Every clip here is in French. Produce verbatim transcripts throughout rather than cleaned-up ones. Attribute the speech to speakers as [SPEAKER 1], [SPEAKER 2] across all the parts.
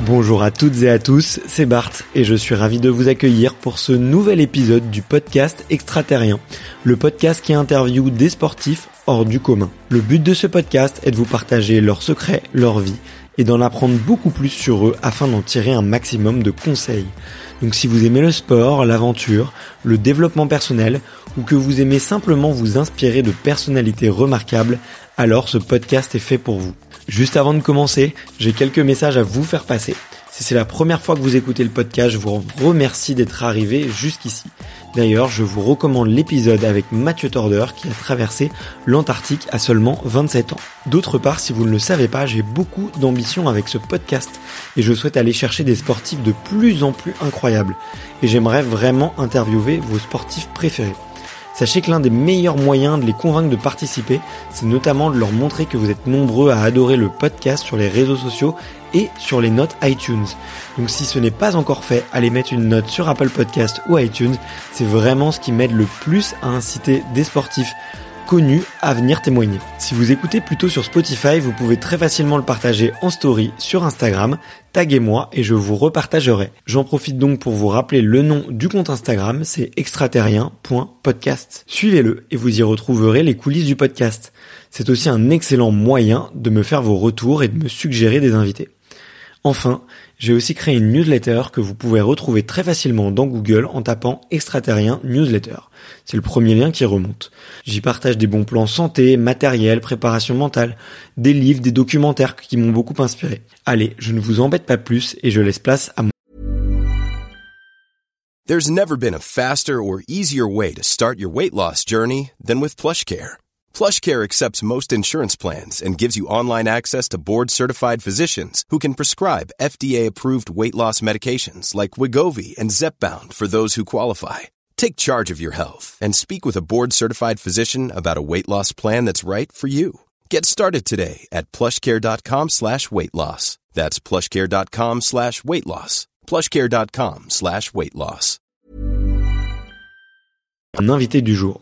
[SPEAKER 1] Bonjour à toutes et à tous, c'est Bart et je suis ravi de vous accueillir pour ce nouvel épisode du podcast Extraterrien, le podcast qui interviewe des sportifs hors du commun. Le but de ce podcast est de vous partager leurs secrets, leur vie et d'en apprendre beaucoup plus sur eux afin d'en tirer un maximum de conseils. Donc si vous aimez le sport, l'aventure, le développement personnel ou que vous aimez simplement vous inspirer de personnalités remarquables, alors ce podcast est fait pour vous. Juste avant de commencer, j'ai quelques messages à vous faire passer. Si c'est la première fois que vous écoutez le podcast, je vous remercie d'être arrivé jusqu'ici. D'ailleurs, je vous recommande l'épisode avec Mathieu Torder qui a traversé l'Antarctique à seulement vingt-sept ans. D'autre part, si vous ne le savez pas, j'ai beaucoup d'ambition avec ce podcast et je souhaite aller chercher des sportifs de plus en plus incroyables. Et j'aimerais vraiment interviewer vos sportifs préférés. Sachez que l'un des meilleurs moyens de les convaincre de participer, c'est notamment de leur montrer que vous êtes nombreux à adorer le podcast sur les réseaux sociaux et sur les notes iTunes. Donc si ce n'est pas encore fait, allez mettre une note sur Apple Podcast ou iTunes, c'est vraiment ce qui m'aide le plus à inciter des sportifs connus à venir témoigner. Si vous écoutez plutôt sur Spotify, vous pouvez très facilement le partager en story sur Instagram, taguez-moi et je vous repartagerai. J'en profite donc pour vous rappeler le nom du compte Instagram, c'est extraterrien point podcast. Suivez-le et vous y retrouverez les coulisses du podcast. C'est aussi un excellent moyen de me faire vos retours et de me suggérer des invités. Enfin, j'ai aussi créé une newsletter que vous pouvez retrouver très facilement dans Google en tapant Extraterrien Newsletter. C'est le premier lien qui remonte. J'y partage des bons plans santé, matériel, préparation mentale, des livres, des documentaires qui m'ont beaucoup inspiré. Allez, je ne vous embête pas plus et je laisse place à mon...
[SPEAKER 2] There's never been a faster or easier way to start your weight loss journey than with PlushCare. PlushCare accepts most insurance plans and gives you online access to board-certified physicians who can prescribe F D A-approved weight loss medications like Wegovy and Zepbound for those who qualify. Take charge of your health and speak with a board-certified physician about a weight loss plan that's right for you. Get started today at plushcare.com slash weight loss. That's plushcare.com slash weight loss. plushcare.com slash weight loss.
[SPEAKER 1] Un invité du jour.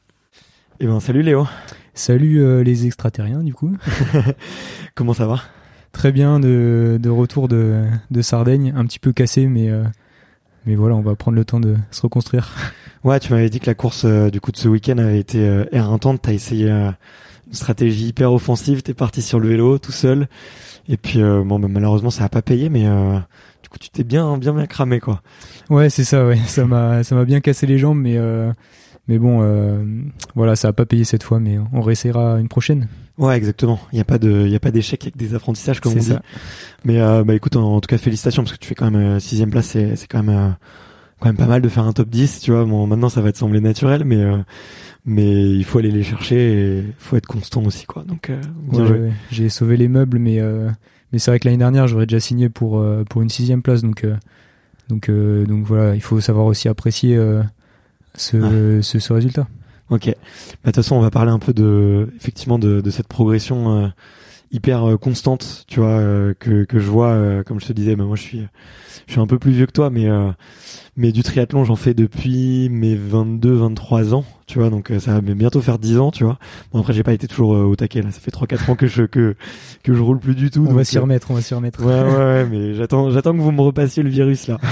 [SPEAKER 1] Eh ben salut Léo.
[SPEAKER 3] Salut euh, les extraterriens du coup.
[SPEAKER 1] Comment ça va ?
[SPEAKER 3] Très bien, de, de retour de, de Sardaigne, un petit peu cassé mais, euh, mais voilà, on va prendre le temps de se reconstruire.
[SPEAKER 1] Ouais, tu m'avais dit que la course euh, du coup de ce week-end avait été euh, éreintante, t'as essayé euh, une stratégie hyper offensive, t'es parti sur le vélo tout seul et puis euh, bon bah, malheureusement ça a pas payé mais euh, du coup tu t'es bien bien bien cramé quoi.
[SPEAKER 3] Ouais, c'est ça, ouais, ça m'a ça m'a bien cassé les jambes mais euh, Mais bon, euh, voilà, ça a pas payé cette fois, mais on réessayera une prochaine.
[SPEAKER 1] Ouais, exactement. Il y a pas de, il y a pas d'échec avec des apprentissages comme
[SPEAKER 3] c'est
[SPEAKER 1] on
[SPEAKER 3] ça.
[SPEAKER 1] dit. Mais euh, bah écoute, en, en tout cas félicitations parce que tu fais quand même euh, sixième place, c'est, c'est quand même, euh, quand même pas mal de faire un top dix. Tu vois, bon maintenant ça va te sembler naturel, mais euh, mais il faut aller les chercher et il faut être constant aussi, quoi. Donc euh, bien
[SPEAKER 3] ouais,
[SPEAKER 1] joué.
[SPEAKER 3] Ouais, j'ai sauvé les meubles, mais euh, mais c'est vrai que l'année dernière j'aurais déjà signé pour euh, pour une sixième place, donc euh, donc euh, donc voilà, il faut savoir aussi apprécier. Euh, Ce, ah. ce, ce résultat.
[SPEAKER 1] Ok. Bah, de toute façon, on va parler un peu de, effectivement, de, de cette progression euh, hyper euh, constante, tu vois, euh, que que je vois. Euh, comme je te disais, bah, moi, je suis, je suis un peu plus vieux que toi, mais euh, mais du triathlon, j'en fais depuis mes vingt-deux, vingt-trois ans, tu vois. Donc, euh, ça va bientôt faire dix ans, tu vois. Bon, après, j'ai pas été toujours euh, au taquet là. Ça fait trois, quatre ans que je que que je roule plus du tout.
[SPEAKER 3] On
[SPEAKER 1] donc,
[SPEAKER 3] va s'y
[SPEAKER 1] euh,
[SPEAKER 3] remettre, on va s'y remettre.
[SPEAKER 1] Ouais, ouais, ouais. Mais j'attends, j'attends que vous me repassiez le virus là.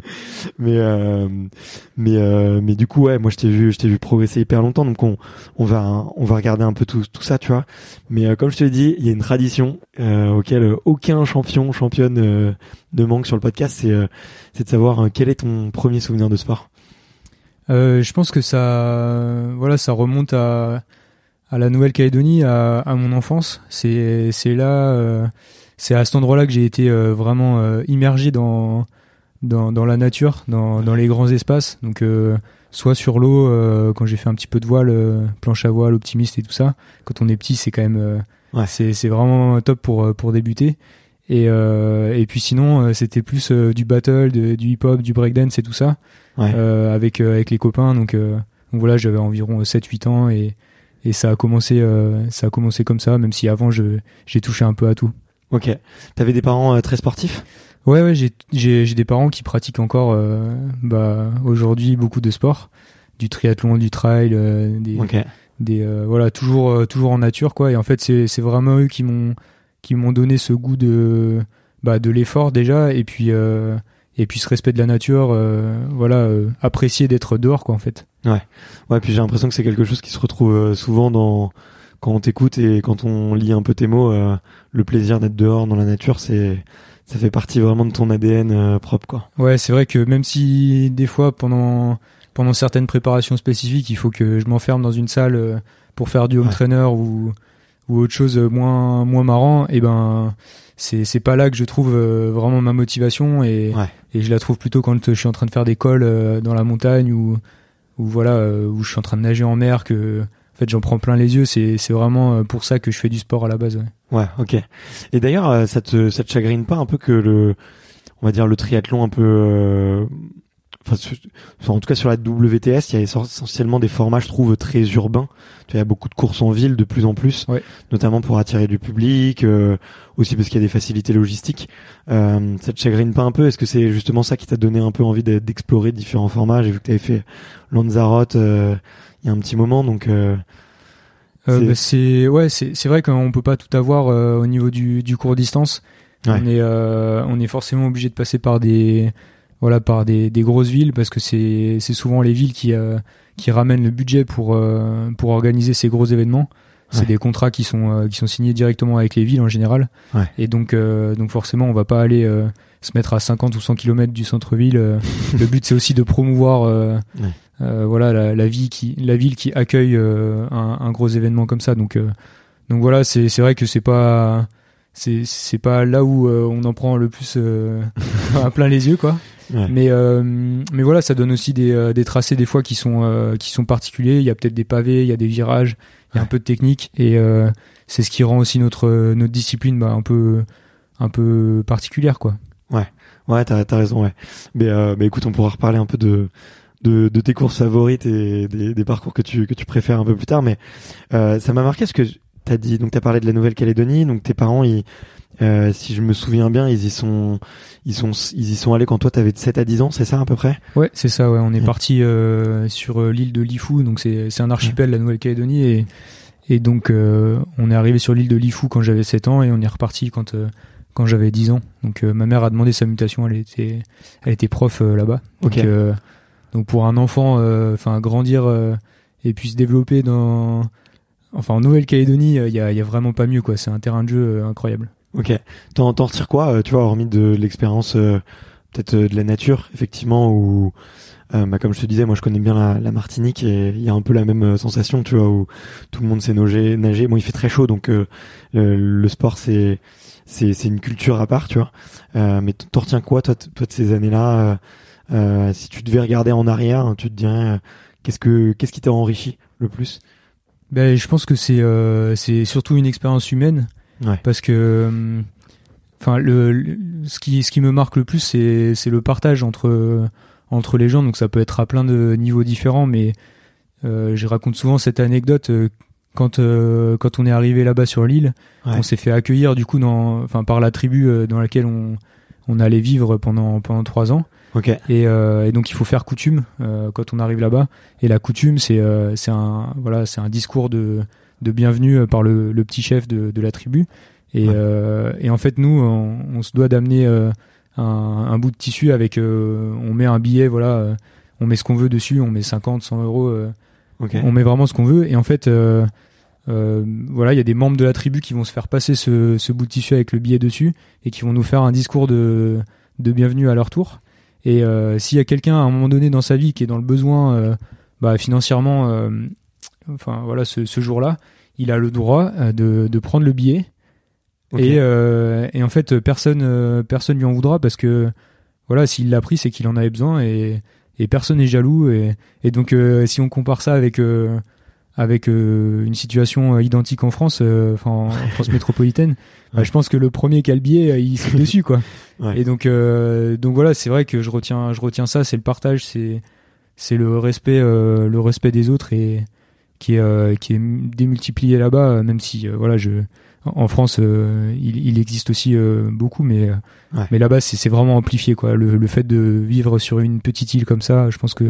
[SPEAKER 1] mais euh, mais euh, mais du coup ouais, moi je t'ai vu je t'ai vu progresser hyper longtemps, donc on on va on va regarder un peu tout tout ça, tu vois. Mais euh, comme je te dis, il y a une tradition euh, auquel aucun champion championne euh, ne manque sur le podcast, c'est euh, c'est de savoir euh, quel est ton premier souvenir de sport.
[SPEAKER 3] Euh, je pense que ça voilà, ça remonte à à la Nouvelle-Calédonie, à à mon enfance. C'est c'est là euh, c'est à cet endroit-là que j'ai été euh, vraiment euh, immergé dans dans dans la nature, dans dans les grands espaces, donc euh, soit sur l'eau euh, quand j'ai fait un petit peu de voile, euh, planche à voile, optimiste et tout ça. Quand on est petit, c'est quand même euh, ouais. c'est c'est vraiment top pour pour débuter. Et euh, et puis sinon euh, c'était plus euh, du battle, de, du hip-hop, du breakdance et tout ça, ouais. euh, avec euh, avec les copains. Donc euh, donc voilà, j'avais environ sept huit ans et et ça a commencé euh, ça a commencé comme ça, même si avant je j'ai touché un peu à tout.
[SPEAKER 1] Ok. T'avais des parents euh, très sportifs ?
[SPEAKER 3] Ouais, ouais, j'ai, j'ai, j'ai des parents qui pratiquent encore, euh, bah, aujourd'hui beaucoup de sports, du triathlon, du trail, euh, des, okay. des, euh, voilà, toujours, euh, toujours en nature, quoi. Et en fait, c'est, c'est vraiment eux qui m'ont, qui m'ont donné ce goût de, bah de l'effort déjà, et puis euh, et puis ce respect de la nature, euh, voilà, euh, apprécier d'être dehors quoi en fait.
[SPEAKER 1] Ouais, ouais. Puis j'ai l'impression que c'est quelque chose qui se retrouve euh, souvent dans quand on t'écoute et quand on lit un peu tes mots. Euh, le plaisir d'être dehors dans la nature, c'est ça fait partie vraiment de ton A D N euh, propre quoi.
[SPEAKER 3] Ouais, c'est vrai que même si des fois pendant pendant certaines préparations spécifiques, il faut que je m'enferme dans une salle euh, pour faire du home ouais. trainer ou ou autre chose moins moins marrant, et ben c'est c'est pas là que je trouve euh, vraiment ma motivation, et
[SPEAKER 1] ouais.
[SPEAKER 3] et je la trouve plutôt quand je suis en train de faire des cols euh, dans la montagne, ou ou voilà euh, où je suis en train de nager en mer, que en fait j'en prends plein les yeux. C'est c'est vraiment pour ça que je fais du sport à la base. Ouais.
[SPEAKER 1] Ouais, ok. Et d'ailleurs, ça te ça te chagrine pas un peu que le on va dire le triathlon un peu euh, enfin, en tout cas sur la W T S, il y a essentiellement des formats, je trouve, très urbains. Tu vois, il y a beaucoup de courses en ville de plus en plus,
[SPEAKER 3] ouais.
[SPEAKER 1] notamment pour attirer du public, euh, aussi parce qu'il y a des facilités logistiques. Euh, ça te chagrine pas un peu? Est-ce que c'est justement ça qui t'a donné un peu envie d'explorer différents formats? J'ai vu que tu avais fait Lanzarote euh, il y a un petit moment, donc euh,
[SPEAKER 3] euh, c'est... Bah, c'est ouais, c'est c'est vrai qu'on peut pas tout avoir euh, au niveau du du court distance. Ouais. On est euh, on est forcément obligé de passer par des voilà par des des grosses villes, parce que c'est c'est souvent les villes qui euh, qui ramènent le budget pour euh, pour organiser ces gros événements. C'est ouais. des contrats qui sont euh, qui sont signés directement avec les villes en général.
[SPEAKER 1] Ouais.
[SPEAKER 3] Et donc euh, donc forcément on va pas aller euh, se mettre à cinquante ou cent kilomètres du centre-ville. Euh, le but c'est aussi de promouvoir euh, ouais. euh, voilà la, la vie qui la ville qui accueille euh, un, un gros événement comme ça. Donc euh, donc voilà, c'est c'est vrai que c'est pas c'est c'est pas là où euh, on en prend le plus euh, à plein les yeux quoi.
[SPEAKER 1] Ouais.
[SPEAKER 3] Mais euh, mais voilà, ça donne aussi des euh, des tracés des fois qui sont euh, qui sont particuliers. Il y a peut-être des pavés, il y a des virages, il y a ouais. un peu de technique, et euh, c'est ce qui rend aussi notre notre discipline bah un peu un peu particulière quoi.
[SPEAKER 1] Ouais, ouais, t'as t'as raison, ouais. Mais euh, bah écoute, on pourra reparler un peu de de, de tes courses favorites et des, des parcours que tu que tu préfères un peu plus tard. Mais euh, ça m'a marqué ce que t'as dit. Donc t'as parlé de la Nouvelle-Calédonie. Donc tes parents, ils Euh, si je me souviens bien, ils y sont, ils sont, ils y sont allés quand toi t'avais de sept à dix ans, c'est ça à peu près?
[SPEAKER 3] Ouais, c'est ça, ouais. On est ouais. parti, euh, sur euh, l'île de Lifou, donc c'est, c'est un archipel, ouais. la Nouvelle-Calédonie, et, et donc, euh, on est arrivé sur l'île de Lifou quand j'avais sept ans, et on est reparti quand, euh, quand j'avais dix ans. Donc, euh, ma mère a demandé sa mutation, elle était, elle était prof, euh, là-bas. Donc,
[SPEAKER 1] okay.
[SPEAKER 3] euh, donc pour un enfant, enfin, euh, grandir, euh, et puis se développer dans, enfin, en Nouvelle-Calédonie, il y a, il y a vraiment pas mieux, quoi. C'est un terrain de jeu euh, incroyable.
[SPEAKER 1] Ok. T'en, t'en retires quoi, euh, tu vois, hormis de l'expérience, euh, peut-être euh, de la nature, effectivement, ou euh, bah, comme je te disais, moi je connais bien la, la Martinique, et il y a un peu la même euh, sensation, tu vois, où tout le monde sait nager. nager. Bon, il fait très chaud, donc euh, le, le sport c'est c'est c'est une culture à part, tu vois. Euh, mais t'en retiens quoi, toi, t- toi de ces années-là euh, euh, si tu devais regarder en arrière, hein, tu te dirais euh, qu'est-ce que qu'est-ce qui t'a enrichi le plus?
[SPEAKER 3] Ben, je pense que c'est euh, c'est surtout une expérience humaine.
[SPEAKER 1] Ouais.
[SPEAKER 3] Parce que, enfin, le, le ce qui ce qui me marque le plus, c'est c'est le partage entre entre les gens. Donc ça peut être à plein de niveaux différents, mais euh, je raconte souvent cette anecdote. Euh, quand euh, quand on est arrivé là-bas sur l'île, ouais. on s'est fait accueillir du coup dans, enfin, par la tribu euh, dans laquelle on on allait vivre pendant pendant trois ans.
[SPEAKER 1] Okay.
[SPEAKER 3] Et, euh, et donc il faut faire coutume euh, quand on arrive là-bas. Et la coutume, c'est euh, c'est un voilà, c'est un discours de de bienvenue par le, le petit chef de, de la tribu, et, ouais. euh, et en fait nous on, on se doit d'amener euh, un, un bout de tissu avec euh, on met un billet, voilà, euh, on met ce qu'on veut dessus, on met cinquante, cent euros, euh,
[SPEAKER 1] okay.
[SPEAKER 3] on met vraiment ce qu'on veut, et en fait euh, euh, voilà, il y a des membres de la tribu qui vont se faire passer ce, ce bout de tissu avec le billet dessus, et qui vont nous faire un discours de, de bienvenue à leur tour. Et euh, s'il y a quelqu'un à un moment donné dans sa vie qui est dans le besoin euh, bah, financièrement, euh, enfin voilà, ce, ce jour-là, il a le droit de, de prendre le billet. Okay. Et, euh, et en fait, personne, euh, personne lui en voudra, parce que voilà, s'il l'a pris, c'est qu'il en avait besoin, et, et personne n'est jaloux. Et, et donc, euh, si on compare ça avec, euh, avec euh, une situation identique en France, euh, enfin en France métropolitaine, ouais. bah, je pense que le premier qui a le billet, il saute dessus, quoi.
[SPEAKER 1] Ouais.
[SPEAKER 3] Et donc, euh, donc voilà, c'est vrai que je retiens, je retiens ça, c'est le partage, c'est, c'est le respect, euh, le respect des autres, et qui est euh, qui est démultiplié là-bas, même si euh, voilà, je en France euh, il, il existe aussi euh, beaucoup, mais
[SPEAKER 1] ouais.
[SPEAKER 3] mais là-bas c'est c'est vraiment amplifié, quoi. Le, le fait de vivre sur une petite île comme ça, je pense que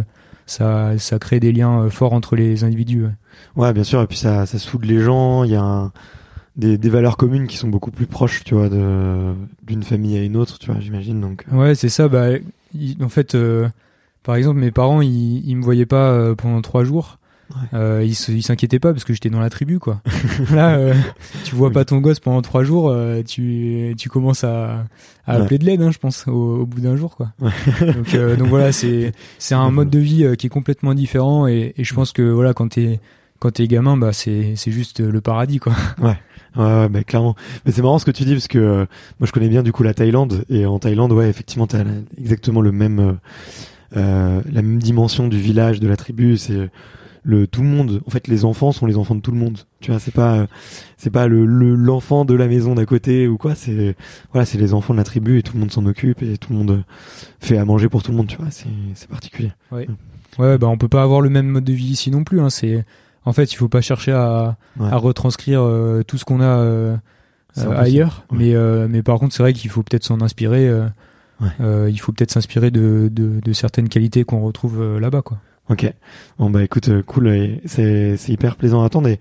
[SPEAKER 3] ça ça crée des liens forts entre les individus. Ouais,
[SPEAKER 1] ouais, bien sûr, et puis ça ça soude les gens. Il y a un des, des valeurs communes qui sont beaucoup plus proches, tu vois, de, d'une famille à une autre, tu vois, j'imagine. Donc, euh...
[SPEAKER 3] ouais, c'est ça. Bah, il, en fait, euh, par exemple, mes parents, ils, ils me voyaient pas euh, pendant trois jours. Ouais. Euh, ils, ils s'inquiétaient pas parce que j'étais dans la tribu, quoi. Là, euh, tu vois oui. pas ton gosse pendant trois jours, euh, tu, tu commences à, à appeler ouais. de l'aide, hein, je pense, au, au bout d'un jour, quoi. Ouais. Donc, euh, donc voilà, c'est, c'est un mode de vie euh, qui est complètement différent et, et je pense que voilà, quand t'es, quand t'es gamin, bah c'est, c'est juste le paradis, quoi.
[SPEAKER 1] Ouais. Ouais, ouais, bah clairement. Mais c'est marrant ce que tu dis parce que euh, moi je connais bien du coup la Thaïlande et en Thaïlande, ouais, effectivement, t'as la, exactement le même, euh, euh, la même dimension du village, de la tribu. C'est le tout le monde. En fait, les enfants sont les enfants de tout le monde. Tu vois, c'est pas, euh, c'est pas le, le l'enfant de la maison d'à côté ou quoi. C'est voilà, c'est les enfants de la tribu et tout le monde s'en occupe et tout le monde fait à manger pour tout le monde. Tu vois, c'est c'est particulier.
[SPEAKER 3] Ouais. Ouais, bah on peut pas avoir le même mode de vie ici non plus. Hein. C'est En fait, il faut pas chercher à, ouais. à retranscrire euh, tout ce qu'on a euh, euh, ailleurs, ouais. mais euh, mais par contre, c'est vrai qu'il faut peut-être s'en inspirer. Euh, ouais. euh, il faut peut-être s'inspirer de, de de certaines qualités qu'on retrouve euh, là-bas, quoi.
[SPEAKER 1] Ok. Bon bah écoute, euh, cool. Et c'est c'est hyper plaisant à entendre. Et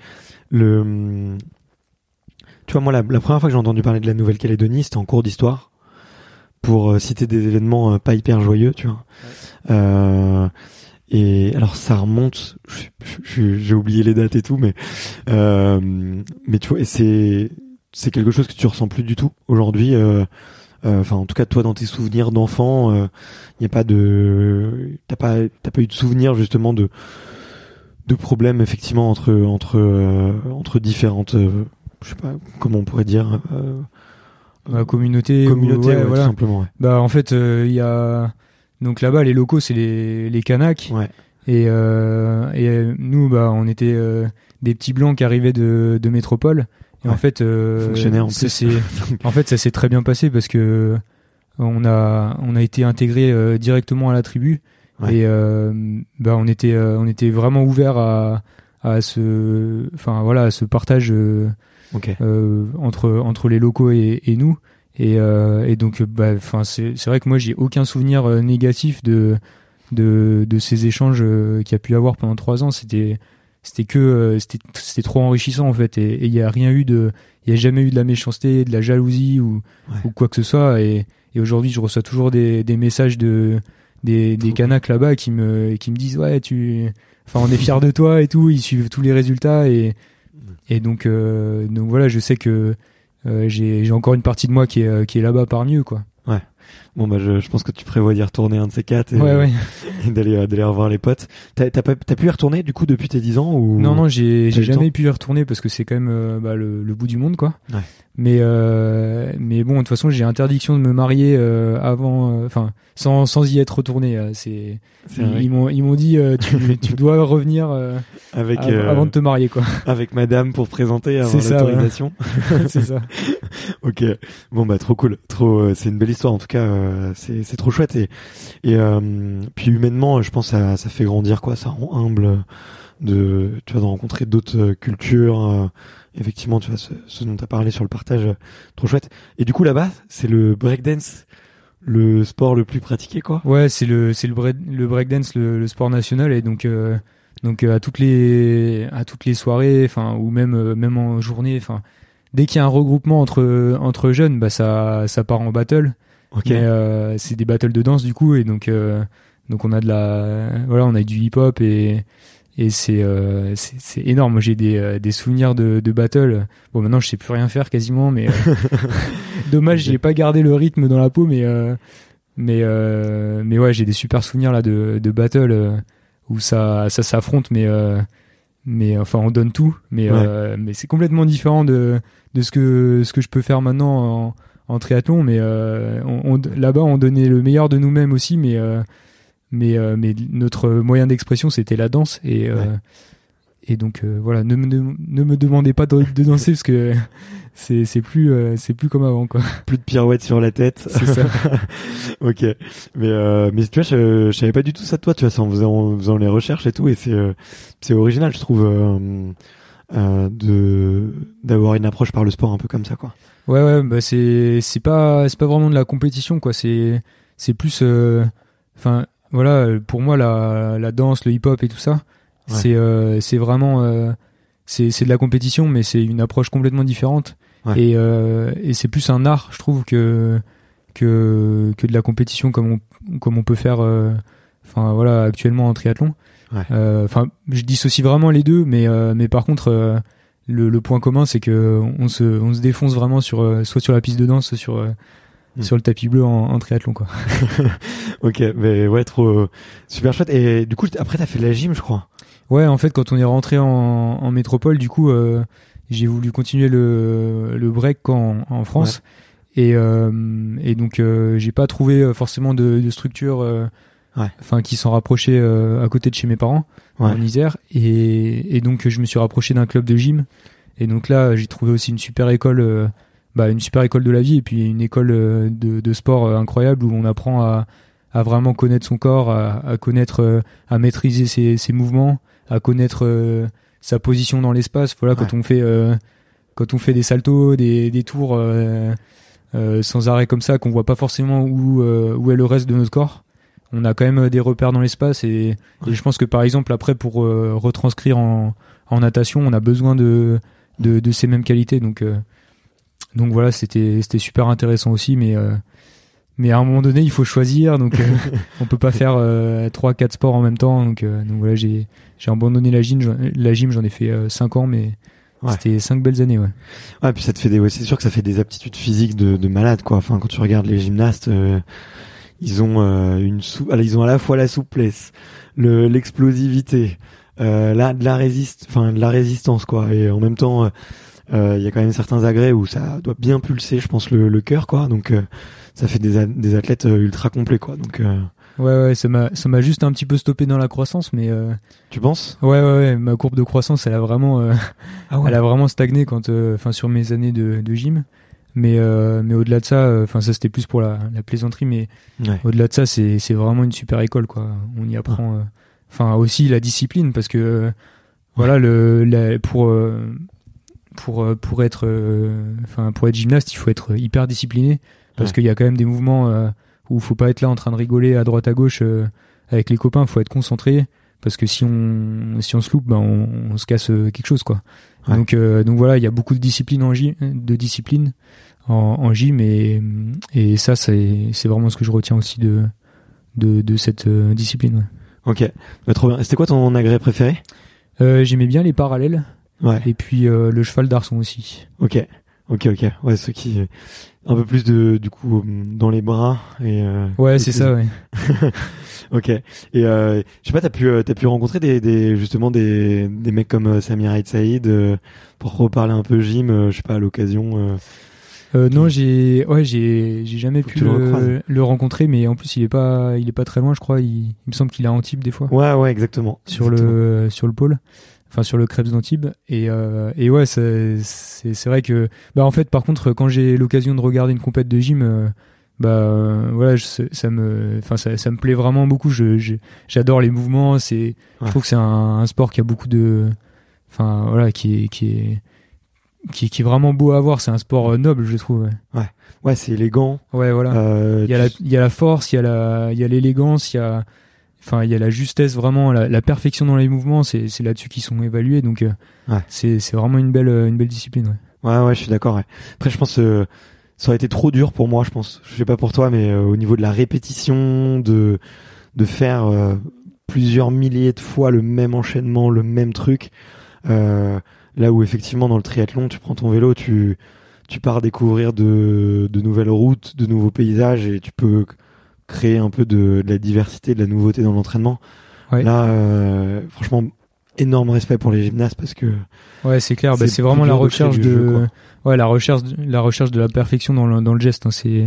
[SPEAKER 1] le, tu vois, moi la, la première fois que j'ai entendu parler de la Nouvelle-Calédonie, c'était en cours d'histoire pour euh, citer des événements euh, pas hyper joyeux, tu vois. Ouais. Euh, Et alors ça remonte, je, je, j'ai oublié les dates et tout, mais euh, mais tu vois, et c'est c'est quelque chose que tu ressens plus du tout aujourd'hui. Euh, euh, enfin, en tout cas, toi, dans tes souvenirs d'enfant, il euh, y a pas de, t'as pas t'as pas eu de souvenir justement de de problèmes effectivement entre entre euh, entre différentes, euh, je sais pas comment on pourrait dire. Euh,
[SPEAKER 3] bah, communauté,
[SPEAKER 1] communauté,
[SPEAKER 3] ou, ouais,
[SPEAKER 1] ouais,
[SPEAKER 3] voilà.
[SPEAKER 1] tout simplement. Ouais.
[SPEAKER 3] Bah en fait, il euh, y a donc là-bas les locaux, c'est les les Kanaks.
[SPEAKER 1] Ouais.
[SPEAKER 3] Et euh, et nous, bah on était euh, des petits blancs qui arrivaient de de métropole. Et ouais. en fait, euh,
[SPEAKER 1] fonctionnaire en
[SPEAKER 3] c'est,
[SPEAKER 1] plus.
[SPEAKER 3] c'est en fait ça s'est très bien passé parce que on a on a été intégré euh, directement à la tribu. Ouais. Et euh, bah on était euh, on était vraiment ouvert à à ce enfin voilà à ce partage euh,
[SPEAKER 1] okay.
[SPEAKER 3] euh, entre entre les locaux et, et nous. Et, euh, et donc, bah, enfin, c'est, c'est vrai que moi, j'ai aucun souvenir euh, négatif de, de, de ces échanges euh, qu'il y a pu avoir pendant trois ans. C'était, c'était que, euh, c'était, c'était trop enrichissant en fait. Et il y a rien eu de, il y a jamais eu de la méchanceté, de la jalousie ou, ouais. ou quoi que ce soit. Et, et aujourd'hui, je reçois toujours des, des messages de, des, des Kanaks là-bas qui me, qui me disent ouais, tu, enfin, on est fiers de toi et tout. Ils suivent tous les résultats et, et donc, euh, donc voilà, je sais que Euh, j'ai, j'ai encore une partie de moi qui est, qui est là-bas parmi eux, quoi.
[SPEAKER 1] Ouais. Bon, bah, je, je pense que tu prévois d'y retourner un de ces quatre et,
[SPEAKER 3] ouais, ouais.
[SPEAKER 1] et d'aller, d'aller revoir les potes. T'as, t'as, pas, t'as pu y retourner, du coup, depuis tes dix ans ou...
[SPEAKER 3] Non, non, j'ai, j'ai jamais pu y retourner parce que c'est quand même, euh, bah, le, le bout du monde, quoi.
[SPEAKER 1] Ouais.
[SPEAKER 3] Mais, euh, mais bon, de toute façon, j'ai interdiction de me marier, euh, avant, enfin, euh, sans, sans y être retourné. Euh, c'est, c'est ils, ils m'ont, ils m'ont dit, euh, tu, tu dois revenir, euh,
[SPEAKER 1] avec,
[SPEAKER 3] av-
[SPEAKER 1] euh,
[SPEAKER 3] avant de te marier, quoi.
[SPEAKER 1] Avec madame pour présenter avant
[SPEAKER 3] c'est ça,
[SPEAKER 1] l'autorisation.
[SPEAKER 3] Ouais. C'est ça.
[SPEAKER 1] Ok. Bon, bah, trop cool. Trop, euh, c'est une belle histoire, en tout cas, euh, c'est, c'est trop chouette et, et, euh, puis humainement, je pense, ça, ça fait grandir, quoi. Ça rend humble de, tu vois, de rencontrer d'autres cultures, euh, effectivement, tu vois, ce, ce dont tu as parlé sur le partage, euh, trop chouette. Et du coup, là-bas, c'est le breakdance, le sport le plus pratiqué, quoi.
[SPEAKER 3] Ouais, c'est le, c'est le, break, le breakdance, le, le sport national, et donc, euh, donc euh, à toutes les, à toutes les soirées, enfin, ou même, euh, même en journée, enfin, dès qu'il y a un regroupement entre, entre jeunes, bah ça, ça part en battle.
[SPEAKER 1] Okay.
[SPEAKER 3] Mais euh, c'est des battles de danse du coup, et donc, euh, donc on a de la, voilà, on a du hip-hop et Et c'est, euh, c'est c'est énorme. Moi, j'ai des euh, des souvenirs de de battle. Bon, maintenant je sais plus rien faire quasiment, mais euh, dommage, okay. J'ai pas gardé le rythme dans la peau, mais euh, mais euh, mais ouais, j'ai des super souvenirs là de de battle euh, où ça ça s'affronte, mais euh, mais enfin on donne tout, mais ouais. euh, mais c'est complètement différent de de ce que ce que je peux faire maintenant en en triathlon, mais euh, on, on, là-bas on donnait le meilleur de nous-mêmes aussi, mais euh, mais euh, mais notre moyen d'expression c'était la danse et euh, ouais. Et donc euh, voilà, ne me ne, ne me demandez pas de, de danser parce que c'est c'est plus euh, c'est plus comme avant, quoi.
[SPEAKER 1] Plus de pirouettes sur la tête.
[SPEAKER 3] C'est ça.
[SPEAKER 1] Ok. Mais euh, mais tu vois, je, je savais pas du tout ça de toi, tu vois, ça en faisant, en faisant les recherches et tout, et c'est euh, c'est original, je trouve, euh, euh, de d'avoir une approche par le sport un peu comme ça, quoi.
[SPEAKER 3] Ouais ouais, bah c'est c'est pas c'est pas vraiment de la compétition, quoi. C'est c'est plus enfin euh, voilà, pour moi la la danse, le hip-hop et tout ça, ouais. c'est euh, c'est vraiment euh, c'est c'est de la compétition, mais c'est une approche complètement différente. Ouais. Et euh, et c'est plus un art, je trouve, que que que de la compétition comme on comme on peut faire. Enfin euh, voilà, actuellement en triathlon. Enfin, ouais. euh, je dissocie vraiment les deux, mais euh, mais par contre. Euh, Le, le point commun, c'est que on se, on se défonce vraiment sur, euh, soit sur la piste de danse, soit sur, euh, mmh. sur le tapis bleu en, en triathlon, quoi.
[SPEAKER 1] Ok, mais ouais, trop euh, super chouette. Et du coup, après, t'as fait de la gym, je crois.
[SPEAKER 3] Ouais, en fait, quand on est rentré en, en métropole, du coup, euh, j'ai voulu continuer le, le break en, en France, ouais. et euh, et donc euh, j'ai pas trouvé forcément de, de structure, euh, ouais. enfin, qui s'en rapprochait euh, à côté de chez mes parents. Ouais. En Isère, et, et donc je me suis rapproché d'un club de gym, et donc là j'ai trouvé aussi une super école, euh, bah une super école de la vie, et puis une école euh, de, de sport euh, incroyable, où on apprend à, à vraiment connaître son corps, à, à connaître, euh, à maîtriser ses, ses mouvements, à connaître euh, sa position dans l'espace. Voilà, ouais. quand on fait euh, quand on fait des saltos, des, des tours euh, euh, sans arrêt comme ça, qu'on voit pas forcément où euh, où est le reste de notre corps. On a quand même des repères dans l'espace, et, ouais. et je pense que par exemple après pour euh, retranscrire en, en natation, on a besoin de de, de ces mêmes qualités. Donc euh, donc voilà, c'était c'était super intéressant aussi, mais euh, mais à un moment donné il faut choisir, donc euh, on peut pas faire euh, trois quatre sports en même temps. Donc euh, donc voilà, j'ai j'ai abandonné la gym, la gym, j'en ai fait euh, cinq ans, mais ouais. c'était cinq belles années, ouais.
[SPEAKER 1] Ouais, puis ça te fait des, ouais, c'est sûr que ça fait des aptitudes physiques de de malade, quoi. Enfin, quand tu regardes les gymnastes. Euh... Ils ont euh, une sou... Alors, ils ont à la fois la souplesse, le l'explosivité, euh, la de la résiste, enfin de la résistance, quoi. Et en même temps, il euh, y a quand même certains agrès où ça doit bien pulser, je pense, le, le cœur, quoi. Donc euh, ça fait des a... des athlètes ultra complets, quoi. Donc euh...
[SPEAKER 3] ouais ouais, ça m'a ça m'a juste un petit peu stoppé dans la croissance, mais euh...
[SPEAKER 1] tu penses?
[SPEAKER 3] Ouais ouais ouais, ma courbe de croissance, elle a vraiment euh... ah ouais. elle a vraiment stagné quand, enfin euh, sur mes années de, de gym. Mais euh, mais au-delà de ça, enfin euh, ça c'était plus pour la, la plaisanterie, mais ouais. au-delà de ça, c'est c'est vraiment une super école, quoi. On y apprend, enfin ouais. euh, aussi la discipline, parce que euh, ouais. voilà le la, pour euh, pour pour être enfin euh, pour être gymnaste, il faut être hyper discipliné, parce ouais. qu'il y a quand même des mouvements euh, où faut pas être là en train de rigoler à droite à gauche euh, avec les copains. Faut être concentré, parce que si on si on se loupe, ben on, on se casse quelque chose, quoi. Ouais. Donc euh, donc voilà, il y a beaucoup de discipline en gym, de discipline en, en gym, et et ça c'est c'est vraiment ce que je retiens aussi de de de cette euh, discipline. Ouais.
[SPEAKER 1] Ok, bah, trop bien. C'était quoi ton agrès préféré?
[SPEAKER 3] euh, J'aimais bien les parallèles. Ouais. Et puis euh, le cheval d'arçon aussi.
[SPEAKER 1] Ok, ok, ok. Ouais, ceux qui un peu plus de du coup dans les bras et. Euh,
[SPEAKER 3] ouais, c'est ça, ouais.
[SPEAKER 1] Ok. Et euh, je sais pas, t'as pu euh, t'as pu rencontrer des des justement des des mecs comme euh, Samir Aït Saïd euh, pour reparler un peu gym, euh, je sais pas, à l'occasion. Euh,
[SPEAKER 3] euh, non, j'ai ouais j'ai j'ai jamais pu le, le, le rencontrer, mais en plus il est pas il est pas très loin, je crois. Il, il me semble qu'il est à Antibes des fois.
[SPEAKER 1] Ouais ouais exactement.
[SPEAKER 3] Sur
[SPEAKER 1] exactement.
[SPEAKER 3] le sur le pôle. Enfin sur le Krebs d'Antibes, et euh, et ouais c'est c'est c'est vrai que bah en fait par contre quand j'ai l'occasion de regarder une compète de gym, euh, bah euh, voilà je, ça me enfin ça ça me plaît vraiment beaucoup. Je, je j'adore les mouvements, c'est ouais. je trouve que c'est un, un sport qui a beaucoup de enfin voilà qui est qui est qui, qui est vraiment beau à voir. C'est un sport noble, je trouve. Ouais,
[SPEAKER 1] ouais, ouais c'est élégant.
[SPEAKER 3] Ouais, voilà. Euh, il y a tu... la il y a la force, il y a la il y a l'élégance, il y a enfin il y a la justesse, vraiment la, la perfection dans les mouvements. C'est c'est là-dessus qu'ils sont évalués. Donc euh, ouais. c'est c'est vraiment une belle une belle discipline. Ouais,
[SPEAKER 1] ouais, ouais je suis d'accord. Ouais. Après je pense euh, ça aurait été trop dur pour moi. Je pense. Je sais pas pour toi, mais euh, au niveau de la répétition, de de faire euh, plusieurs milliers de fois le même enchaînement, le même truc. Euh, Là où effectivement dans le triathlon, tu prends ton vélo, tu tu pars découvrir de de nouvelles routes, de nouveaux paysages, et tu peux créer un peu de, de la diversité, de la nouveauté dans l'entraînement. Ouais. Là, euh, franchement, énorme respect pour les gymnastes, parce que
[SPEAKER 3] ouais, c'est clair. C'est, bah, c'est vraiment la recherche de, de jeu, ouais la recherche de, la recherche de la perfection dans le dans le geste. Hein. C'est ouais.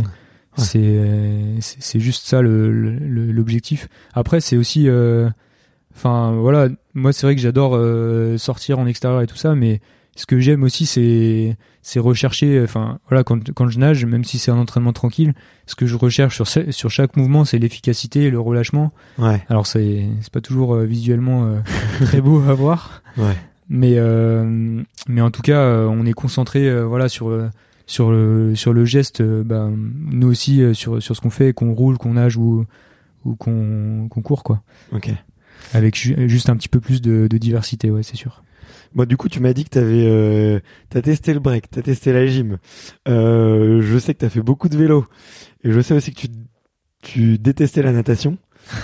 [SPEAKER 3] c'est, c'est c'est juste ça le, le l'objectif. Après, c'est aussi euh, Enfin voilà, moi c'est vrai que j'adore euh, sortir en extérieur et tout ça, mais ce que j'aime aussi c'est c'est rechercher. Enfin voilà, quand quand je nage, même si c'est un entraînement tranquille, ce que je recherche sur sur chaque mouvement, c'est l'efficacité et le relâchement. Ouais. Alors c'est c'est pas toujours euh, visuellement euh, très beau à voir. Ouais. Mais euh, mais en tout cas, euh, on est concentré euh, voilà sur euh, sur le sur le geste. Euh, bah, nous aussi euh, sur sur ce qu'on fait, qu'on roule, qu'on nage ou ou qu'on qu'on court, quoi.
[SPEAKER 1] Ok.
[SPEAKER 3] Avec ju- juste un petit peu plus de, de diversité, ouais, c'est sûr.
[SPEAKER 1] Bon, du coup, tu m'as dit que t'avais, euh, t'as testé le break, t'as testé la gym. Euh, je sais que t'as fait beaucoup de vélo. Et je sais aussi que tu, tu détestais la natation.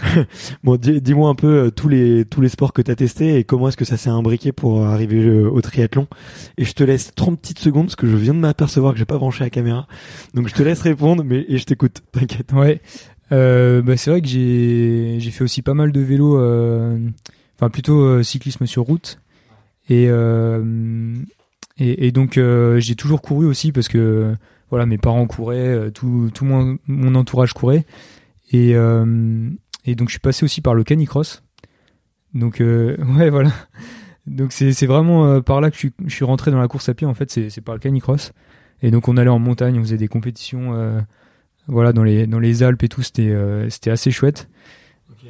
[SPEAKER 1] Bon, dis, dis-moi un peu euh, tous les, tous les sports que t'as testés et comment est-ce que ça s'est imbriqué pour arriver euh, au triathlon. Et je te laisse trente petites secondes parce que je viens de m'apercevoir que j'ai pas branché la caméra. Donc je te laisse répondre, mais, et je t'écoute, t'inquiète.
[SPEAKER 3] Ouais. Euh, bah, c'est vrai que j'ai, j'ai fait aussi pas mal de vélo, euh, enfin, plutôt euh, cyclisme sur route. Et, euh, et, et donc euh, j'ai toujours couru aussi parce que voilà, mes parents couraient, tout, tout mon, mon entourage courait, et, euh, et donc je suis passé aussi par le canicross. Donc euh, ouais, voilà. Donc c'est, c'est vraiment euh, par là que je suis, je suis rentré dans la course à pied, en fait, c'est, c'est par le canicross. Et donc on allait en montagne, on faisait des compétitions, euh, voilà, dans les dans les Alpes et tout, c'était euh, c'était assez chouette. Okay.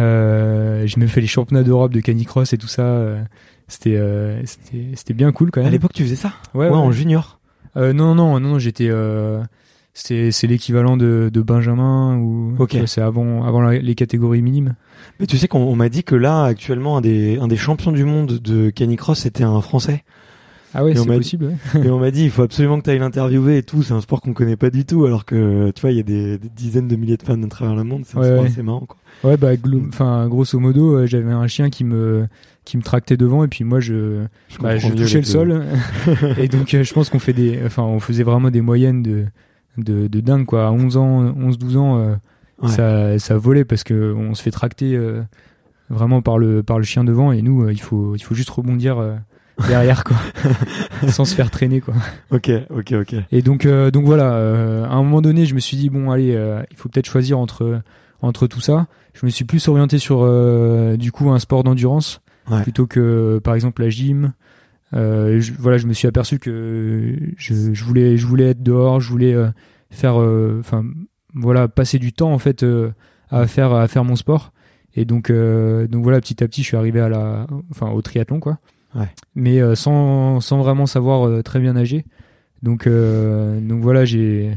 [SPEAKER 3] Euh, je me fais les championnats d'Europe de canicross et tout ça. Euh, C'était, euh, c'était, c'était bien cool quand même.
[SPEAKER 1] À l'époque, tu faisais ça?
[SPEAKER 3] Ouais,
[SPEAKER 1] ouais,
[SPEAKER 3] ouais.
[SPEAKER 1] En junior.
[SPEAKER 3] Euh, non, non, non, non, j'étais, euh, c'est, c'est l'équivalent de, de Benjamin ou.
[SPEAKER 1] Ok.
[SPEAKER 3] Ouais, c'est avant, avant la, les catégories minimes.
[SPEAKER 1] Mais tu sais qu'on on m'a dit que là, actuellement, un des, un des champions du monde de canicross, c'était un Français.
[SPEAKER 3] Ah ouais,
[SPEAKER 1] et
[SPEAKER 3] c'est possible. Ouais.
[SPEAKER 1] Et on m'a dit, il faut absolument que tu ailles l'interviewer et tout. C'est un sport qu'on connaît pas du tout, alors que tu vois, il y a des, des dizaines de milliers de fans à travers le monde. C'est un
[SPEAKER 3] ouais,
[SPEAKER 1] sport
[SPEAKER 3] ouais.
[SPEAKER 1] assez marrant, quoi.
[SPEAKER 3] Ouais, bah, glo- enfin, grosso modo, euh, j'avais un chien qui me, qui me tractait devant et puis moi je,
[SPEAKER 1] je,
[SPEAKER 3] bah, je touchais le sol. Et donc euh, je pense qu'on fait des, enfin, on faisait vraiment des moyennes de, de, de dingue, quoi. À onze ans, onze, douze ans, euh, ouais. ça, ça volait parce que on se fait tracter euh, vraiment par le, par le chien devant et nous, euh, il faut, il faut juste rebondir. Euh, derrière, quoi. Sans se faire traîner, quoi.
[SPEAKER 1] Ok, ok, ok.
[SPEAKER 3] Et donc euh, donc voilà, euh, à un moment donné je me suis dit bon allez, euh, il faut peut-être choisir entre entre tout ça. Je me suis plus orienté sur euh, du coup un sport d'endurance, ouais. plutôt que par exemple la gym. Euh, je, voilà, je me suis aperçu que je, je voulais je voulais être dehors, je voulais euh, faire enfin euh, voilà, passer du temps en fait euh, à faire à faire mon sport. Et donc euh, donc voilà, petit à petit je suis arrivé à la enfin au triathlon, quoi.
[SPEAKER 1] Ouais.
[SPEAKER 3] Mais euh, sans sans vraiment savoir euh, très bien nager. Donc euh, donc voilà, j'ai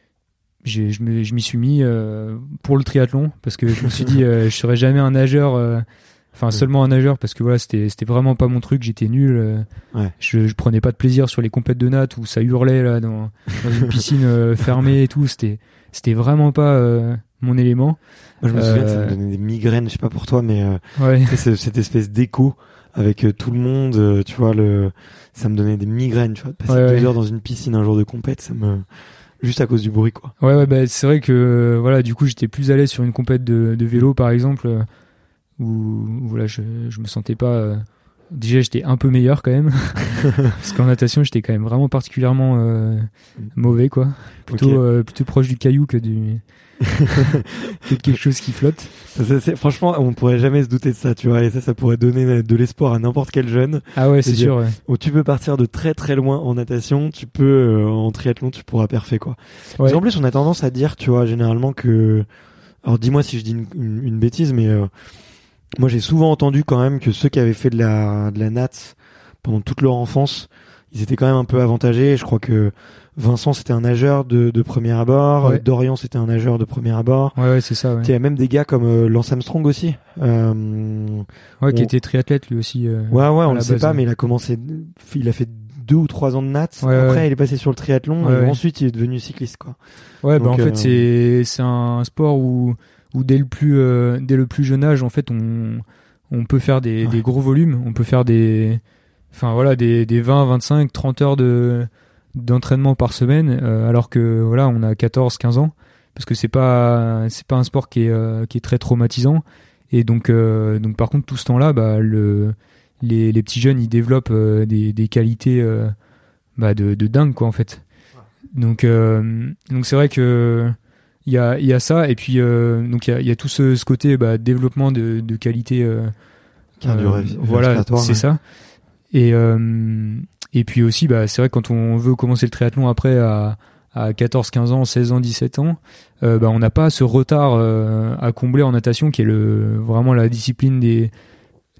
[SPEAKER 3] j'ai je me je m'y suis mis euh, pour le triathlon parce que je me suis dit euh, je serais jamais un nageur, euh, enfin ouais. seulement un nageur, parce que voilà, c'était c'était vraiment pas mon truc, j'étais nul. Euh,
[SPEAKER 1] ouais.
[SPEAKER 3] Je je prenais pas de plaisir sur les compètes de natte où ça hurlait là dans dans une piscine euh, fermée et tout, c'était c'était vraiment pas euh, mon élément.
[SPEAKER 1] Moi je me euh, souviens que ça me donnait des migraines, je sais pas pour toi, mais euh,
[SPEAKER 3] ouais.
[SPEAKER 1] c'est cette espèce d'écho avec euh, tout le monde, euh, tu vois, le ça me donnait des migraines, tu vois, de passer
[SPEAKER 3] ouais,
[SPEAKER 1] deux
[SPEAKER 3] ouais.
[SPEAKER 1] heures dans une piscine un jour de compète, ça me juste à cause du bruit, quoi.
[SPEAKER 3] Ouais, ouais, bah c'est vrai que euh, voilà, du coup j'étais plus à l'aise sur une compète de, de vélo par exemple, euh, où, où voilà, je je me sentais pas. Euh, déjà j'étais un peu meilleur quand même, parce qu'en natation j'étais quand même vraiment particulièrement euh, mauvais, quoi. Plutôt okay. euh, plutôt proche du caillou que du que de quelque chose qui flotte.
[SPEAKER 1] Ça, ça, c'est, franchement, on pourrait jamais se douter de ça, tu vois, et ça, ça pourrait donner de l'espoir à n'importe quel jeune.
[SPEAKER 3] Ah ouais, c'est sûr. Ouais.
[SPEAKER 1] Où tu peux partir de très très loin en natation, tu peux euh, en triathlon, tu pourras parfait, quoi. Ouais. Parce qu'en plus, on a tendance à dire, tu vois, généralement que, alors dis-moi si je dis une, une, une bêtise, mais euh, moi j'ai souvent entendu quand même que ceux qui avaient fait de la de la natte pendant toute leur enfance, ils étaient quand même un peu avantagés. Je crois que Vincent c'était un nageur de, de premier abord, ouais. Dorian c'était un nageur de premier abord.
[SPEAKER 3] Ouais, ouais, c'est ça. Ouais.
[SPEAKER 1] Il y a même des gars comme euh, Lance Armstrong aussi. Euh,
[SPEAKER 3] ouais, qui on... était triathlète lui aussi. Euh,
[SPEAKER 1] ouais, ouais, on le sait
[SPEAKER 3] base,
[SPEAKER 1] pas,
[SPEAKER 3] ouais.
[SPEAKER 1] mais il a commencé, il a fait deux ou trois ans de natte.
[SPEAKER 3] Ouais,
[SPEAKER 1] Après,
[SPEAKER 3] ouais.
[SPEAKER 1] il est passé sur le triathlon
[SPEAKER 3] ouais,
[SPEAKER 1] et
[SPEAKER 3] ouais.
[SPEAKER 1] ensuite il est devenu cycliste, quoi.
[SPEAKER 3] Ouais,
[SPEAKER 1] donc,
[SPEAKER 3] bah en
[SPEAKER 1] euh...
[SPEAKER 3] fait c'est c'est un sport où où dès le plus euh, dès le plus jeune âge en fait on on peut faire des
[SPEAKER 1] ouais.
[SPEAKER 3] des gros volumes, on peut faire des enfin voilà des des vingt, vingt-cinq, trente heures de d'entraînement par semaine, euh, alors que voilà, on a quatorze, quinze ans, parce que c'est pas c'est pas un sport qui est euh, qui est très traumatisant. Et donc euh, donc par contre tout ce temps-là, bah le les les petits jeunes ils développent euh, des des qualités euh, bah de de dingue, quoi, en fait. Donc euh, donc c'est vrai que il y a il y a ça, et puis euh, donc il y a il y a tout ce ce côté bah développement de de qualité euh,
[SPEAKER 1] euh,
[SPEAKER 3] voilà, c'est
[SPEAKER 1] ouais.
[SPEAKER 3] ça. Et euh, et puis aussi bah c'est vrai que quand on veut commencer le triathlon après à à quatorze, quinze ans, seize ans, dix-sept ans, euh, bah on n'a pas ce retard euh, à combler en natation qui est le vraiment la discipline des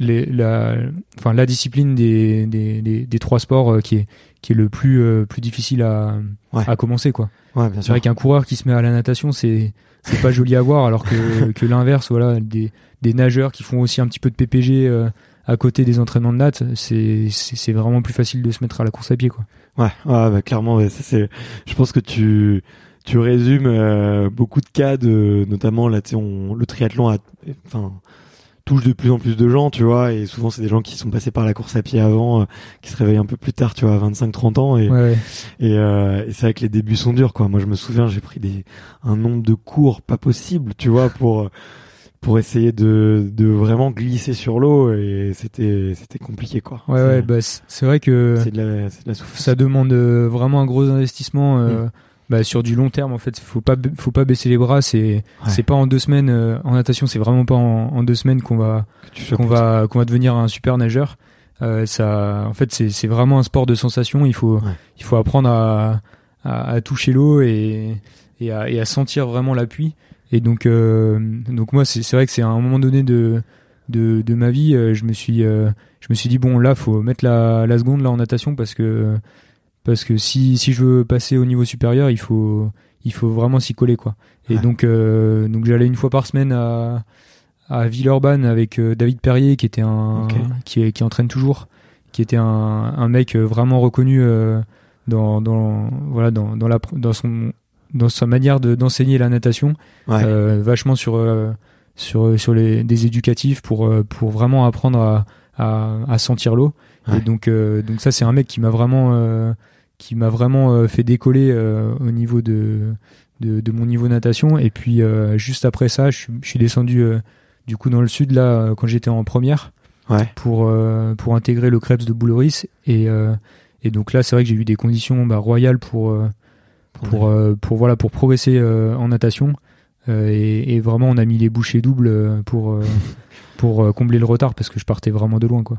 [SPEAKER 3] les, la, enfin la discipline des des des, des trois sports euh, qui est qui est le plus euh, plus difficile à
[SPEAKER 1] ouais.
[SPEAKER 3] à commencer quoi.
[SPEAKER 1] Ouais, bien
[SPEAKER 3] c'est
[SPEAKER 1] sûr.
[SPEAKER 3] vrai qu'un coureur qui se met à la natation, c'est c'est pas joli à voir, alors que que l'inverse, voilà, des des nageurs qui font aussi un petit peu de P P G euh, à côté des entraînements de natte, c'est c'est c'est vraiment plus facile de se mettre à la course à pied quoi.
[SPEAKER 1] Ouais, ouais, bah clairement, ouais, ça, c'est. Je pense que tu tu résumes euh, beaucoup de cas de, notamment là, tu sais, on, le triathlon a, enfin, touche de plus en plus de gens, tu vois, et souvent c'est des gens qui sont passés par la course à pied avant, euh, qui se réveillent un peu plus tard, tu vois, à vingt-cinq trente ans, et
[SPEAKER 3] Ouais, ouais.
[SPEAKER 1] et, euh, et c'est vrai que les débuts sont durs, quoi. Moi, je me souviens, j'ai pris des un nombre de cours pas possible, tu vois, pour pour essayer de de vraiment glisser sur l'eau, et c'était c'était compliqué, quoi.
[SPEAKER 3] Ouais,
[SPEAKER 1] c'est,
[SPEAKER 3] ouais, bah c'est c'est vrai que
[SPEAKER 1] c'est de la c'est de la souffrance.
[SPEAKER 3] ça demande euh, vraiment un gros investissement euh,
[SPEAKER 1] Mm.
[SPEAKER 3] bah, sur du long terme en fait. Faut pas faut pas baisser les bras. C'est
[SPEAKER 1] Ouais.
[SPEAKER 3] c'est pas en deux semaines euh, en natation. C'est vraiment pas en, en deux semaines qu'on va
[SPEAKER 1] Que tu
[SPEAKER 3] qu'on va qu'on va devenir un super nageur. Euh, ça, en fait, c'est c'est vraiment un sport de sensation. Il faut
[SPEAKER 1] Ouais.
[SPEAKER 3] il faut apprendre à à, à toucher l'eau et et à, et à sentir vraiment l'appui. Et donc euh, donc moi c'est c'est vrai que c'est à un moment donné de de de ma vie, euh, je me suis euh, je me suis dit bon, là faut mettre la la seconde là en natation, parce que parce que si si je veux passer au niveau supérieur, il faut il faut vraiment s'y coller quoi. Et
[SPEAKER 1] Ouais.
[SPEAKER 3] donc euh, donc j'allais une fois par semaine à à Villeurbanne avec euh, David Perrier, qui était un
[SPEAKER 1] Ok.
[SPEAKER 3] qui est- qui entraîne toujours, qui était un un mec euh, vraiment reconnu euh, dans dans voilà dans dans la dans son dans sa manière de d'enseigner la natation,
[SPEAKER 1] Ouais.
[SPEAKER 3] euh, vachement sur euh, sur sur les des éducatifs pour euh, pour vraiment apprendre à à, à sentir l'eau.
[SPEAKER 1] Ouais.
[SPEAKER 3] Et donc euh, donc ça c'est un mec qui m'a vraiment euh, qui m'a vraiment euh, fait décoller euh, au niveau de, de de mon niveau natation. Et puis euh, juste après ça, je suis je suis descendu euh, du coup dans le sud là euh, quand j'étais en première
[SPEAKER 1] Ouais.
[SPEAKER 3] pour euh, pour intégrer le Krebs de Bouloris. Et euh, et donc là c'est vrai que j'ai eu des conditions bah, royales pour euh, pour euh, pour voilà pour progresser euh, en natation. Euh, et, et vraiment on a mis les bouchées doubles euh, pour euh, pour euh, combler le retard, parce que je partais vraiment de loin quoi.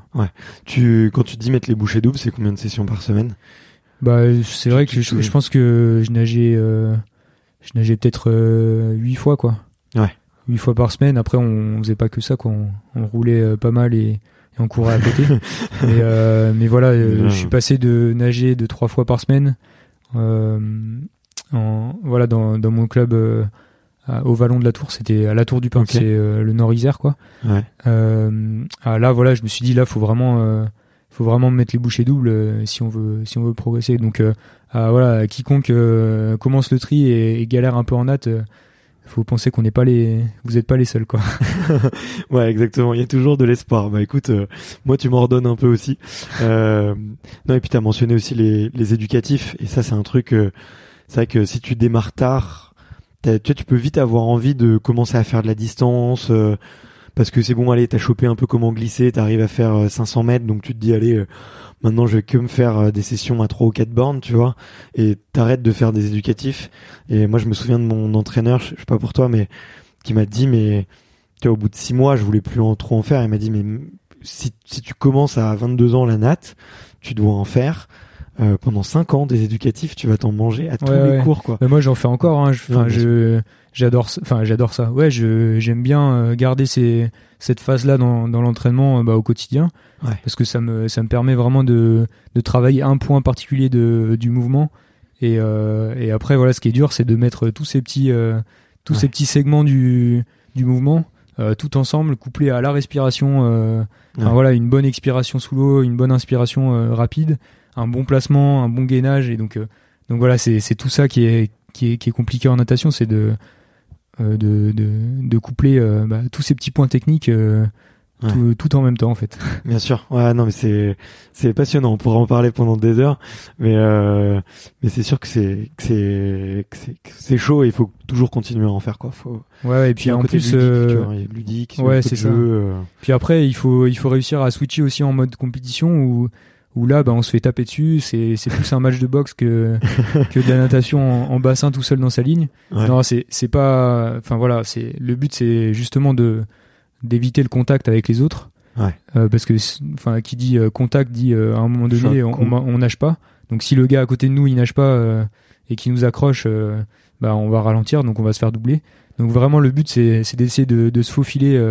[SPEAKER 1] Tu, quand tu dis mettre les bouchées doubles, c'est combien de sessions par semaine?
[SPEAKER 3] Bah c'est vrai que
[SPEAKER 1] tu-
[SPEAKER 3] je,
[SPEAKER 1] tu-
[SPEAKER 3] je pense que je nageais euh, je nageais peut-être euh, huit fois quoi.
[SPEAKER 1] Ouais.
[SPEAKER 3] Huit fois par semaine. Après on, on faisait pas que ça quoi. On, on roulait euh, pas mal et, et on courait à côté. mais euh, mais voilà, euh,
[SPEAKER 1] Ouais.
[SPEAKER 3] je suis passé de nager de trois fois par semaine euh, en voilà dans dans mon club euh, à- au Vallon de la Tour. C'était à la Tour du Pin,
[SPEAKER 1] Ok.
[SPEAKER 3] c'est euh, le Nord-Isère quoi.
[SPEAKER 1] Ouais.
[SPEAKER 3] Euh, ah, là voilà, je me suis dit là faut vraiment euh, faut vraiment mettre les bouchées doubles euh, si on veut si on veut progresser. Donc euh, ah, voilà, quiconque euh, commence le tri et, et galère un peu en natte, euh, faut penser qu'on n'est pas les vous êtes pas les seuls quoi.
[SPEAKER 1] Ouais, exactement. Il y a toujours de l'espoir. Bah écoute, euh, moi tu m'en redonnes un peu aussi. Euh, non, et puis t'as mentionné aussi les, les éducatifs. Et ça, c'est un truc. Euh, c'est vrai que si tu démarres tard, t'as- tu vois, tu peux vite avoir envie de commencer à faire de la distance. Euh, parce que c'est bon, allez, t'as chopé un peu comment glisser, t'arrives à faire euh, cinq cents mètres, donc tu te dis, allez, euh, maintenant je vais que me faire euh, des sessions à trois ou quatre bornes, tu vois, et t'arrêtes de faire des éducatifs. Et moi, je me souviens de mon entraîneur, je je sais pas pour toi, mais qui m'a dit, mais tu vois, au bout de six mois, je voulais plus en, trop en faire. Il m'a dit, mais m- si, si tu commences à vingt-deux ans la natte, tu dois en faire euh, pendant cinq ans des éducatifs, tu vas t'en manger à tous
[SPEAKER 3] Ouais,
[SPEAKER 1] les
[SPEAKER 3] ouais.
[SPEAKER 1] cours, quoi.
[SPEAKER 3] Mais moi j'en fais encore hein. Je- Enfin
[SPEAKER 1] Ouais, bien
[SPEAKER 3] je j'adore ça- enfin j'adore ça. Ouais, je j'aime bien euh, garder ces cette phase là dans dans l'entraînement euh, bah, au quotidien.
[SPEAKER 1] Ouais.
[SPEAKER 3] Parce que ça me ça me permet vraiment de de travailler un point particulier de du mouvement. Et euh, et après voilà, ce qui est dur, c'est de mettre tous ces petits euh, tous
[SPEAKER 1] Ouais.
[SPEAKER 3] ces petits segments du du mouvement euh, tout ensemble, couplés à la respiration. Euh, enfin,
[SPEAKER 1] Ouais.
[SPEAKER 3] voilà, une bonne expiration sous l'eau, une bonne inspiration euh, rapide, un bon placement, un bon gainage. Et donc euh, donc voilà, c'est c'est tout ça qui est qui est qui est compliqué en natation, c'est de euh, de, de de coupler euh, bah, tous ces petits points techniques euh,
[SPEAKER 1] Ouais.
[SPEAKER 3] tout, tout en même temps en fait.
[SPEAKER 1] Bien sûr. Ouais, non, mais c'est c'est passionnant. On pourra en parler pendant des heures, mais euh, mais c'est sûr que c'est que c'est que c'est que c'est chaud et il faut toujours continuer à en faire, quoi. Faut.
[SPEAKER 3] Ouais, ouais, et
[SPEAKER 1] Il y
[SPEAKER 3] puis
[SPEAKER 1] a un
[SPEAKER 3] en
[SPEAKER 1] côté
[SPEAKER 3] plus
[SPEAKER 1] ludique,
[SPEAKER 3] euh,
[SPEAKER 1] tu vois, il y a ludique,
[SPEAKER 3] ouais,
[SPEAKER 1] un peu
[SPEAKER 3] c'est
[SPEAKER 1] de
[SPEAKER 3] ça.
[SPEAKER 1] jeu, euh,
[SPEAKER 3] puis après il faut il faut réussir à switcher aussi en mode compétition où où là bah on se fait taper dessus, c'est c'est plus un match de boxe que que de la natation en, en bassin tout seul dans sa ligne.
[SPEAKER 1] Ouais.
[SPEAKER 3] Non, c'est c'est pas enfin voilà, c'est le but, c'est justement de d'éviter le contact avec les autres.
[SPEAKER 1] Ouais.
[SPEAKER 3] Euh, parce que enfin qui dit euh, contact dit euh, à un moment donné
[SPEAKER 1] Choc,
[SPEAKER 3] on, on, on nage pas. Donc si le gars à côté de nous il nage pas euh, et qui nous accroche, euh, bah on va ralentir, donc on va se faire doubler. Donc vraiment le but c'est c'est d'essayer de de se faufiler euh,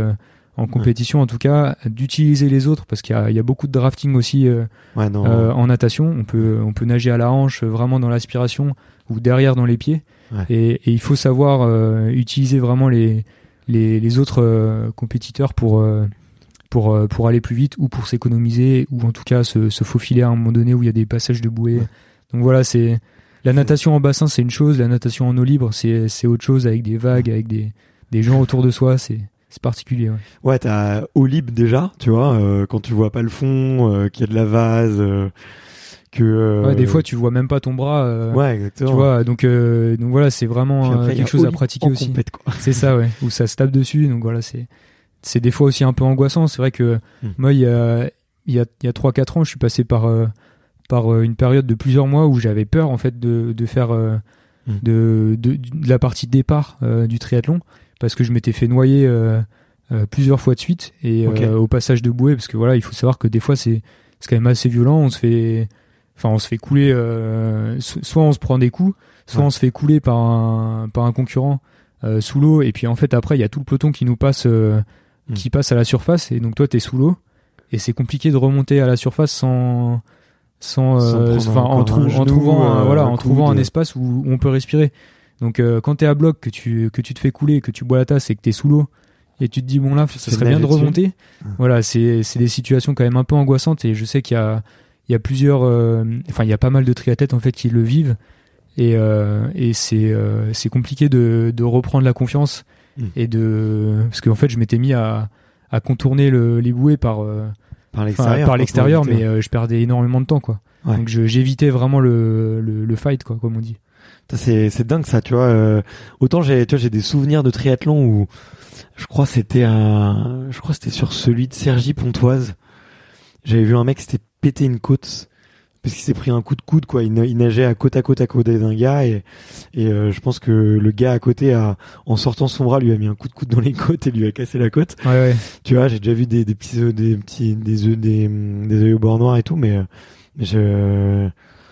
[SPEAKER 3] en compétition ouais. en tout cas, d'utiliser les autres parce qu'il y a, il y a beaucoup de drafting aussi euh,
[SPEAKER 1] ouais, non,
[SPEAKER 3] euh, en natation. On peut, on peut nager à la hanche, vraiment dans l'aspiration ou derrière dans les pieds.
[SPEAKER 1] Ouais.
[SPEAKER 3] Et, et il faut savoir euh, utiliser vraiment les, les, les autres euh, compétiteurs pour, euh, pour, euh, pour aller plus vite ou pour s'économiser ou en tout cas se, se faufiler à un moment donné où il y a des passages de bouée. Ouais. Donc voilà, c'est la natation en bassin, c'est une chose. La natation en eau libre, c'est, c'est autre chose avec des vagues, avec des, des gens autour de soi. C'est C'est particulier, ouais.
[SPEAKER 1] Ouais, t'as eau libre déjà, tu vois, euh, quand tu vois pas le fond, euh, qu'il y a de la vase, euh, que. Euh...
[SPEAKER 3] Ouais, des fois tu vois même pas ton bras. Euh,
[SPEAKER 1] ouais, exactement.
[SPEAKER 3] Tu vois, donc euh, donc voilà, c'est vraiment
[SPEAKER 1] après,
[SPEAKER 3] euh, quelque chose à pratiquer aussi.
[SPEAKER 1] Compète, quoi.
[SPEAKER 3] C'est ça, ouais, où ça se tape dessus. Donc voilà, c'est c'est des fois aussi un peu angoissant. C'est vrai que
[SPEAKER 1] hmm.
[SPEAKER 3] moi, il y a il y a il y a trois quatre ans, je suis passé par euh, par une période de plusieurs mois où j'avais peur en fait de de faire euh, hmm. de, de de la partie départ euh, du triathlon parce que je m'étais fait noyer. Euh, Euh, plusieurs fois de suite et
[SPEAKER 1] okay.
[SPEAKER 3] euh, au passage de bouée parce que voilà il faut savoir que des fois c'est c'est quand même assez violent, on se fait enfin on se fait couler euh, soit on se prend des coups soit
[SPEAKER 1] ouais.
[SPEAKER 3] on se fait couler par un par un concurrent euh, sous l'eau et puis en fait après il y a tout le peloton qui nous passe euh, mm. qui passe à la surface et donc toi t'es sous l'eau et c'est compliqué de remonter à la surface sans sans euh, enfin en, trou- en trouvant euh, voilà en trouvant de... un espace où, où on peut respirer. Donc euh, quand t'es à bloc que tu que tu te fais couler que tu bois la tasse et que t'es sous l'eau et tu te dis bon là ça serait bien de remonter dessus. Voilà, c'est c'est des situations quand même un peu angoissantes et je sais qu'il y a il y a plusieurs euh, enfin il y a pas mal de triathlètes en fait qui le vivent et euh, et c'est euh, c'est compliqué de de reprendre la confiance mm. et de parce qu'en fait je m'étais mis à à contourner le les bouées par euh,
[SPEAKER 1] par l'extérieur
[SPEAKER 3] par l'extérieur mais euh, je perdais énormément de temps quoi.
[SPEAKER 1] Ouais.
[SPEAKER 3] Donc je j'évitais vraiment le, le le fight quoi comme on dit.
[SPEAKER 1] C'est c'est dingue ça, tu vois. Euh, autant j'ai tu vois j'ai des souvenirs de triathlon où je crois c'était un je crois c'était sur celui de Cergy Pontoise. J'avais vu un mec qui s'était pété une côte parce qu'il s'est pris un coup de coude quoi. Il, il nageait à côte à côte à côté d'un gars et et euh, je pense que le gars à côté a en sortant son bras lui a mis un coup de coude dans les côtes et lui a cassé la côte.
[SPEAKER 3] Ouais ouais.
[SPEAKER 1] Tu vois, j'ai déjà vu des des petits œufs, des petits des œufs des des œufs au bord noir et tout mais mais je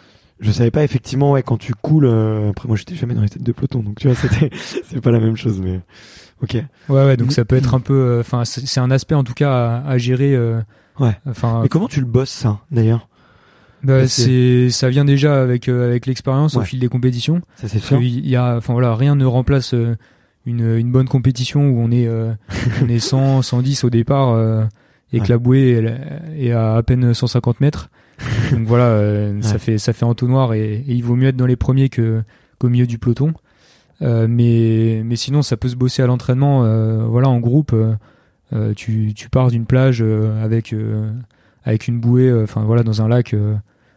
[SPEAKER 1] Je savais pas effectivement ouais quand tu coules euh, après moi j'étais jamais dans les têtes de peloton donc tu vois c'était c'est pas la même chose mais ok
[SPEAKER 3] ouais ouais donc ça peut être un peu enfin euh, c'est, c'est un aspect en tout cas à, à gérer euh,
[SPEAKER 1] ouais
[SPEAKER 3] enfin
[SPEAKER 1] mais comment tu le bosses ça d'ailleurs
[SPEAKER 3] bah c'est ça vient déjà avec euh, avec l'expérience ouais. au fil des compétitions
[SPEAKER 1] ça c'est sûr
[SPEAKER 3] il y a enfin voilà rien ne remplace euh, une une bonne compétition où on est euh, on est cent cent dix au départ euh, et ouais. que la bouée elle, est à à peine cent cinquante mètres. Donc voilà, euh, ouais. ça fait ça fait entonnoir et, et il vaut mieux être dans les premiers que qu'au milieu du peloton. Euh, mais mais sinon ça peut se bosser à l'entraînement. Euh, voilà, en groupe, euh, tu tu pars d'une plage euh, avec euh, avec une bouée, enfin euh, voilà, dans un lac euh,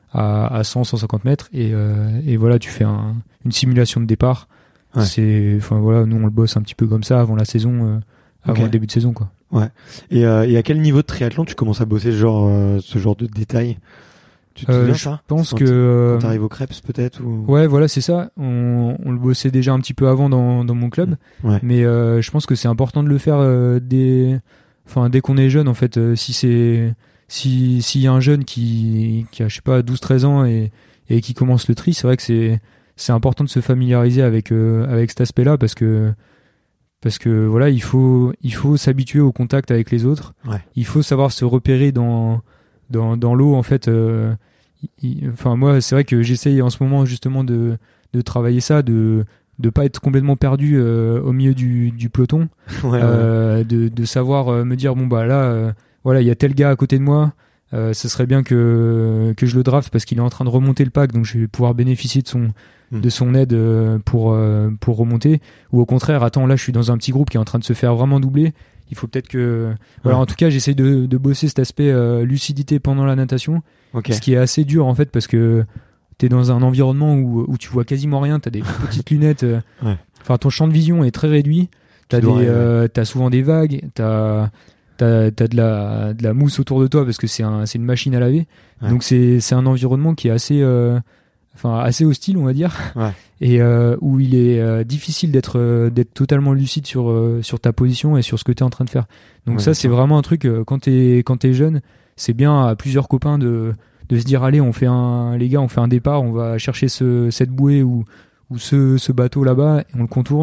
[SPEAKER 3] à à cent cent cinquante mètres et euh, et voilà, tu fais un, une simulation de départ. Ouais. C'est enfin voilà, nous on le bosse un petit peu comme ça avant la saison, euh, avant okay. le début de saison quoi.
[SPEAKER 1] Ouais. Et, euh, et à quel niveau de triathlon tu commences à bosser ce genre euh, ce genre de détails? Tu te
[SPEAKER 3] euh,
[SPEAKER 1] souviens
[SPEAKER 3] je
[SPEAKER 1] ça
[SPEAKER 3] pense
[SPEAKER 1] quand
[SPEAKER 3] que
[SPEAKER 1] quand t'arrives au Krebs peut-être ou...
[SPEAKER 3] Ouais, voilà, c'est ça. On, on le bossait déjà un petit peu avant dans dans mon club,
[SPEAKER 1] ouais.
[SPEAKER 3] mais euh, je pense que c'est important de le faire euh, dès, enfin dès qu'on est jeune en fait. Euh, si c'est si s'il y a un jeune qui qui a je sais pas douze treize ans et et qui commence le tri, c'est vrai que c'est c'est important de se familiariser avec euh, avec cet aspect-là parce que parce que voilà, il faut il faut s'habituer au contact avec les autres.
[SPEAKER 1] Ouais.
[SPEAKER 3] Il faut savoir se repérer dans dans dans l'eau en fait. Euh, il, enfin moi c'est vrai que j'essaye en ce moment justement de de travailler ça, de de pas être complètement perdu euh, au milieu du du peloton,
[SPEAKER 1] ouais,
[SPEAKER 3] euh,
[SPEAKER 1] ouais.
[SPEAKER 3] de de savoir euh, me dire bon bah là euh, voilà il y a tel gars à côté de moi. Euh, ce serait bien que que je le draft parce qu'il est en train de remonter le pack, donc je vais pouvoir bénéficier de son mmh. de son aide euh, pour euh, pour remonter. Ou au contraire, attends, là je suis dans un petit groupe qui est en train de se faire vraiment doubler. Il faut peut-être que voilà. Ouais. En tout cas, j'essaye de de bosser cet aspect euh, lucidité pendant la natation,
[SPEAKER 1] okay.
[SPEAKER 3] ce qui est assez dur en fait parce que t'es dans un environnement où où tu vois quasiment rien. T'as des petites lunettes. Euh,
[SPEAKER 1] ouais.
[SPEAKER 3] Enfin, ton champ de vision est très réduit. T'as des
[SPEAKER 1] dois,
[SPEAKER 3] euh, ouais. t'as souvent des vagues. T'as T'as, t'as de la, de la mousse autour de toi parce que c'est un, c'est une machine à laver. Ouais. Donc c'est, c'est un environnement qui est assez, euh, enfin assez hostile, on va dire,
[SPEAKER 1] ouais.
[SPEAKER 3] et euh, où il est euh, difficile d'être, euh, d'être totalement lucide sur, euh, sur ta position et sur ce que t'es en train de faire. Donc ouais, ça, c'est vraiment un truc euh, quand t'es, quand t'es jeune, c'est bien à plusieurs copains de, de se dire allez, on fait un, les gars, on fait un départ, on va chercher ce, cette bouée ou, ou ce, ce bateau là-bas, et on le contourne.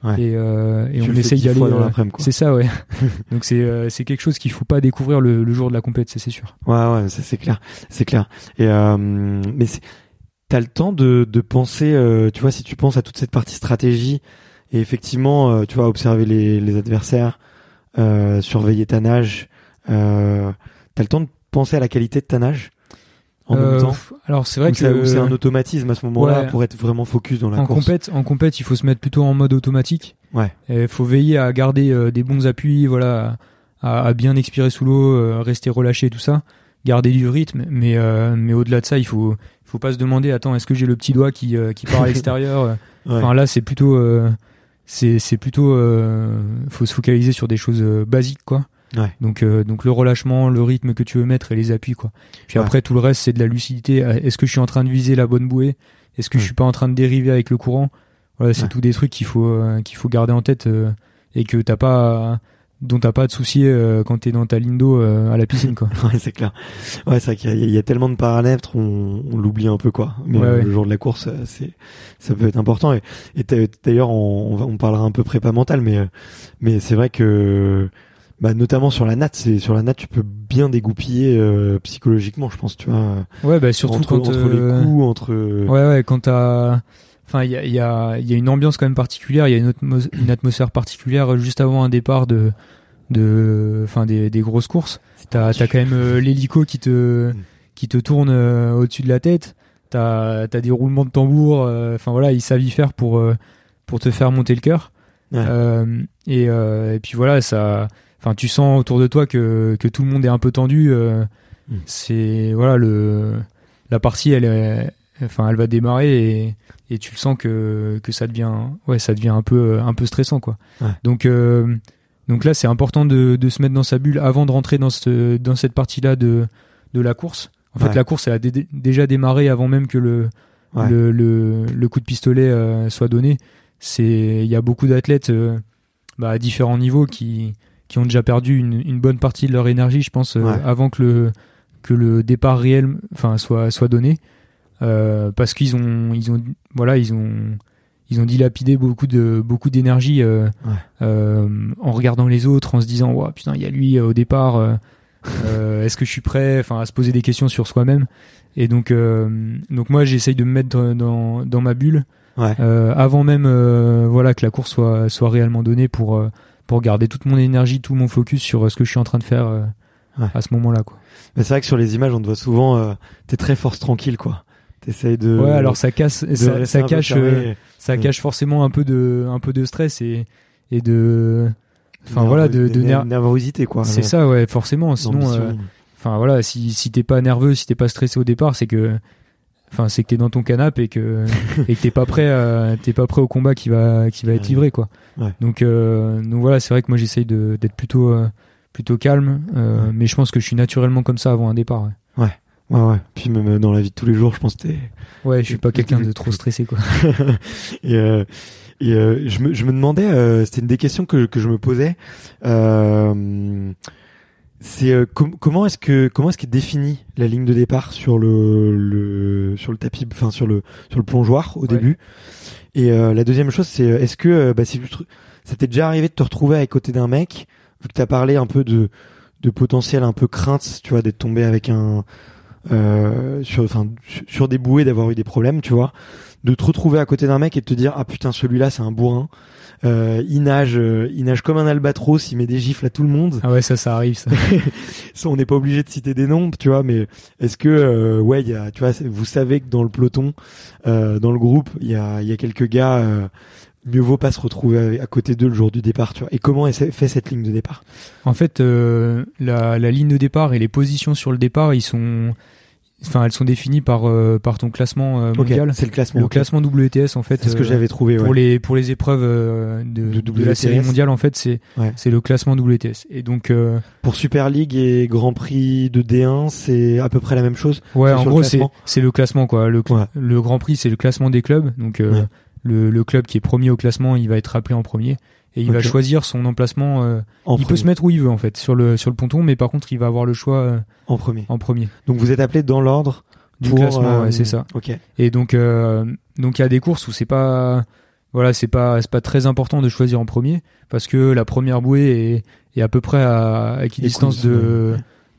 [SPEAKER 1] Ouais.
[SPEAKER 3] Et, euh, et
[SPEAKER 1] tu
[SPEAKER 3] on
[SPEAKER 1] le
[SPEAKER 3] essaye
[SPEAKER 1] fais dix
[SPEAKER 3] d'y
[SPEAKER 1] fois
[SPEAKER 3] aller.
[SPEAKER 1] dans
[SPEAKER 3] Euh,
[SPEAKER 1] l'après-midi, quoi.
[SPEAKER 3] c'est ça, ouais. Donc c'est euh, c'est quelque chose qu'il faut pas découvrir le, le jour de la compète, c'est, c'est sûr.
[SPEAKER 1] Ouais, ouais, ça, c'est clair, c'est clair. Et euh, mais c'est, t'as le temps de de penser, euh, tu vois, si tu penses à toute cette partie stratégie et effectivement, euh, tu vois, observer les les adversaires, euh, surveiller ta nage, euh, t'as le temps de penser à la qualité de ta nage en
[SPEAKER 3] Euh,
[SPEAKER 1] même temps.
[SPEAKER 3] alors c'est vrai
[SPEAKER 1] Ou
[SPEAKER 3] que
[SPEAKER 1] ça- ou c'est un automatisme à ce moment-là
[SPEAKER 3] Ouais.
[SPEAKER 1] pour être vraiment focus dans la
[SPEAKER 3] en
[SPEAKER 1] course.
[SPEAKER 3] compète, en compète, il faut se mettre plutôt en mode automatique.
[SPEAKER 1] Ouais.
[SPEAKER 3] Il faut veiller à garder euh, des bons appuis, voilà, à, à bien expirer sous l'eau, euh, rester relâché, tout ça, garder du rythme. Mais euh, mais au-delà de ça, il faut faut pas se demander, attends, est-ce que j'ai le petit doigt qui euh, qui part à l'extérieur euh,
[SPEAKER 1] Ouais.
[SPEAKER 3] Enfin là, c'est plutôt euh, c'est c'est plutôt euh, faut se focaliser sur des choses euh, basiques, quoi.
[SPEAKER 1] Ouais.
[SPEAKER 3] Donc euh, donc le relâchement, le rythme que tu veux mettre et les appuis, quoi. Puis
[SPEAKER 1] Ouais.
[SPEAKER 3] après tout le reste, c'est de la lucidité. Est-ce que je suis en train de viser la bonne bouée? Est-ce que
[SPEAKER 1] Ouais.
[SPEAKER 3] je suis pas en train de dériver avec le courant? Voilà, c'est
[SPEAKER 1] Ouais.
[SPEAKER 3] tous des trucs qu'il faut euh, qu'il faut garder en tête euh, et que t'as pas dont t'as pas à te soucier euh, quand t'es dans ta ligne d'eau euh, à la piscine, quoi.
[SPEAKER 1] Ouais, c'est clair. Ouais, c'est vrai qu'il y a, il y a tellement de paramètres, on, on l'oublie un peu, quoi. Mais
[SPEAKER 3] Ouais,
[SPEAKER 1] euh,
[SPEAKER 3] ouais.
[SPEAKER 1] le jour de la course, euh, c'est, ça peut être important. Et, et t'as- d'ailleurs, on, on, va- on parlera un peu prépa mentale, mais, euh, mais c'est vrai que, bah, notamment sur la natte, c'est, sur la natte, tu peux bien dégoupiller, euh, psychologiquement, je pense, tu vois.
[SPEAKER 3] Ouais, bah surtout
[SPEAKER 1] entre,
[SPEAKER 3] quand
[SPEAKER 1] entre
[SPEAKER 3] euh,
[SPEAKER 1] les coups, entre,
[SPEAKER 3] ouais, ouais, quand t'as enfin il y a il y a il y a une ambiance quand même particulière, il y a une, atmos- une atmosphère particulière juste avant un départ de de enfin des des grosses courses. T'as t'as quand même euh, l'hélico qui te qui te tourne euh, au-dessus de la tête. T'as t'as des roulements de tambour. Enfin voilà, ils savent y faire pour euh, pour te faire monter le cœur.
[SPEAKER 1] Ouais.
[SPEAKER 3] Euh, et euh, et puis voilà, ça. Enfin, tu sens autour de toi que que tout le monde est un peu tendu. Euh,
[SPEAKER 1] Mm.
[SPEAKER 3] C'est voilà le la partie, elle est, enfin elle va démarrer et et tu le sens que que ça devient ouais ça devient un peu un peu stressant, quoi.
[SPEAKER 1] Ouais.
[SPEAKER 3] Donc euh, donc là, c'est important de, de se mettre dans sa bulle avant de rentrer dans, ce, dans cette partie-là de, de la course. En fait,
[SPEAKER 1] Ouais.
[SPEAKER 3] la course, elle a dé- déjà démarré avant même que le,
[SPEAKER 1] Ouais.
[SPEAKER 3] le, le, le coup de pistolet euh, soit donné. C'est, il y a beaucoup d'athlètes euh, bah, à différents niveaux qui, qui ont déjà perdu une, une bonne partie de leur énergie, je pense, euh,
[SPEAKER 1] Ouais.
[SPEAKER 3] avant que le, que le départ réel, enfin, soit, soit donné, euh, parce qu'ils ont, ils ont, voilà, ils ont. Ils ont dilapidé beaucoup de beaucoup d'énergie euh,
[SPEAKER 1] Ouais.
[SPEAKER 3] euh, en regardant les autres, en se disant ouais, putain, il y a lui euh, au départ. Euh, euh, est-ce que je suis prêt? Enfin, à se poser des questions sur soi-même. Et donc, euh, donc moi, j'essaye de me mettre dans dans ma bulle
[SPEAKER 1] Ouais.
[SPEAKER 3] euh, avant même, euh, voilà, que la course soit soit réellement donnée pour euh, pour garder toute mon énergie, tout mon focus sur euh, ce que je suis en train de faire euh,
[SPEAKER 1] Ouais.
[SPEAKER 3] à ce moment-là, quoi.
[SPEAKER 1] Mais c'est vrai que sur les images, on te voit souvent, euh, t'es très force tranquille, quoi. T'essayes de.
[SPEAKER 3] Ouais, alors ça casse,
[SPEAKER 1] de
[SPEAKER 3] ça,
[SPEAKER 1] rester
[SPEAKER 3] ça
[SPEAKER 1] un peu
[SPEAKER 3] cache.
[SPEAKER 1] fermé.
[SPEAKER 3] euh, ça
[SPEAKER 1] Mm.
[SPEAKER 3] cache forcément un peu de un peu de stress et et de enfin voilà de, de
[SPEAKER 1] Nerveux-
[SPEAKER 3] ner-
[SPEAKER 1] nervosité, quoi.
[SPEAKER 3] c'est ça, ouais, forcément, sinon
[SPEAKER 1] D'ambition.
[SPEAKER 3] euh, enfin voilà, si si t'es pas nerveux, si t'es pas stressé au départ, c'est que enfin c'est que t'es dans ton canapé et que et que t'es pas prêt à, t'es pas prêt au combat qui va qui va être
[SPEAKER 1] Ouais.
[SPEAKER 3] livré, quoi.
[SPEAKER 1] Ouais.
[SPEAKER 3] Donc euh, donc voilà, c'est vrai que moi j'essaye de d'être plutôt euh, plutôt calme, euh,
[SPEAKER 1] Ouais.
[SPEAKER 3] mais je pense que je suis naturellement comme ça avant un départ, ouais.
[SPEAKER 1] Ouais, ouais. Puis même dans la vie de tous les jours, je pense que t'es.
[SPEAKER 3] Ouais, je suis pas quelqu'un de trop stressé, quoi.
[SPEAKER 1] et euh, et euh, je me je me demandais, euh, c'était une des questions que que je me posais. Euh, c'est euh, com- comment est-ce que comment est-ce qu'est définie la ligne de départ sur le le sur le tapis, enfin sur le sur le plongeoir au
[SPEAKER 3] Ouais.
[SPEAKER 1] début. Et euh, la deuxième chose, c'est est-ce que euh, bah si tu te- ça t'est déjà arrivé de te retrouver à côté d'un mec, vu que t'as parlé un peu de de potentiel un peu crainte, tu vois, d'être tombé avec un euh, sur enfin sur- sur des bouées, d'avoir eu des problèmes, tu vois, de te retrouver à côté d'un mec et de te dire ah putain, celui-là c'est un bourrin, euh, il nage euh, il nage comme un albatros, il met des gifles à tout le monde.
[SPEAKER 3] Ah ouais, ça ça arrive, ça.
[SPEAKER 1] Ça, on n'est pas obligé de citer des noms, tu vois, mais est-ce que euh, ouais, il y a, tu vois, vous savez que dans le peloton, euh, dans le groupe, il y a il y a quelques gars, euh, mieux vaut pas se retrouver à, à côté d'eux le jour du départ, tu vois. Et comment est fait cette ligne de départ?
[SPEAKER 3] En fait, euh, la, la ligne de départ et les positions sur le départ, ils sont, enfin, elles sont définies par euh, par ton classement euh,
[SPEAKER 1] Ok,
[SPEAKER 3] mondial.
[SPEAKER 1] c'est le classement.
[SPEAKER 3] Le
[SPEAKER 1] ok.
[SPEAKER 3] classement W T S, en fait,
[SPEAKER 1] C'est ce que
[SPEAKER 3] euh,
[SPEAKER 1] j'avais trouvé. Ouais.
[SPEAKER 3] pour les pour les épreuves euh, de,
[SPEAKER 1] De
[SPEAKER 3] de la série
[SPEAKER 1] W T S.
[SPEAKER 3] mondiale, en fait, c'est
[SPEAKER 1] Ouais.
[SPEAKER 3] c'est le classement W T S. Et donc, euh,
[SPEAKER 1] Pour Super League et Grand Prix de D un, c'est à peu près la même chose.
[SPEAKER 3] ouais,
[SPEAKER 1] C'est
[SPEAKER 3] en
[SPEAKER 1] sur le
[SPEAKER 3] gros, c'est
[SPEAKER 1] classement.
[SPEAKER 3] c'est le classement, quoi. Le cl-
[SPEAKER 1] Ouais.
[SPEAKER 3] le Grand Prix, c'est le classement des clubs. Donc, euh,
[SPEAKER 1] Ouais.
[SPEAKER 3] le le club qui est premier au classement, il va être appelé en premier et il va
[SPEAKER 1] Ok.
[SPEAKER 3] choisir son emplacement. Euh,
[SPEAKER 1] En
[SPEAKER 3] il
[SPEAKER 1] premier.
[SPEAKER 3] peut se mettre où il veut, en fait, sur le sur le ponton, mais par contre, il va avoir le choix euh,
[SPEAKER 1] En premier.
[SPEAKER 3] en premier
[SPEAKER 1] Donc vous êtes appelé dans l'ordre
[SPEAKER 3] du
[SPEAKER 1] pour,
[SPEAKER 3] classement.
[SPEAKER 1] euh,
[SPEAKER 3] Ouais, c'est ça.
[SPEAKER 1] Ok.
[SPEAKER 3] Et donc, euh, donc il y a des courses où c'est pas, voilà, c'est pas c'est pas très important de choisir en premier parce que la première bouée est, est à peu près à, à équidistance de,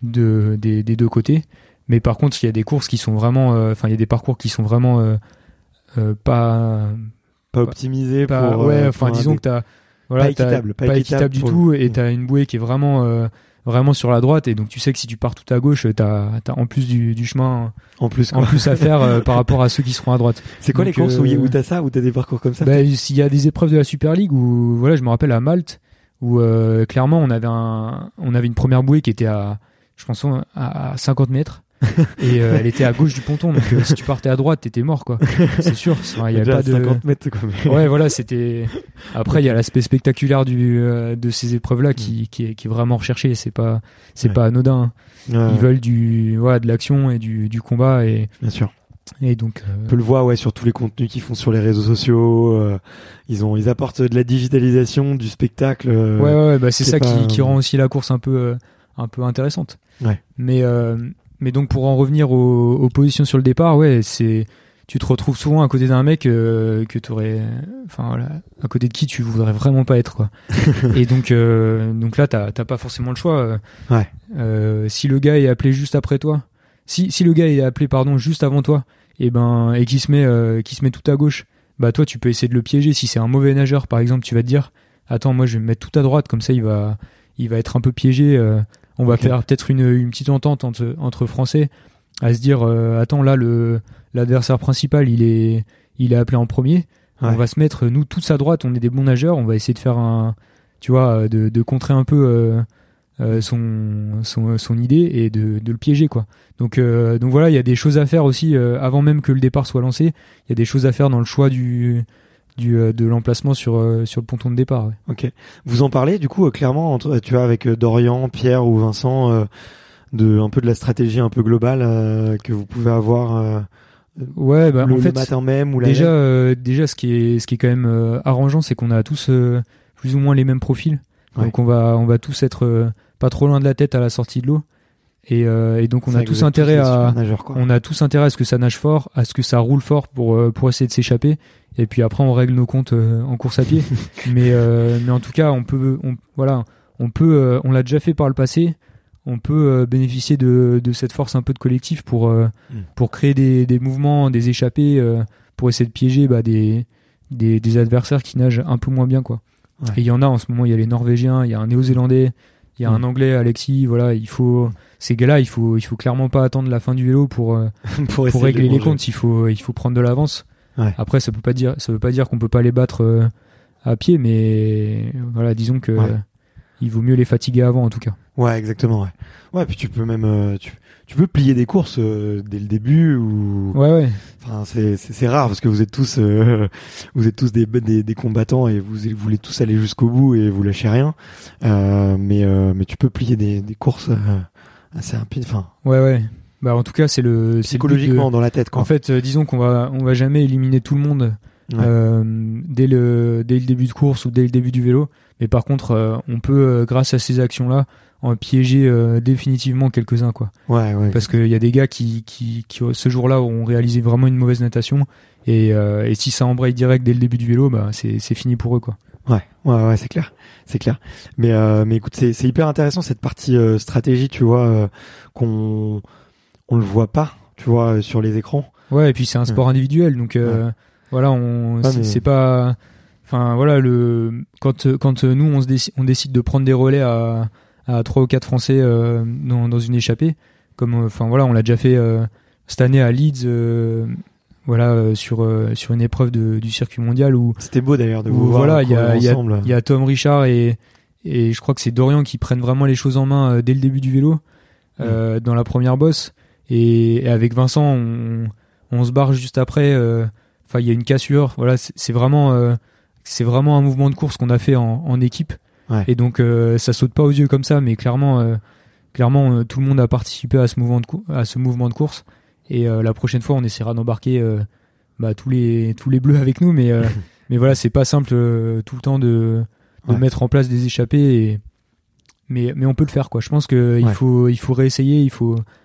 [SPEAKER 3] de des, des deux côtés. Mais par contre, il y a des courses qui sont vraiment, enfin, euh, il y a des parcours qui sont vraiment euh, euh, pas
[SPEAKER 1] pas optimisés
[SPEAKER 3] pas,
[SPEAKER 1] pour.
[SPEAKER 3] Ouais,
[SPEAKER 1] euh,
[SPEAKER 3] enfin,
[SPEAKER 1] pour
[SPEAKER 3] disons
[SPEAKER 1] des...
[SPEAKER 3] que t'as voilà,
[SPEAKER 1] pas équitable,
[SPEAKER 3] pas,
[SPEAKER 1] pas
[SPEAKER 3] pas
[SPEAKER 1] équitable,
[SPEAKER 3] équitable du
[SPEAKER 1] pour...
[SPEAKER 3] tout, et t'as une bouée qui est vraiment euh, vraiment sur la droite, et donc tu sais que si tu pars tout à gauche, t'as t'as en plus du, du chemin
[SPEAKER 1] en plus,
[SPEAKER 3] en plus à faire euh, par rapport à ceux qui seront à droite.
[SPEAKER 1] C'est quoi
[SPEAKER 3] donc,
[SPEAKER 1] les courses
[SPEAKER 3] euh,
[SPEAKER 1] où, où t'as ça, où t'as des parcours comme ça?
[SPEAKER 3] Bah, s'il y a des épreuves de la Super League où voilà, je me rappelle à Malte où euh, clairement on avait un on avait une première bouée qui était à je pense à, à cinquante mètres. Et euh, elle était à gauche du ponton, donc euh, si tu partais à droite t'étais mort, quoi, c'est sûr. Il y a pas de
[SPEAKER 1] cinquante mètres, quoi.
[SPEAKER 3] Ouais, voilà, c'était après il y a l'aspect spectaculaire du euh, de ces épreuves là qui qui est qui est vraiment recherché, c'est pas c'est
[SPEAKER 1] ouais.
[SPEAKER 3] pas anodin.
[SPEAKER 1] Ouais,
[SPEAKER 3] ils
[SPEAKER 1] ouais.
[SPEAKER 3] veulent du voilà, de l'action et du du combat, et
[SPEAKER 1] bien sûr.
[SPEAKER 3] Et donc euh...
[SPEAKER 1] on peut le voir, ouais, sur tous les contenus qu'ils font sur les réseaux sociaux. Euh, ils ont, ils apportent de la digitalisation, du spectacle. Euh,
[SPEAKER 3] ouais, ouais, ouais, bah c'est, c'est ça
[SPEAKER 1] pas...
[SPEAKER 3] qui, qui rend aussi la course un peu, euh, un peu intéressante.
[SPEAKER 1] Ouais.
[SPEAKER 3] Mais, euh, mais donc pour en revenir aux, aux positions sur le départ, ouais, c'est, tu te retrouves souvent à côté d'un mec euh, que t'aurais, enfin voilà, à côté de qui tu voudrais vraiment pas être, quoi. Et donc, euh, donc là, t'as, t'as pas forcément le choix. Euh,
[SPEAKER 1] ouais.
[SPEAKER 3] Euh, si le gars est appelé juste après toi, si, si le gars est appelé, pardon, juste avant toi, et ben, et qui se met, euh, qui se met tout à gauche, bah toi, tu peux essayer de le piéger. Si c'est un mauvais nageur, par exemple, tu vas te dire, attends, moi, je vais me mettre tout à droite, comme ça, il va, il va être un peu piégé. Euh, on va okay. faire peut-être une, une petite entente entre, entre Français, à se dire, euh, attends, là, le, l'adversaire principal, il est, il est appelé en premier. Ouais. On va se mettre, nous, tous à droite, on est des bons nageurs, on va essayer de faire un, tu vois, de, de contrer un peu, euh, euh, son, son, son idée, et de, de le piéger, quoi. Donc, euh, donc voilà, il y a des choses à faire aussi, euh, avant même que le départ soit lancé. Il y a des choses à faire dans le choix du, du, euh, de l'emplacement sur, euh, sur le ponton de départ. Ouais.
[SPEAKER 1] Ok. Vous en parlez, du coup, euh, clairement, entre, tu vois, avec Dorian, Pierre ou Vincent, euh, de, un peu de la stratégie un peu globale, euh, que vous pouvez avoir, euh,
[SPEAKER 3] ouais, bah,
[SPEAKER 1] le,
[SPEAKER 3] en fait,
[SPEAKER 1] le matin même ou la
[SPEAKER 3] déjà, euh, déjà, ce qui est, ce qui est quand même euh, arrangeant, c'est qu'on a tous euh, plus ou moins les mêmes profils. Ouais. Donc on va, on va tous être euh, pas trop loin de la tête à la sortie de l'eau. Et, euh, et donc on a tous intérêt tous à, nageurs, on a tous intérêt à ce que ça nage fort, à ce que ça roule fort pour euh, pour essayer de s'échapper. Et puis après on règle nos comptes euh, en course à pied. mais euh, mais en tout cas on peut, on, voilà, on peut, euh, on l'a déjà fait par le passé. On peut euh, bénéficier de de cette force un peu de collectif pour euh, mm. pour créer des des mouvements, des échappées, euh, pour essayer de piéger bah des des des adversaires qui nagent un peu moins bien, quoi. Ouais. Et il y en a en ce moment, il y a les Norvégiens, il y a un Néo-Zélandais, il y a mmh. un Anglais, Alexis, voilà, il faut, ces gars-là, il faut, il faut clairement pas attendre la fin du vélo pour, euh, pour, pour régler les comptes, il faut, il faut prendre de l'avance. Ouais. Après, ça peut pas dire, ça veut pas dire qu'on peut pas les battre euh, à pied, mais voilà, disons que ouais. il vaut mieux les fatiguer avant, en tout cas.
[SPEAKER 1] Ouais, exactement, ouais. Ouais, puis tu peux même, euh, tu, tu peux plier des courses euh, dès le début ou.
[SPEAKER 3] Ouais, ouais.
[SPEAKER 1] Enfin, c'est, c'est, c'est rare parce que vous êtes tous, euh, vous êtes tous des, des, des combattants et vous, vous voulez tous aller jusqu'au bout et vous lâchez rien. Euh, mais, euh, mais tu peux plier des, des courses euh, assez rapides. Enfin.
[SPEAKER 3] Ouais, ouais. Bah, en tout cas, c'est le,
[SPEAKER 1] psychologiquement
[SPEAKER 3] c'est le de...
[SPEAKER 1] dans la tête, quoi.
[SPEAKER 3] En fait, euh, disons qu'on va, on va jamais éliminer tout le monde. Ouais. Euh, dès le dès le début de course ou dès le début du vélo, mais par contre euh, on peut euh, grâce à ces actions là en piéger euh, définitivement quelques-uns, quoi.
[SPEAKER 1] Ouais, ouais.
[SPEAKER 3] Parce qu'il y a des gars qui qui qui ce jour-là ont réalisé vraiment une mauvaise natation, et euh, et si ça embraye direct dès le début du vélo, bah c'est c'est fini pour eux, quoi.
[SPEAKER 1] Ouais, ouais, ouais, c'est clair, c'est clair. Mais euh, mais écoute, c'est c'est hyper intéressant cette partie euh, stratégie, tu vois, euh, qu'on on le voit pas, tu vois, sur les écrans.
[SPEAKER 3] Ouais, et puis c'est un sport ouais. individuel, donc. Euh, ouais. Voilà, on, ah, c'est, mais... c'est pas, enfin voilà, le quand quand nous on se décide, on décide de prendre des relais à à trois ou quatre Français euh, dans dans une échappée, comme enfin voilà, on l'a déjà fait euh, cette année à Leeds, euh, voilà euh, sur euh, sur une épreuve de du circuit mondial où
[SPEAKER 1] c'était beau d'ailleurs de vous
[SPEAKER 3] où,
[SPEAKER 1] voir
[SPEAKER 3] voilà, il y a il y a
[SPEAKER 1] il
[SPEAKER 3] y a Tom Richard et et je crois que c'est Dorian qui prennent vraiment les choses en main euh, dès le début du vélo euh, mmh. dans la première bosse, et, et avec Vincent on on se barre juste après. Euh, Enfin, il y a une cassure. Voilà, c'est, c'est vraiment, euh, c'est vraiment un mouvement de course qu'on a fait en, en équipe. Ouais. Et donc, euh, ça saute pas aux yeux comme ça, mais clairement, euh, clairement, euh, tout le monde a participé à ce mouvement de, cou- à ce mouvement de course. Et euh, la prochaine fois, on essaiera d'embarquer euh, bah, tous les, tous les bleus avec nous. Mais, euh, mais voilà, c'est pas simple euh, tout le temps de, de ouais. mettre en place des échappées. Et... Mais, mais on peut le faire, quoi. Je pense que il ouais. faut, il faut réessayer. Il faut,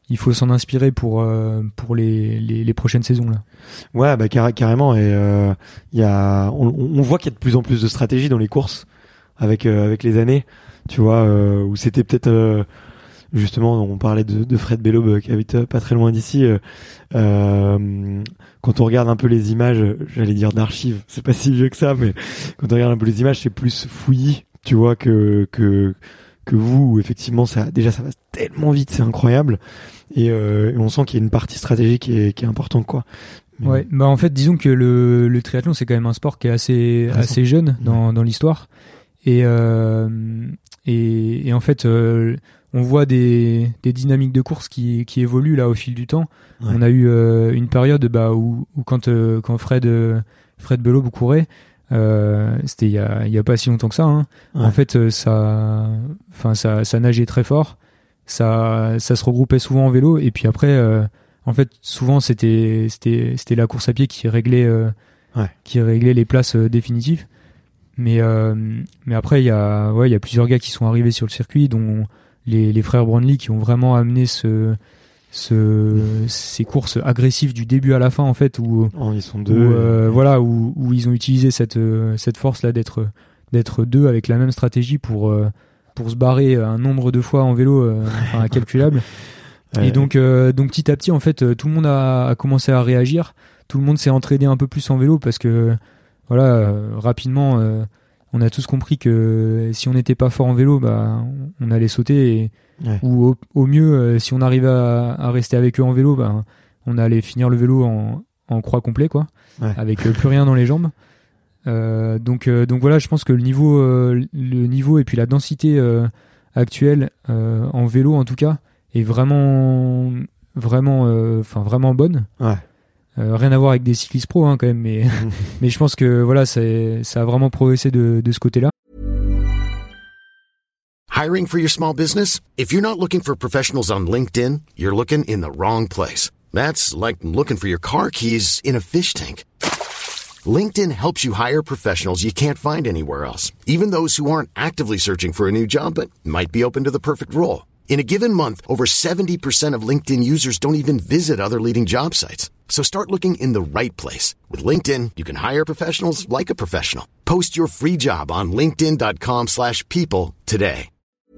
[SPEAKER 3] il faut s'en inspirer pour euh, pour les, les les prochaines saisons là.
[SPEAKER 1] Ouais, bah car- carrément. Et il euh, y a, on, on voit qu'il y a de plus en plus de stratégies dans les courses avec euh, avec les années. Tu vois, euh, où c'était peut-être euh, justement, on parlait de, de Fred Bellob qui habite pas très loin d'ici. Euh, euh, quand on regarde un peu les images, j'allais dire d'archives, c'est pas si vieux que ça, mais quand on regarde un peu les images, c'est plus fouillis, tu vois, que que que vous. Où effectivement, ça déjà ça va tellement vite, c'est incroyable, et, euh, et on sent qu'il y a une partie stratégique qui est qui est importante, quoi. Mais
[SPEAKER 3] Ouais, bah en fait, disons que le le triathlon c'est quand même un sport qui est assez
[SPEAKER 1] Raison.
[SPEAKER 3] assez jeune dans
[SPEAKER 1] Ouais.
[SPEAKER 3] dans l'histoire, et euh, et, et en fait. Euh, on voit des, des dynamiques de course qui, qui évoluent là au fil du temps.
[SPEAKER 1] Ouais.
[SPEAKER 3] On a eu euh, une période bah, où, où quand, euh, quand Fred, euh, Fred Bellob courait, euh, c'était il y a, il y a pas si longtemps que ça. Hein.
[SPEAKER 1] Ouais.
[SPEAKER 3] En fait, euh, ça, enfin ça, ça nageait très fort. Ça, ça se regroupait souvent en vélo. Et puis après, euh, en fait, souvent c'était, c'était, c'était la course à pied qui réglait, euh,
[SPEAKER 1] Ouais.
[SPEAKER 3] qui réglait les places euh, définitives. Mais, euh, mais après, il y a, ouais, il y a plusieurs gars qui sont arrivés sur le circuit, dont les, les frères Brownlee, qui ont vraiment amené ce, ce, ces courses agressives du début à la fin, en fait, où,
[SPEAKER 1] Oh, ils sont
[SPEAKER 3] où,
[SPEAKER 1] deux.
[SPEAKER 3] euh,
[SPEAKER 1] et-
[SPEAKER 3] voilà, où, où ils ont utilisé cette, euh, cette force-là d'être, d'être deux avec la même stratégie pour, euh, pour se barrer un nombre de fois en vélo, euh, enfin, incalculable.
[SPEAKER 1] Ouais.
[SPEAKER 3] Et donc, euh, donc petit à petit, en fait, euh, tout le monde a, a commencé à réagir. Tout le monde s'est entraîné un peu plus en vélo parce que, voilà, euh, rapidement, euh, on a tous compris que si on n'était pas fort en vélo, bah, on allait sauter. Et,
[SPEAKER 1] Ouais.
[SPEAKER 3] ou au, au mieux, euh, si on arrivait à, à rester avec eux en vélo, bah, on allait finir le vélo en, en croix complet, quoi,
[SPEAKER 1] Ouais.
[SPEAKER 3] avec euh, plus rien dans les jambes. Euh, donc, euh, donc voilà, je pense que le niveau, euh, le niveau et puis la densité euh, actuelle euh, en vélo, en tout cas, est vraiment, vraiment, enfin vraiment bonne.
[SPEAKER 1] Ouais.
[SPEAKER 3] Euh, rien à voir avec des cyclistes pro, hein, quand même, mais mais je pense que voilà, c'est, ça a vraiment progressé de, de ce côté-là.
[SPEAKER 4] Hiring for your small business? If you're not looking for professionals on LinkedIn, you're looking in the wrong place. That's like looking for your car keys in a fish tank. LinkedIn helps you hire professionals you can't find anywhere else, even those who aren't actively searching for a new job but might be open to the perfect role. In a given month, over seventy percent of LinkedIn users don't even visit other leading job sites. So start looking in the right place. With LinkedIn, you can hire professionals like a professional. Post your free job on linkedin.com slash people today.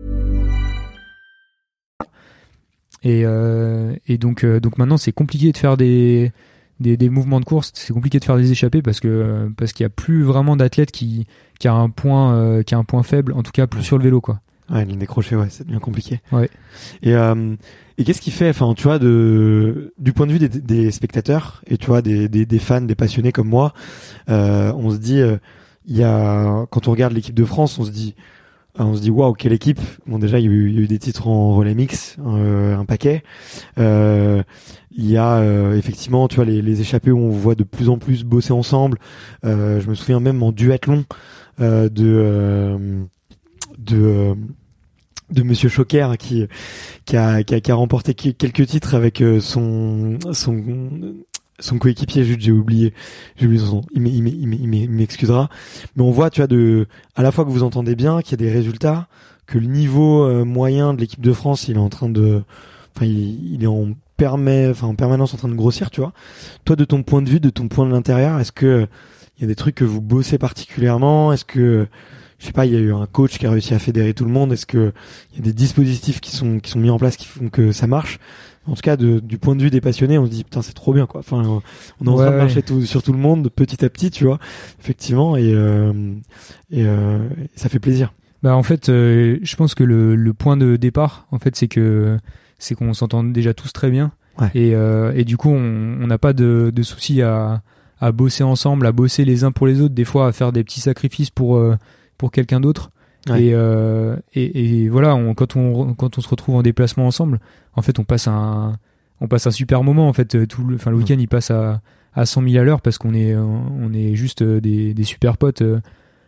[SPEAKER 3] Et, euh, et donc, euh, donc maintenant, c'est compliqué de faire des, des, des mouvements de course, c'est compliqué de faire des échappées parce que parce qu'il y a plus vraiment d'athlètes qui, qui a un point euh, qui a un point faible, en tout cas plus
[SPEAKER 1] Ouais.
[SPEAKER 3] sur le vélo, quoi.
[SPEAKER 1] Ouais, le décrocher, ouais, c'est bien compliqué.
[SPEAKER 3] Ouais.
[SPEAKER 1] Et, euh, et qu'est-ce qui fait, enfin, tu vois, de, du point de vue des, des spectateurs et tu vois, des, des, des fans, des passionnés comme moi, euh, on se dit, il euh, y a, quand on regarde l'équipe de France, on se dit, on se dit, waouh, quelle équipe. Bon, déjà, il y, a eu, il y a eu des titres en relais mix, euh, un paquet. Euh, il y a, euh, effectivement, tu vois, les, les échappées où on voit de plus en plus bosser ensemble. Euh, je me souviens même en duathlon, euh, de, euh, de, euh, de Monsieur Choquer qui qui a, qui a qui a remporté quelques titres avec euh, son son son coéquipier, juste j'ai oublié j'ai oublié son nom, il il il il m'excusera, mais on voit, tu vois, de à la fois que vous entendez bien, qu'il y a des résultats, que le niveau euh, moyen de l'équipe de France, il est en train de enfin il, il est en permet enfin en permanence en train de grossir, tu vois. Toi, de ton point de vue, de ton point de l'intérieur, est-ce que il y a des trucs que vous bossez particulièrement? Est-ce que je sais pas, il y a eu un coach qui a réussi à fédérer tout le monde. Est-ce que il y a des dispositifs qui sont qui sont mis en place qui font que ça marche? En tout cas, de, du point de vue des passionnés, on se dit putain, c'est trop bien, quoi. Enfin, on est en
[SPEAKER 3] Ouais,
[SPEAKER 1] train de
[SPEAKER 3] ouais.
[SPEAKER 1] marcher tout, sur tout le monde petit à petit, tu vois, effectivement, et euh, et, euh, et ça fait plaisir.
[SPEAKER 3] Bah en fait, euh, je pense que le, le point de départ, en fait, c'est que c'est qu'on s'entend déjà tous très bien,
[SPEAKER 1] Ouais.
[SPEAKER 3] et euh, et du coup, on on n'a pas de de soucis à à bosser ensemble, à bosser les uns pour les autres, des fois à faire des petits sacrifices pour euh, pour quelqu'un d'autre.
[SPEAKER 1] Ouais.
[SPEAKER 3] Et, euh, et et voilà, on, quand on quand on se retrouve en déplacement ensemble, en fait, on passe un on passe un super moment. En fait, tout le, enfin le week-end, il passe à à cent mille à l'heure parce qu'on est on est juste des des super potes. euh,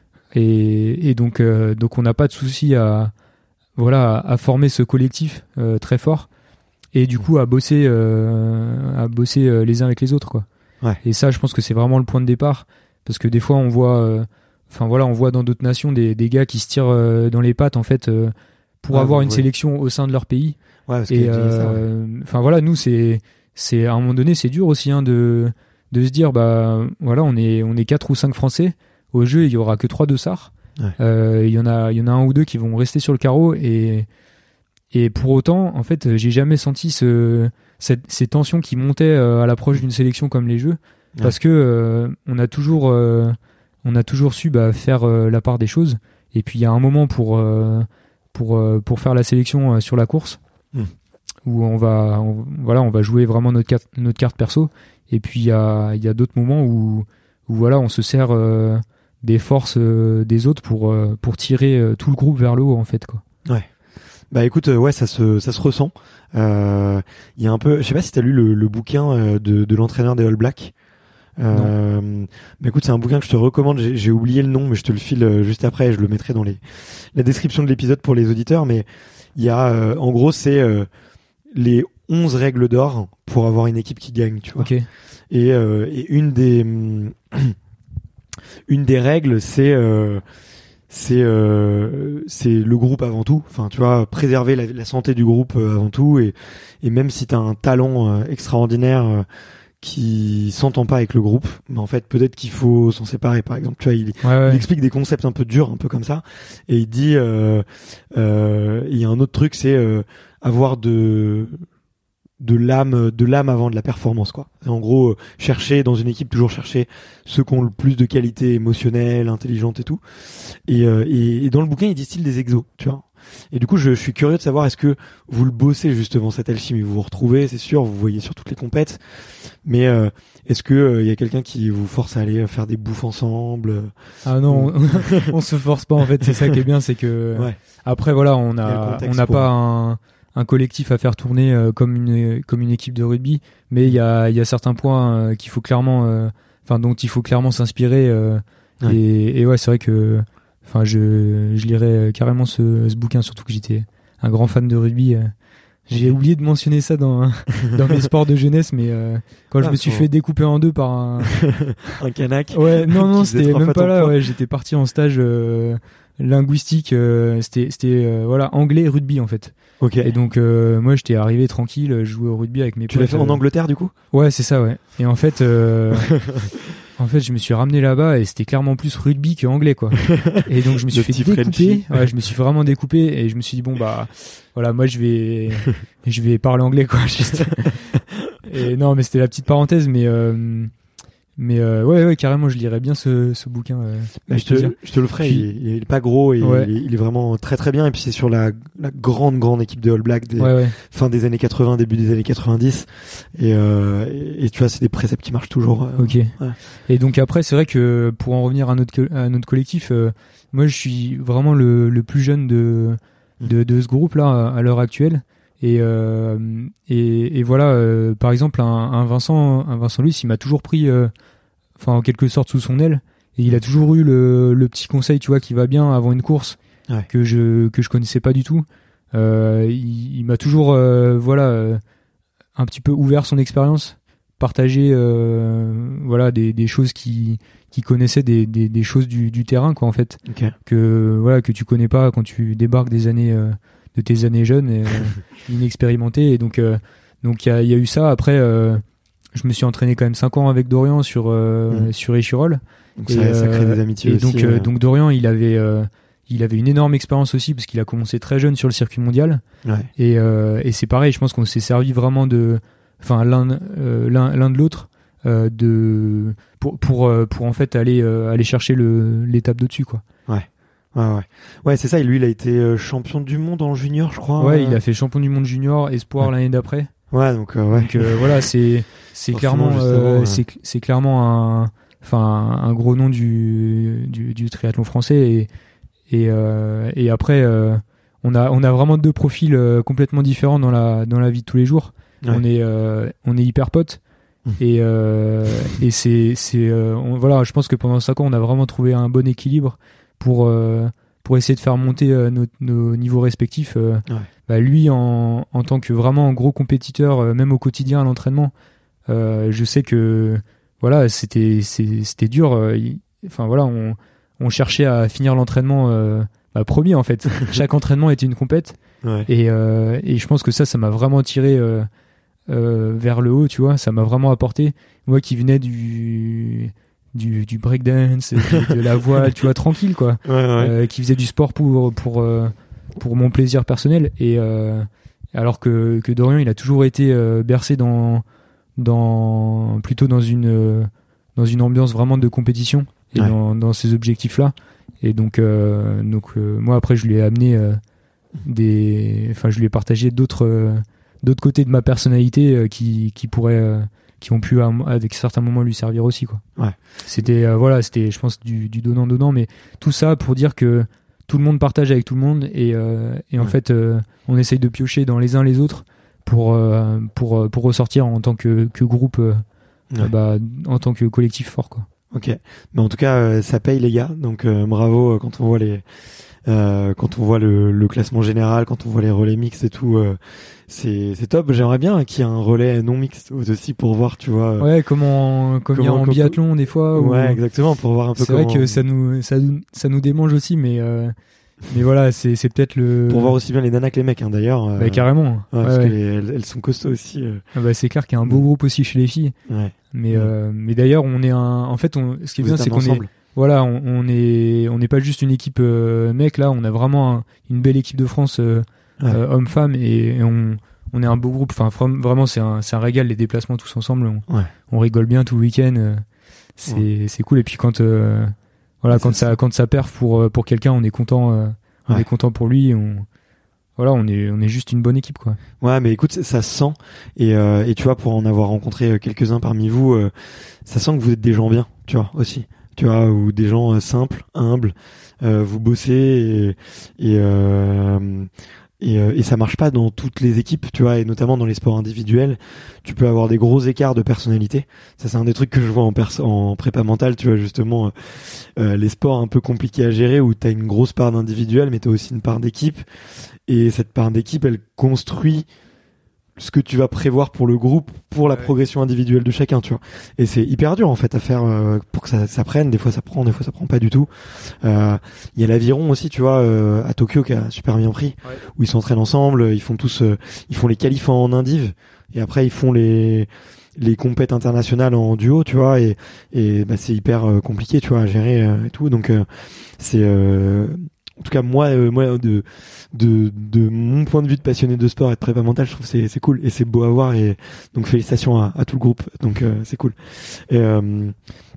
[SPEAKER 3] Et, et donc, euh, donc on n'a pas de souci à, voilà, à, à former ce collectif euh, très fort et du coup à bosser, euh, à bosser euh, les uns avec les autres, quoi.
[SPEAKER 1] Ouais.
[SPEAKER 3] Et ça, je pense que c'est vraiment le point de départ parce que des fois on voit, enfin euh, voilà, on voit dans d'autres nations des, des gars qui se tirent euh, dans les pattes en fait euh, pour
[SPEAKER 1] ouais,
[SPEAKER 3] avoir
[SPEAKER 1] ouais.
[SPEAKER 3] une sélection au sein de leur pays.
[SPEAKER 1] Ouais, parce
[SPEAKER 3] Et
[SPEAKER 1] que
[SPEAKER 3] euh, enfin voilà, nous c'est c'est à un moment donné c'est dur aussi hein, de de se dire bah voilà on est on est quatre ou cinq Français au jeu, il y aura que trois de S A R.
[SPEAKER 1] Ouais.
[SPEAKER 3] Euh, il y en a il y en a un ou deux qui vont rester sur le carreau et et pour autant en fait j'ai jamais senti ce cette, ces tensions qui montaient euh, à l'approche d'une sélection comme les Jeux ouais. parce que euh, on a toujours euh, on a toujours su bah, faire euh, la part des choses et puis il y a un moment pour euh, pour euh, pour faire la sélection euh, sur la course mmh. où on va on, voilà on va jouer vraiment notre carte notre carte perso et puis il y a il y a d'autres moments où où voilà on se sert euh, des forces euh, des autres pour euh, pour tirer euh, tout le groupe vers le haut en fait quoi.
[SPEAKER 1] Ouais. Bah écoute, euh, ouais, ça se ça se ressent. Il euh, y a un peu, je sais pas si t'as lu le, le bouquin euh, de, de l'entraîneur des All Blacks. Euh, non. Bah écoute, c'est un bouquin que je te recommande. J'ai, j'ai oublié le nom, mais je te le file euh, juste après. Et je le mettrai dans les la description de l'épisode pour les auditeurs. Mais il y a, euh, en gros, c'est euh, les onze règles d'or pour avoir une équipe qui gagne, tu vois.
[SPEAKER 3] Okay.
[SPEAKER 1] Et, euh, et une des une des règles, c'est euh, c'est euh, c'est le groupe avant tout. Enfin, tu vois, préserver la, la santé du groupe euh, avant tout. Et et même si t'as un talent euh, extraordinaire euh, qui s'entend pas avec le groupe, mais en fait peut-être qu'il faut s'en séparer. Par exemple, tu vois, il,
[SPEAKER 3] ouais, ouais.
[SPEAKER 1] il explique des concepts un peu durs, un peu comme ça, et il dit euh, euh, il y a un autre truc, c'est euh, avoir de de l'âme de l'âme avant de la performance, quoi. En gros, euh, chercher dans une équipe, toujours chercher ceux qui ont le plus de qualité émotionnelle, intelligente et tout. Et, euh, et, et dans le bouquin, il distille des exos, tu vois. Et du coup, je, je suis curieux de savoir, est-ce que vous le bossez justement cette alchimie, vous vous retrouvez, c'est sûr, vous voyez sur toutes les compètes, mais euh, est-ce que il euh, y a quelqu'un qui vous force à aller faire des bouffes ensemble?
[SPEAKER 3] Ah non, on, on se force pas en fait. C'est ça qui est bien, c'est que
[SPEAKER 1] ouais.
[SPEAKER 3] après voilà, on a on n'a pas un un collectif à faire tourner euh, comme une comme une équipe de rugby, mais il y a il y a certains points euh, qu'il faut clairement enfin euh, dont il faut clairement s'inspirer euh, ouais. et et ouais, c'est vrai que enfin je je lirais carrément ce ce bouquin, surtout que j'étais un grand fan de rugby. Euh, j'ai okay. oublié de mentionner ça dans dans mes sports de jeunesse, mais euh, quand ah, je me suis bon. fait découper en deux par un
[SPEAKER 1] un canac.
[SPEAKER 3] Ouais, non non, c'était même pas là, ouais, j'étais parti en stage euh, linguistique, euh, c'était c'était euh, voilà, anglais rugby en fait.
[SPEAKER 1] Ok.
[SPEAKER 3] Et donc euh, moi j'étais arrivé tranquille, je jouais au rugby avec mes
[SPEAKER 1] tu potes. Tu l'as fait
[SPEAKER 3] euh...
[SPEAKER 1] en Angleterre du coup?
[SPEAKER 3] Ouais, c'est ça, ouais. Et en fait euh... en fait, je me suis ramené là-bas et c'était clairement plus rugby que anglais, quoi. Et donc je me suis fait découper. Ouais, je me suis vraiment découpé et je me suis dit bon bah voilà, moi je vais je vais parler anglais, quoi. Juste. Et non, mais c'était la petite parenthèse, mais euh... mais euh, ouais ouais, carrément je lirais bien ce ce bouquin. Euh,
[SPEAKER 1] bah, je te je te le ferai. Puis, il, est, il est pas gros et ouais. il, est, il est vraiment très très bien. Et puis c'est sur la la grande grande équipe de All Blacks des
[SPEAKER 3] ouais, ouais.
[SPEAKER 1] fin des années quatre-vingts, début des années quatre-vingt-dix. Et euh, et, et tu vois, c'est des préceptes qui marchent toujours. Euh,
[SPEAKER 3] ok. Ouais. Et donc après, c'est vrai que pour en revenir à notre à notre collectif, euh, moi je suis vraiment le le plus jeune de de de ce groupe là à, à l'heure actuelle. Et, euh, et, et voilà, euh, par exemple, un, un Vincent, un Vincent Luis, il m'a toujours pris, euh, enfin en quelque sorte sous son aile, et il a toujours eu le, le petit conseil, tu vois, qui va bien avant une course,
[SPEAKER 1] ouais.
[SPEAKER 3] que je que je connaissais pas du tout. Euh, il, il m'a toujours, euh, voilà, euh, un petit peu ouvert son expérience, partagé, euh, voilà, des, des choses qui qui connaissait des, des des choses du du terrain, quoi, en fait,
[SPEAKER 1] okay.
[SPEAKER 3] que voilà que tu connais pas quand tu débarques des années. Euh, de tes années jeunes et euh, inexpérimenté, et donc euh, donc il y a il y a eu ça. Après euh, je me suis entraîné quand même cinq ans avec Dorian sur euh, mmh. sur Échirol,
[SPEAKER 1] donc et, ça, ça crée des amitiés
[SPEAKER 3] et
[SPEAKER 1] aussi,
[SPEAKER 3] donc
[SPEAKER 1] euh...
[SPEAKER 3] euh, donc Dorian il avait euh, il avait une énorme expérience aussi parce qu'il a commencé très jeune sur le circuit mondial,
[SPEAKER 1] ouais.
[SPEAKER 3] et euh, et c'est pareil, je pense qu'on s'est servi vraiment de enfin l'un euh, l'un l'un de l'autre euh, de pour pour euh, pour en fait aller euh, aller chercher le l'étape de-dessus, quoi.
[SPEAKER 1] Ouais. Ouais, ouais. Ouais, c'est ça. Et lui, il a été euh, champion du monde en junior, je crois.
[SPEAKER 3] Ouais,
[SPEAKER 1] euh...
[SPEAKER 3] il a fait champion du monde junior, espoir ouais. l'année d'après.
[SPEAKER 1] Ouais, donc, euh, ouais.
[SPEAKER 3] Donc, euh, voilà, c'est, c'est clairement, euh, ouais. c'est, c'est clairement un, enfin, un gros nom du, du, du triathlon français. Et, et, euh, et après, euh, on a, on a vraiment deux profils euh, complètement différents dans la, dans la vie de tous les jours. Ouais. On est, euh, on est hyper potes. Mmh. Et, euh, et c'est, c'est, euh, on, voilà, je pense que pendant cinq ans, on a vraiment trouvé un bon équilibre pour euh, pour essayer de faire monter euh, nos, nos niveaux respectifs. Euh,
[SPEAKER 1] ouais.
[SPEAKER 3] Bah lui, en en tant que vraiment gros compétiteur, euh, même au quotidien à l'entraînement, euh, je sais que voilà, c'était c'est, c'était dur. Euh, il, enfin voilà, on on cherchait à finir l'entraînement euh, bah, premier en fait. Chaque entraînement était une compète.
[SPEAKER 1] Ouais.
[SPEAKER 3] Et, euh, et je pense que ça, ça m'a vraiment tiré euh, euh, vers le haut, tu vois. Ça m'a vraiment apporté. Moi qui venais du du, du breakdance, de, de la voile, tu vois, tranquille quoi.
[SPEAKER 1] Ouais, ouais.
[SPEAKER 3] Euh, qui faisait du sport pour pour euh, pour mon plaisir personnel. Et euh, alors que que Dorian, il a toujours été euh, bercé dans dans plutôt dans une euh, dans une ambiance vraiment de compétition et
[SPEAKER 1] ouais.
[SPEAKER 3] dans dans ces objectifs là. Et donc euh, donc euh, moi après je lui ai amené euh, des enfin je lui ai partagé d'autres euh, d'autres côtés de ma personnalité euh, qui qui pourraient euh, qui ont pu à, avec certains moments lui servir aussi quoi.
[SPEAKER 1] Ouais.
[SPEAKER 3] C'était euh, voilà, c'était je pense du du donnant donnant, mais tout ça pour dire que tout le monde partage avec tout le monde et euh, et en
[SPEAKER 1] ouais.
[SPEAKER 3] fait euh, on essaye de piocher dans les uns les autres pour euh, pour pour ressortir en tant que que groupe euh,
[SPEAKER 1] ouais.
[SPEAKER 3] bah en tant que collectif fort quoi.
[SPEAKER 1] Ok, mais en tout cas euh, ça paye les gars, donc euh, bravo euh, quand on voit les euh, quand on voit le, le classement général, quand on voit les relais mixtes et tout, euh, c'est c'est top. J'aimerais bien qu'il y ait un relais non mixte aussi pour voir, tu vois.
[SPEAKER 3] Ouais, comment comme il y a en biathlon des fois.
[SPEAKER 1] Ouais,
[SPEAKER 3] où...
[SPEAKER 1] exactement, pour voir un peu.
[SPEAKER 3] C'est
[SPEAKER 1] comment...
[SPEAKER 3] vrai que ça nous ça nous ça nous démange aussi, mais euh, mais voilà, c'est c'est peut-être le.
[SPEAKER 1] Pour voir aussi bien les nanas que les mecs, hein, d'ailleurs. Euh...
[SPEAKER 3] Bah carrément.
[SPEAKER 1] Ouais,
[SPEAKER 3] ouais,
[SPEAKER 1] parce
[SPEAKER 3] ouais.
[SPEAKER 1] que les, elles, elles sont costauds aussi. Euh...
[SPEAKER 3] Ah bah c'est clair qu'il y a un beau groupe aussi chez les filles.
[SPEAKER 1] Ouais.
[SPEAKER 3] Mais
[SPEAKER 1] ouais.
[SPEAKER 3] euh, mais d'ailleurs on est un en fait on ce qui est
[SPEAKER 1] Vous
[SPEAKER 3] bien
[SPEAKER 1] êtes
[SPEAKER 3] c'est qu'on
[SPEAKER 1] ensemble.
[SPEAKER 3] est voilà on, on est on n'est pas juste une équipe euh, mec là, on a vraiment un, une belle équipe de France euh,
[SPEAKER 1] ouais.
[SPEAKER 3] euh, hommes-femmes et, et on on est un beau groupe. Enfin vraiment c'est un c'est un régal les déplacements tous ensemble. On,
[SPEAKER 1] ouais.
[SPEAKER 3] on rigole bien tout le week-end. Euh, c'est ouais. c'est cool et puis quand euh, voilà ouais, quand ça, ça quand ça perf pour pour quelqu'un on est content euh, on ouais. est content pour lui. On Voilà, on est on est juste une bonne équipe quoi.
[SPEAKER 1] Ouais, mais écoute, ça se sent et euh, et tu vois pour en avoir rencontré quelques-uns parmi vous, euh, ça sent que vous êtes des gens bien, tu vois aussi. Tu vois, ou des gens euh, simples, humbles, euh, vous bossez et et, euh, et euh, et ça marche pas dans toutes les équipes, tu vois, et notamment dans les sports individuels, tu peux avoir des gros écarts de personnalité. Ça c'est un des trucs que je vois en perso- en prépa mentale, tu vois, justement euh, les sports un peu compliqués à gérer où t'as une grosse part d'individuel mais t'as aussi une part d'équipe. Et cette part d'équipe, elle construit ce que tu vas prévoir pour le groupe, pour la ouais. progression individuelle de chacun, tu vois. Et c'est hyper dur en fait à faire euh, pour que ça, ça prenne. Des fois ça prend, des fois ça prend pas du tout. Il euh, y a l'aviron aussi, tu vois, euh, à Tokyo qui a super bien pris, ouais. où ils s'entraînent ensemble, ils font tous, euh, ils font les qualifs en indiv, et après ils font les les compètes internationales en duo, tu vois. Et et bah c'est hyper euh, compliqué, tu vois, à gérer euh, et tout. Donc euh, c'est euh, en tout cas moi euh, moi de de de mon point de vue de passionné de sport et de prépa mentale, je trouve que c'est c'est cool et c'est beau à voir, et donc félicitations à, à tout le groupe. Donc euh, c'est cool. Et euh,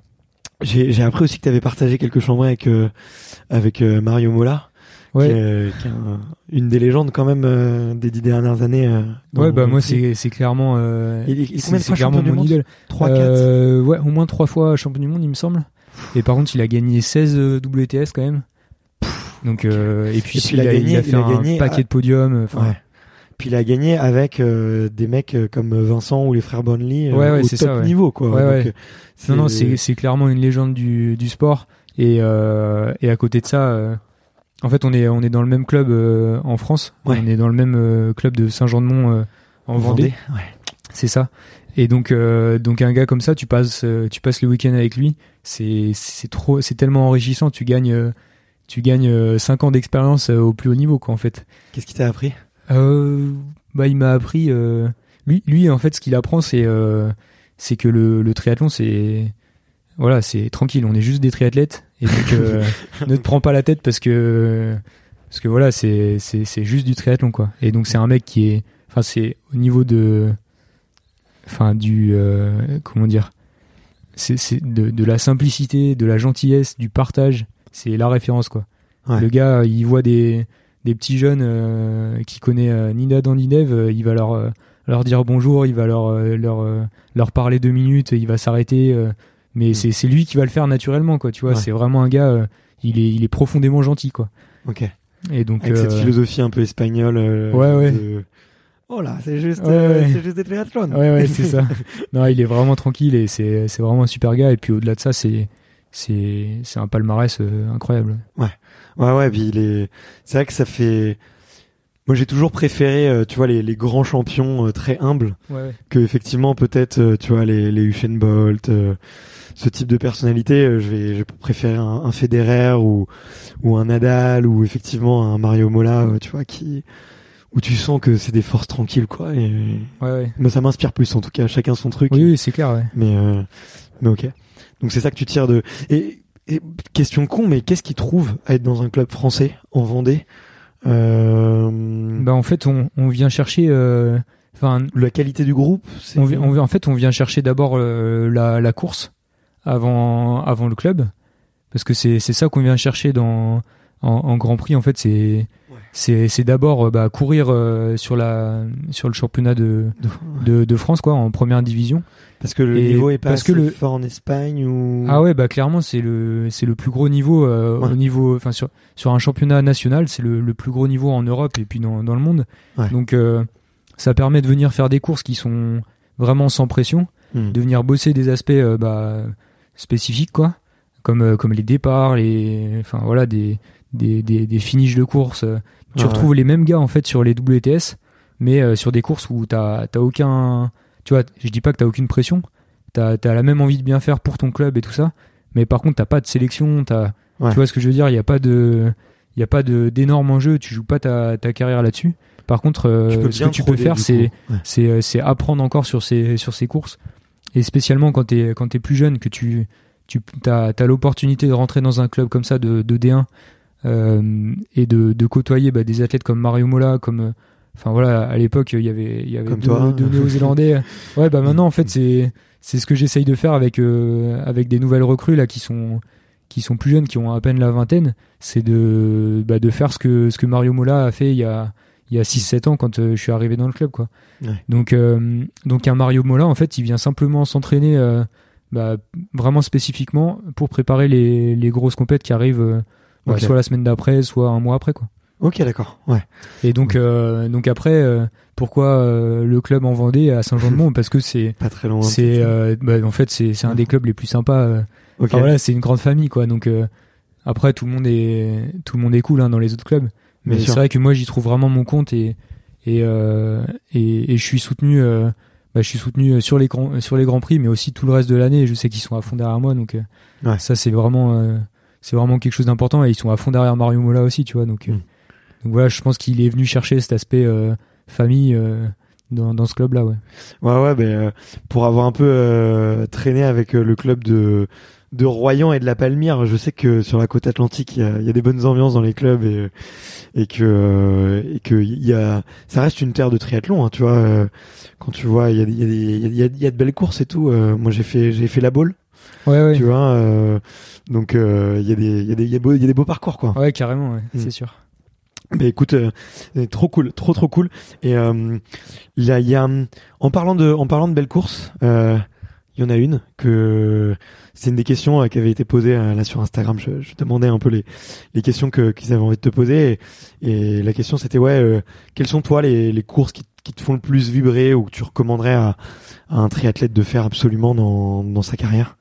[SPEAKER 1] j'ai j'ai appris aussi que tu avais partagé quelques chambres avec euh, avec euh, Mario Mola,
[SPEAKER 3] ouais.
[SPEAKER 1] qui est, qui est un, une des légendes quand même euh, des dix dernières années. Euh,
[SPEAKER 3] ouais bah moi c'est c'est clairement euh,
[SPEAKER 1] il, il,
[SPEAKER 3] c'est, c'est clairement mon idole.
[SPEAKER 1] trois quatre
[SPEAKER 3] euh, ouais, au moins trois fois champion du monde il me semble. Et par contre il a gagné seize W T S quand même. Donc euh, et puis, et puis il, a, gagné, il a fait il a un gagné paquet à... de podiums. Enfin.
[SPEAKER 1] Ouais. Puis il a gagné avec euh, des mecs comme Vincent ou les frères Bonnelly euh,
[SPEAKER 3] ouais, ouais,
[SPEAKER 1] au top
[SPEAKER 3] ça, ouais.
[SPEAKER 1] niveau quoi.
[SPEAKER 3] Ouais,
[SPEAKER 1] Donc,
[SPEAKER 3] ouais. Non non c'est c'est clairement une légende du du sport et euh, et à côté de ça euh, en fait on est on est dans le même club euh, en France. Ouais. On est dans le même euh, club de Saint-Jean-de-Mont euh, en Vendée. Vendée.
[SPEAKER 1] Ouais.
[SPEAKER 3] C'est ça. Et donc euh, donc un gars comme ça tu passes euh, tu passes le week-end avec lui, c'est c'est trop c'est tellement enrichissant, tu gagnes euh, tu gagnes euh, cinq ans d'expérience euh, au plus haut niveau quoi en fait.
[SPEAKER 1] Qu'est-ce qui t'a appris?
[SPEAKER 3] Euh, bah il m'a appris euh, lui lui en fait ce qu'il apprend c'est euh, c'est que le le triathlon c'est voilà, c'est tranquille, on est juste des triathlètes et donc euh, ne te prends pas la tête parce que parce que voilà, c'est c'est c'est juste du triathlon quoi. Et donc c'est un mec qui est enfin c'est au niveau de enfin du euh, comment dire c'est c'est de de la simplicité, de la gentillesse, du partage. C'est la référence quoi. Ouais. Le gars, il voit des des petits jeunes euh, qui connaît euh, ni Adam ni Dev, euh, il va leur euh, leur dire bonjour, il va leur euh, leur euh, leur parler deux minutes, il va s'arrêter, euh, mais mmh. c'est c'est lui qui va le faire naturellement quoi. Tu vois, ouais. C'est vraiment un gars, euh, il est il est profondément gentil quoi.
[SPEAKER 1] Ok.
[SPEAKER 3] Et donc
[SPEAKER 1] avec
[SPEAKER 3] euh,
[SPEAKER 1] cette philosophie un peu espagnole. Euh,
[SPEAKER 3] ouais ouais.
[SPEAKER 1] De... Oh là, c'est juste
[SPEAKER 3] ouais,
[SPEAKER 1] euh,
[SPEAKER 3] ouais.
[SPEAKER 1] c'est juste des triathlons.
[SPEAKER 3] Ouais ouais, c'est ça. Non, il est vraiment tranquille et c'est c'est vraiment un super gars. Et puis au-delà de ça, c'est c'est c'est un palmarès euh, incroyable.
[SPEAKER 1] Ouais ouais ouais puis il est c'est vrai que ça fait Moi, j'ai toujours préféré, euh, tu vois, les, les grands champions euh, très humbles,
[SPEAKER 3] Ouais, ouais.
[SPEAKER 1] que effectivement peut-être, euh, tu vois, les, les Usain Bolt, euh, ce type de personnalité. Euh, je vais, je vais préférer un, un Federer ou ou un Nadal ou effectivement un Mario Mola, euh, tu vois, qui où tu sens que c'est des forces tranquilles, quoi. Et
[SPEAKER 3] Ouais, ouais.
[SPEAKER 1] moi, ça m'inspire plus, en tout cas, chacun son truc.
[SPEAKER 3] Oui, oui, c'est clair, ouais.
[SPEAKER 1] Mais euh, mais ok. Donc c'est ça que tu tires de. Et, et question con, mais qu'est-ce qu'ils trouvent à être dans un club français en Vendée? Euh...
[SPEAKER 3] Bah en fait on, on vient chercher euh, enfin
[SPEAKER 1] La qualité du groupe, c'est...
[SPEAKER 3] on, vi- on vi- en fait on vient chercher d'abord euh, la, la course avant avant le club parce que c'est c'est ça qu'on vient chercher dans en, en Grand Prix en fait c'est
[SPEAKER 1] Ouais.
[SPEAKER 3] c'est c'est d'abord euh, bah, courir euh, sur la sur le championnat de, de de France quoi en première division.
[SPEAKER 1] Parce que le
[SPEAKER 3] Et
[SPEAKER 1] niveau est pas
[SPEAKER 3] parce
[SPEAKER 1] assez
[SPEAKER 3] que le-
[SPEAKER 1] fort en Espagne ou...
[SPEAKER 3] Ah ouais bah clairement c'est le c'est le plus gros niveau euh,
[SPEAKER 1] Ouais.
[SPEAKER 3] au niveau enfin sur sur un championnat national c'est le, le plus gros niveau en Europe et puis dans dans le monde.
[SPEAKER 1] Ouais.
[SPEAKER 3] Donc euh, ça permet de venir faire des courses qui sont vraiment sans pression,
[SPEAKER 1] Hmm.
[SPEAKER 3] de venir bosser des aspects euh, bah, spécifiques quoi, comme euh, comme les départs, les enfin voilà des des des, des finishes de course. euh. Tu
[SPEAKER 1] Ouais,
[SPEAKER 3] retrouves les mêmes gars en fait sur les W T S, mais euh, sur des courses où t'as t'as aucun, tu vois, je dis pas que t'as aucune pression, t'as t'as la même envie de bien faire pour ton club et tout ça, mais par contre t'as pas de sélection, t'as,
[SPEAKER 1] Ouais.
[SPEAKER 3] tu vois ce que je veux dire, il y a pas de il y a pas de d'énormes enjeux, tu joues pas ta ta carrière là-dessus. Par contre, euh,
[SPEAKER 1] Tu peux
[SPEAKER 3] ce
[SPEAKER 1] bien
[SPEAKER 3] que tu peux
[SPEAKER 1] troller,
[SPEAKER 3] faire,
[SPEAKER 1] du
[SPEAKER 3] c'est
[SPEAKER 1] coup. Ouais.
[SPEAKER 3] c'est euh, c'est apprendre encore sur ces sur ces courses, et spécialement quand t'es quand t'es plus jeune, que tu tu t'as t'as l'opportunité de rentrer dans un club comme ça de de D un. Euh, et de, de côtoyer bah, des athlètes comme Mario Mola, comme euh, enfin voilà, à l'époque il y avait il y avait
[SPEAKER 1] Comme
[SPEAKER 3] deux,
[SPEAKER 1] toi.
[SPEAKER 3] deux Néo-Zélandais. Ouais bah maintenant en fait c'est c'est ce que j'essaye de faire avec euh, avec des nouvelles recrues là qui sont qui sont plus jeunes, qui ont à peine la vingtaine, c'est de bah, de faire ce que ce que Mario Mola a fait il y a il y a six sept ans quand euh, je suis arrivé dans le club quoi.
[SPEAKER 1] Ouais.
[SPEAKER 3] Donc euh, donc un Mario Mola en fait il vient simplement s'entraîner euh, bah, vraiment spécifiquement pour préparer les les grosses compètes qui arrivent euh, bah,
[SPEAKER 1] Ok.
[SPEAKER 3] soit la semaine d'après, soit un mois après quoi.
[SPEAKER 1] Ok, d'accord. Ouais.
[SPEAKER 3] Et donc euh, donc après euh, pourquoi euh, le club en Vendée à Saint-Jean-de-Mont? Parce que c'est
[SPEAKER 1] Pas très loin.
[SPEAKER 3] c'est euh, bah, en fait c'est c'est un des clubs les plus sympas. euh.
[SPEAKER 1] Ok.
[SPEAKER 3] Enfin, voilà, c'est une grande famille quoi. Donc euh, après tout le monde est tout le monde est cool hein, dans les autres clubs. Mais
[SPEAKER 1] Bien
[SPEAKER 3] c'est
[SPEAKER 1] sûr.
[SPEAKER 3] vrai que moi j'y trouve vraiment mon compte et et euh, et, et je suis soutenu euh, bah, je suis soutenu sur les grands sur les grands prix, mais aussi tout le reste de l'année. Je sais qu'ils sont à fond derrière moi, donc euh,
[SPEAKER 1] Ouais.
[SPEAKER 3] ça c'est vraiment euh, c'est vraiment quelque chose d'important, et ils sont à fond derrière Mario Mola aussi, tu vois. Donc, euh,
[SPEAKER 1] Mm.
[SPEAKER 3] donc voilà, je pense qu'il est venu chercher cet aspect euh, famille euh, dans dans ce club là, ouais.
[SPEAKER 1] Ouais, ouais, ben euh, pour avoir un peu euh, traîné avec euh, le club de de Royan et de la Palmyre, je sais que sur la côte atlantique, il y a, il y a des bonnes ambiances dans les clubs et et que euh, et que il y a, ça reste une terre de triathlon, hein, tu vois. euh, quand tu vois, il y a, il y a des il y a, il y a de belles courses et tout. euh, moi, j'ai fait j'ai fait la boule,
[SPEAKER 3] Ouais, ouais.
[SPEAKER 1] tu vois. euh, donc euh, il y a des il y a des il y a beau- il y a des beaux parcours, quoi.
[SPEAKER 3] Ouais, carrément, ouais,
[SPEAKER 1] Mm.
[SPEAKER 3] c'est sûr.
[SPEAKER 1] Mais écoute, euh, c'est trop cool, trop trop cool. Et euh, il y a, il y a, en parlant de, en parlant de belles courses, euh, il y en a une que c'est une des questions euh, qui avait été posée euh, là sur Instagram. Je, je demandais un peu les, les questions que qu'ils avaient envie de te poser, et, et la question c'était ouais, euh, quelles sont toi les, les courses qui, qui te font le plus vibrer ou que tu recommanderais à, à un triathlète de faire absolument dans, dans sa carrière?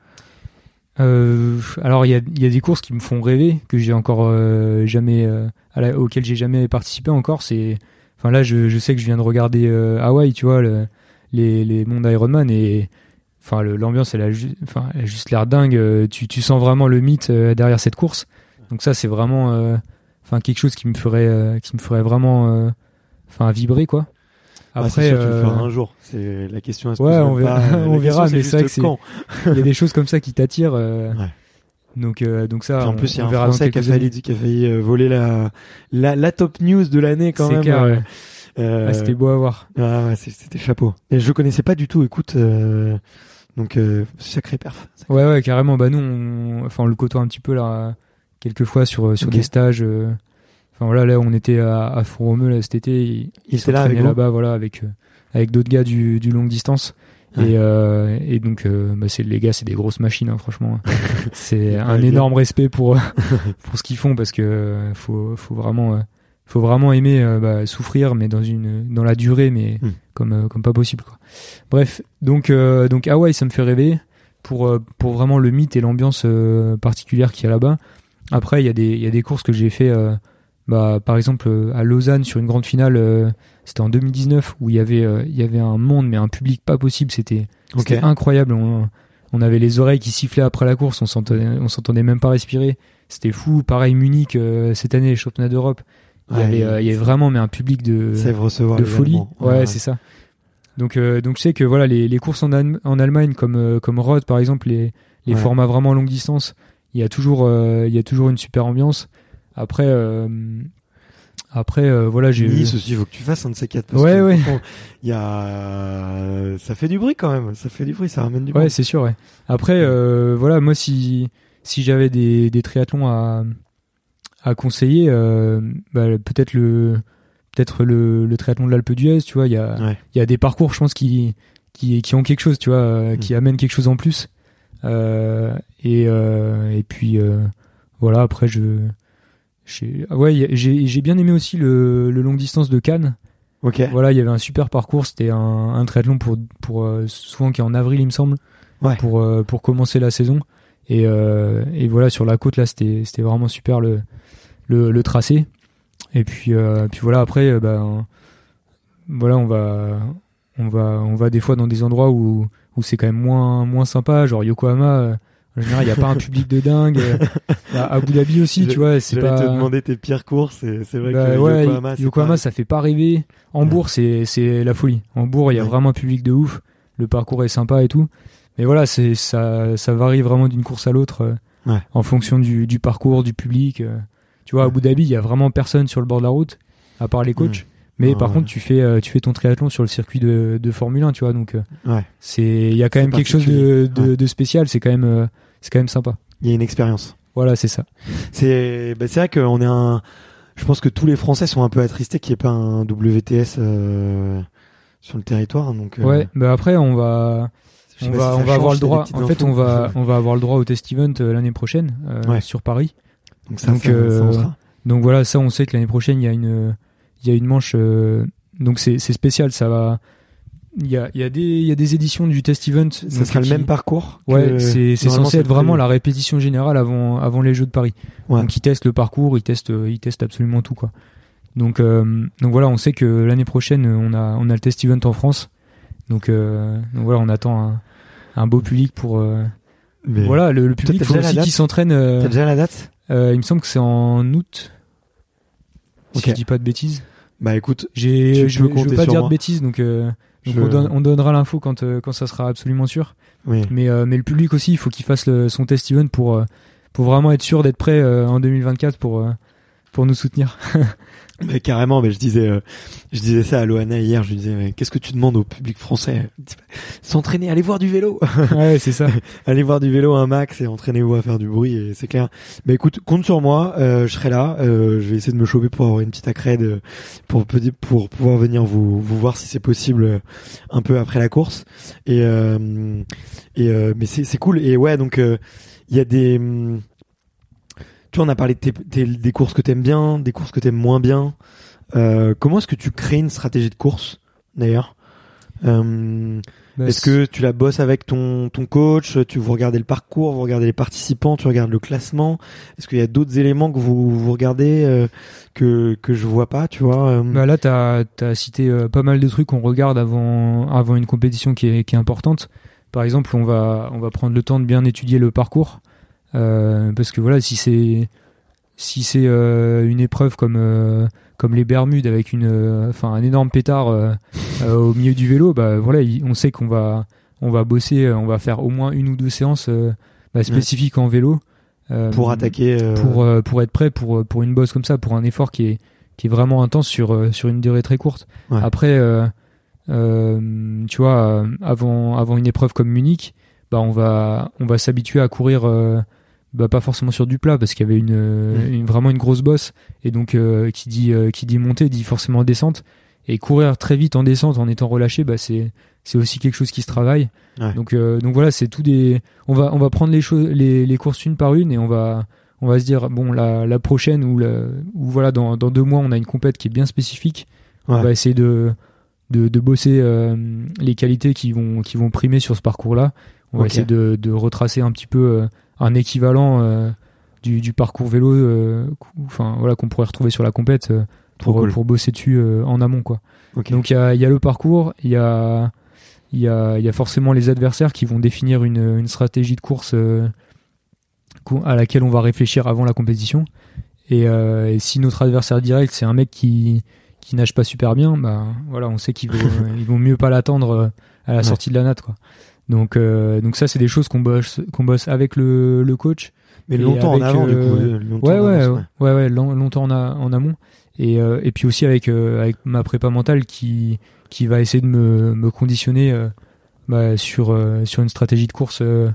[SPEAKER 3] Euh, alors il y a il y a des courses qui me font rêver, que j'ai encore euh, jamais euh, à la, auxquelles j'ai jamais participé encore. C'est, enfin là je je sais que je viens de regarder euh, Hawaï, tu vois, le, les les mondes Ironman, et enfin le, l'ambiance elle a ju- enfin elle a juste l'air dingue. euh, Tu tu sens vraiment le mythe euh, derrière cette course. Donc ça c'est vraiment euh, enfin quelque chose qui me ferait euh, qui me ferait vraiment euh, enfin vibrer quoi.
[SPEAKER 1] Ah, c'est
[SPEAKER 3] Après
[SPEAKER 1] sûr, tu le
[SPEAKER 3] euh,
[SPEAKER 1] feras un jour. C'est la question. Elle se
[SPEAKER 3] ouais,
[SPEAKER 1] pose
[SPEAKER 3] on
[SPEAKER 1] même
[SPEAKER 3] verra-
[SPEAKER 1] pas. La
[SPEAKER 3] on
[SPEAKER 1] question,
[SPEAKER 3] verra, mais
[SPEAKER 1] juste
[SPEAKER 3] c'est vrai que c'est-
[SPEAKER 1] quand.
[SPEAKER 3] il y a des choses comme ça qui t'attirent. euh,
[SPEAKER 1] Ouais.
[SPEAKER 3] Donc euh, donc ça
[SPEAKER 1] Puis en
[SPEAKER 3] on,
[SPEAKER 1] plus, il y a
[SPEAKER 3] on
[SPEAKER 1] un
[SPEAKER 3] verra dans
[SPEAKER 1] Français qui a
[SPEAKER 3] quelques années.
[SPEAKER 1] failli, qui a failli euh, voler la, la, la top news de l'année quand
[SPEAKER 3] C'est
[SPEAKER 1] même.
[SPEAKER 3] clair,
[SPEAKER 1] euh,
[SPEAKER 3] ouais.
[SPEAKER 1] euh,
[SPEAKER 3] Ah, c'était beau à voir.
[SPEAKER 1] ah ouais, c'est- c'était chapeau. Et je le connaissais pas du tout, écoute. euh, donc, euh, sacré perf. Sacré-
[SPEAKER 3] Ouais, ouais, carrément. Bah nous, on, enfin, on le côtoie un petit peu là, quelques fois sur sur
[SPEAKER 1] Ok.
[SPEAKER 3] des stages. euh, Enfin voilà, là, on était à, à Font-Romeu là cet été. Il,
[SPEAKER 1] Il était là avec
[SPEAKER 3] s'entraînait
[SPEAKER 1] vous
[SPEAKER 3] là-bas, voilà, avec euh, avec d'autres gars du du longue distance.
[SPEAKER 1] Ouais.
[SPEAKER 3] Et euh, et donc, euh, bah, c'est les gars, c'est des grosses machines, hein, franchement. C'est un
[SPEAKER 1] Ouais,
[SPEAKER 3] énorme respect pour pour ce qu'ils font, parce que euh, faut faut vraiment euh, faut vraiment aimer euh, bah, souffrir, mais dans une dans la durée, mais
[SPEAKER 1] Mm.
[SPEAKER 3] comme euh, comme pas possible quoi. Bref, donc euh, donc Hawaï, ça me fait rêver pour euh, pour vraiment le mythe et l'ambiance euh, particulière qu'il y a là-bas. Après, il y a des il y a des courses que j'ai fait euh, bah par exemple euh, à Lausanne sur une grande finale, euh, c'était en deux mille dix-neuf où il y avait euh, il y avait un monde mais un public pas possible, c'était
[SPEAKER 1] Ok.
[SPEAKER 3] c'était incroyable. On, on avait les oreilles qui sifflaient après la course, on s'entendait on s'entendait même pas respirer. C'était fou. Pareil Munich euh, cette année les championnats d'Europe. Il y
[SPEAKER 1] Ouais,
[SPEAKER 3] avait euh, il y avait vraiment mais un public de
[SPEAKER 1] Sèvres recevoir
[SPEAKER 3] de
[SPEAKER 1] les
[SPEAKER 3] folie.
[SPEAKER 1] Allemands.
[SPEAKER 3] Ouais, c'est ça. Donc euh, donc je sais que voilà les les courses en, Allem- en Allemagne comme euh, comme Roth par exemple, les les
[SPEAKER 1] Ouais.
[SPEAKER 3] formats vraiment longue distance, il y a toujours euh, il y a toujours une super ambiance. Après euh, après euh, voilà, j'ai
[SPEAKER 1] Nice aussi, il faut que tu fasses un de ces quatre. Parce
[SPEAKER 3] Ouais,
[SPEAKER 1] que,
[SPEAKER 3] ouais.
[SPEAKER 1] franchement, il y a, ça fait du bruit quand même. Ça fait du bruit, ça ramène du
[SPEAKER 3] Ouais,
[SPEAKER 1] monde.
[SPEAKER 3] c'est sûr, ouais. Après euh, voilà, moi si si j'avais des des triathlons à à conseiller, euh, bah, peut-être le peut-être le le triathlon de l'Alpe d'Huez, tu vois, il y a
[SPEAKER 1] Ouais.
[SPEAKER 3] il y a des parcours je pense qui qui qui ont quelque chose, tu vois, euh,
[SPEAKER 1] Mm.
[SPEAKER 3] qui amènent quelque chose en plus. Euh, et euh, et puis euh, voilà, après je j'ai ah ouais, y a- j'ai j'ai bien aimé aussi le le longue distance de Cannes.
[SPEAKER 1] Ok.
[SPEAKER 3] Voilà, il y avait un super parcours, c'était un un triathlon pour pour euh, souvent qui est en avril, il me semble.
[SPEAKER 1] Ouais.
[SPEAKER 3] Pour euh, pour commencer la saison. Et euh, et voilà, sur la côte là, c'était c'était vraiment super le le le tracé. Et puis euh, puis voilà, après euh, ben voilà, on va on va on va des fois dans des endroits où où c'est quand même moins moins sympa, genre Yokohama. euh, En général, il y a pas un public de dingue. euh, à Abu Dhabi aussi,
[SPEAKER 1] Je-
[SPEAKER 3] tu vois, c'est
[SPEAKER 1] J'allais
[SPEAKER 3] pas.
[SPEAKER 1] te demander tes pires courses, et c'est vrai
[SPEAKER 3] Bah
[SPEAKER 1] que
[SPEAKER 3] ouais,
[SPEAKER 1] Yokohama, c'est
[SPEAKER 3] Yokohama,
[SPEAKER 1] pas-
[SPEAKER 3] ça fait pas rêver. Hambourg, c'est c'est la folie. Hambourg, il y a
[SPEAKER 1] Ouais.
[SPEAKER 3] vraiment un public de ouf. Le parcours est sympa et tout. Mais voilà, c'est ça ça varie vraiment d'une course à l'autre euh,
[SPEAKER 1] Ouais.
[SPEAKER 3] en fonction du du parcours, du public. euh. Tu vois, à
[SPEAKER 1] Ouais.
[SPEAKER 3] Abu Dhabi, il y a vraiment personne sur le bord de la route à part les coachs.
[SPEAKER 1] Mm.
[SPEAKER 3] Mais
[SPEAKER 1] Ouais,
[SPEAKER 3] par
[SPEAKER 1] ouais.
[SPEAKER 3] contre, tu fais euh, tu fais ton triathlon sur le circuit de de Formule un, tu vois. Donc euh,
[SPEAKER 1] Ouais.
[SPEAKER 3] c'est il y a quand
[SPEAKER 1] C'est
[SPEAKER 3] même quelque chose de
[SPEAKER 1] particulier.
[SPEAKER 3] de,
[SPEAKER 1] Ouais.
[SPEAKER 3] de spécial, c'est quand même euh, c'est quand même sympa.
[SPEAKER 1] Il y a une expérience.
[SPEAKER 3] Voilà, c'est ça.
[SPEAKER 1] C'est, bah, c'est vrai qu'on est un, je pense que tous les Français sont un peu attristés qu'il n'y ait pas un W T S, euh, sur le territoire, donc, euh,
[SPEAKER 3] Ouais, bah après on va
[SPEAKER 1] je sais
[SPEAKER 3] On
[SPEAKER 1] pas
[SPEAKER 3] va,
[SPEAKER 1] si ça
[SPEAKER 3] on va
[SPEAKER 1] change,
[SPEAKER 3] avoir le
[SPEAKER 1] t'as des
[SPEAKER 3] droit.
[SPEAKER 1] petites
[SPEAKER 3] En fait,
[SPEAKER 1] infos.
[SPEAKER 3] on va, on va avoir le droit au test event euh, l'année prochaine euh,
[SPEAKER 1] Ouais.
[SPEAKER 3] sur Paris.
[SPEAKER 1] Donc ça,
[SPEAKER 3] donc,
[SPEAKER 1] ça,
[SPEAKER 3] euh,
[SPEAKER 1] ça en sera.
[SPEAKER 3] Donc voilà, ça, on sait que l'année prochaine, il y a une, il y a une manche. euh, donc c'est, c'est spécial. Ça va. Il y a, il y a des, il y a des éditions du test event.
[SPEAKER 1] Ça
[SPEAKER 3] donc,
[SPEAKER 1] sera le
[SPEAKER 3] qui-
[SPEAKER 1] même parcours. que-
[SPEAKER 3] Ouais, c'est, c'est
[SPEAKER 1] normalement,
[SPEAKER 3] censé être
[SPEAKER 1] prévu.
[SPEAKER 3] vraiment la répétition générale avant, avant les Jeux de Paris.
[SPEAKER 1] Ouais.
[SPEAKER 3] Donc ils testent le parcours, ils testent, euh, ils testent absolument tout quoi. Donc, euh, donc voilà, on sait que l'année prochaine, on a, on a le test event en France. Donc, euh, donc voilà, on attend un, un beau public pour. euh,
[SPEAKER 1] Mais
[SPEAKER 3] Voilà, le, le public,
[SPEAKER 1] t'as
[SPEAKER 3] faut
[SPEAKER 1] déjà la
[SPEAKER 3] aussi
[SPEAKER 1] date
[SPEAKER 3] qu'il s'entraîne. euh,
[SPEAKER 1] t'as déjà la date?
[SPEAKER 3] euh, il me semble que c'est en août, si
[SPEAKER 1] Ok.
[SPEAKER 3] je dis pas de bêtises.
[SPEAKER 1] Bah écoute,
[SPEAKER 3] J'ai,
[SPEAKER 1] Tu
[SPEAKER 3] je,
[SPEAKER 1] peux
[SPEAKER 3] je veux
[SPEAKER 1] compter
[SPEAKER 3] pas
[SPEAKER 1] sur
[SPEAKER 3] dire
[SPEAKER 1] moi.
[SPEAKER 3] de bêtises, donc, euh, donc
[SPEAKER 1] Je-
[SPEAKER 3] on, donne- on donnera l'info quand, euh, quand ça sera absolument sûr.
[SPEAKER 1] oui.
[SPEAKER 3] Mais, euh, mais le public aussi, il faut qu'il fasse le- son test event pour, euh, pour vraiment être sûr d'être prêt euh, en deux mille vingt-quatre pour, euh, pour nous soutenir.
[SPEAKER 1] Mais carrément, mais je disais, euh, je disais ça à Loana hier. Je lui disais, mais qu'est-ce que tu demandes au public français? Il dit, s'entraîner, aller voir du vélo,
[SPEAKER 3] Ouais, c'est ça.
[SPEAKER 1] aller voir du vélo un max et entraînez-vous à faire du bruit. Et c'est clair. Mais écoute, compte sur moi. Euh, je serai là. Euh, je vais essayer de me choper pour avoir une petite accrède, euh, pour peut- pour pouvoir venir vous vous voir si c'est possible, euh, un peu après la course. Et euh, et euh, mais c'est c'est cool. Et ouais, donc euh, il y a des hum, tu vois, on a parlé de tes, tes- des courses que t'aimes bien, des courses que t'aimes moins bien. Euh, comment est-ce que tu crées une stratégie de course, d'ailleurs? Euh,
[SPEAKER 3] Bah,
[SPEAKER 1] est-ce que tu la bosses avec ton, ton coach? Tu vous regardez le parcours, vous regardez les participants, tu regardes le classement? Est-ce qu'il y a d'autres éléments que vous, vous regardez, euh, que, que je vois pas, tu vois? euh,
[SPEAKER 3] Bah là, t'as as cité euh, pas mal de trucs qu'on regarde avant avant une compétition qui est qui est importante. Par exemple, on va on va prendre le temps de bien étudier le parcours euh, parce que voilà, si c'est si c'est euh, une épreuve comme euh, comme les Bermudes avec une euh, enfin un énorme pétard euh, euh, au milieu du vélo, bah voilà, il- on sait qu'on va on va bosser, euh, on va faire au moins une ou deux séances euh, bah, spécifiques en vélo euh,
[SPEAKER 1] pour attaquer, euh,
[SPEAKER 3] pour euh, pour être prêt pour pour une bosse comme ça, pour un effort qui est qui est vraiment intense sur euh, sur une durée très courte.
[SPEAKER 1] Ouais.
[SPEAKER 3] Après euh, euh, tu vois, euh, avant avant une épreuve comme Munich, bah on va on va s'habituer à courir euh, bah pas forcément sur du plat parce qu'il y avait une,
[SPEAKER 1] Mmh.
[SPEAKER 3] une vraiment une grosse bosse et donc euh, qui dit euh, qui dit montée dit forcément descente, et courir très vite en descente en étant relâché, bah c'est c'est aussi quelque chose qui se travaille.
[SPEAKER 1] Ouais.
[SPEAKER 3] Donc euh, donc voilà, c'est tout des on va on va prendre les choses les les courses une par une et on va on va se dire bon la la prochaine ou la ou voilà dans dans deux mois on a une compète qui est bien spécifique.
[SPEAKER 1] Ouais.
[SPEAKER 3] On va essayer de de de bosser euh, les qualités qui vont qui vont primer sur ce parcours-là. On va
[SPEAKER 1] Ok.
[SPEAKER 3] essayer de de retracer un petit peu euh, un équivalent euh, du, du parcours vélo, euh, enfin voilà, qu'on pourrait retrouver sur la compète euh, pour
[SPEAKER 1] cool.
[SPEAKER 3] pour bosser dessus euh, en amont quoi.
[SPEAKER 1] Okay.
[SPEAKER 3] Donc il y a il y a le parcours, il y a il y a il y a forcément les adversaires qui vont définir une une stratégie de course euh, à laquelle on va réfléchir avant la compétition. Et, euh, et si notre adversaire direct c'est un mec qui qui nage pas super bien, bah voilà, on sait qu'il vaut il vaut mieux pas l'attendre à la ouais. sortie de la natte quoi. Donc euh, donc ça c'est des choses qu'on bosse qu'on bosse avec le le coach.
[SPEAKER 1] Mais longtemps
[SPEAKER 3] avec,
[SPEAKER 1] en avant
[SPEAKER 3] euh,
[SPEAKER 1] du coup.
[SPEAKER 3] Ouais ouais, avance, ouais ouais ouais longtemps en, a, en amont. Et euh, et puis aussi avec euh, avec ma prépa mentale qui qui va essayer de me me conditionner euh, bah, sur euh, sur une stratégie de course euh,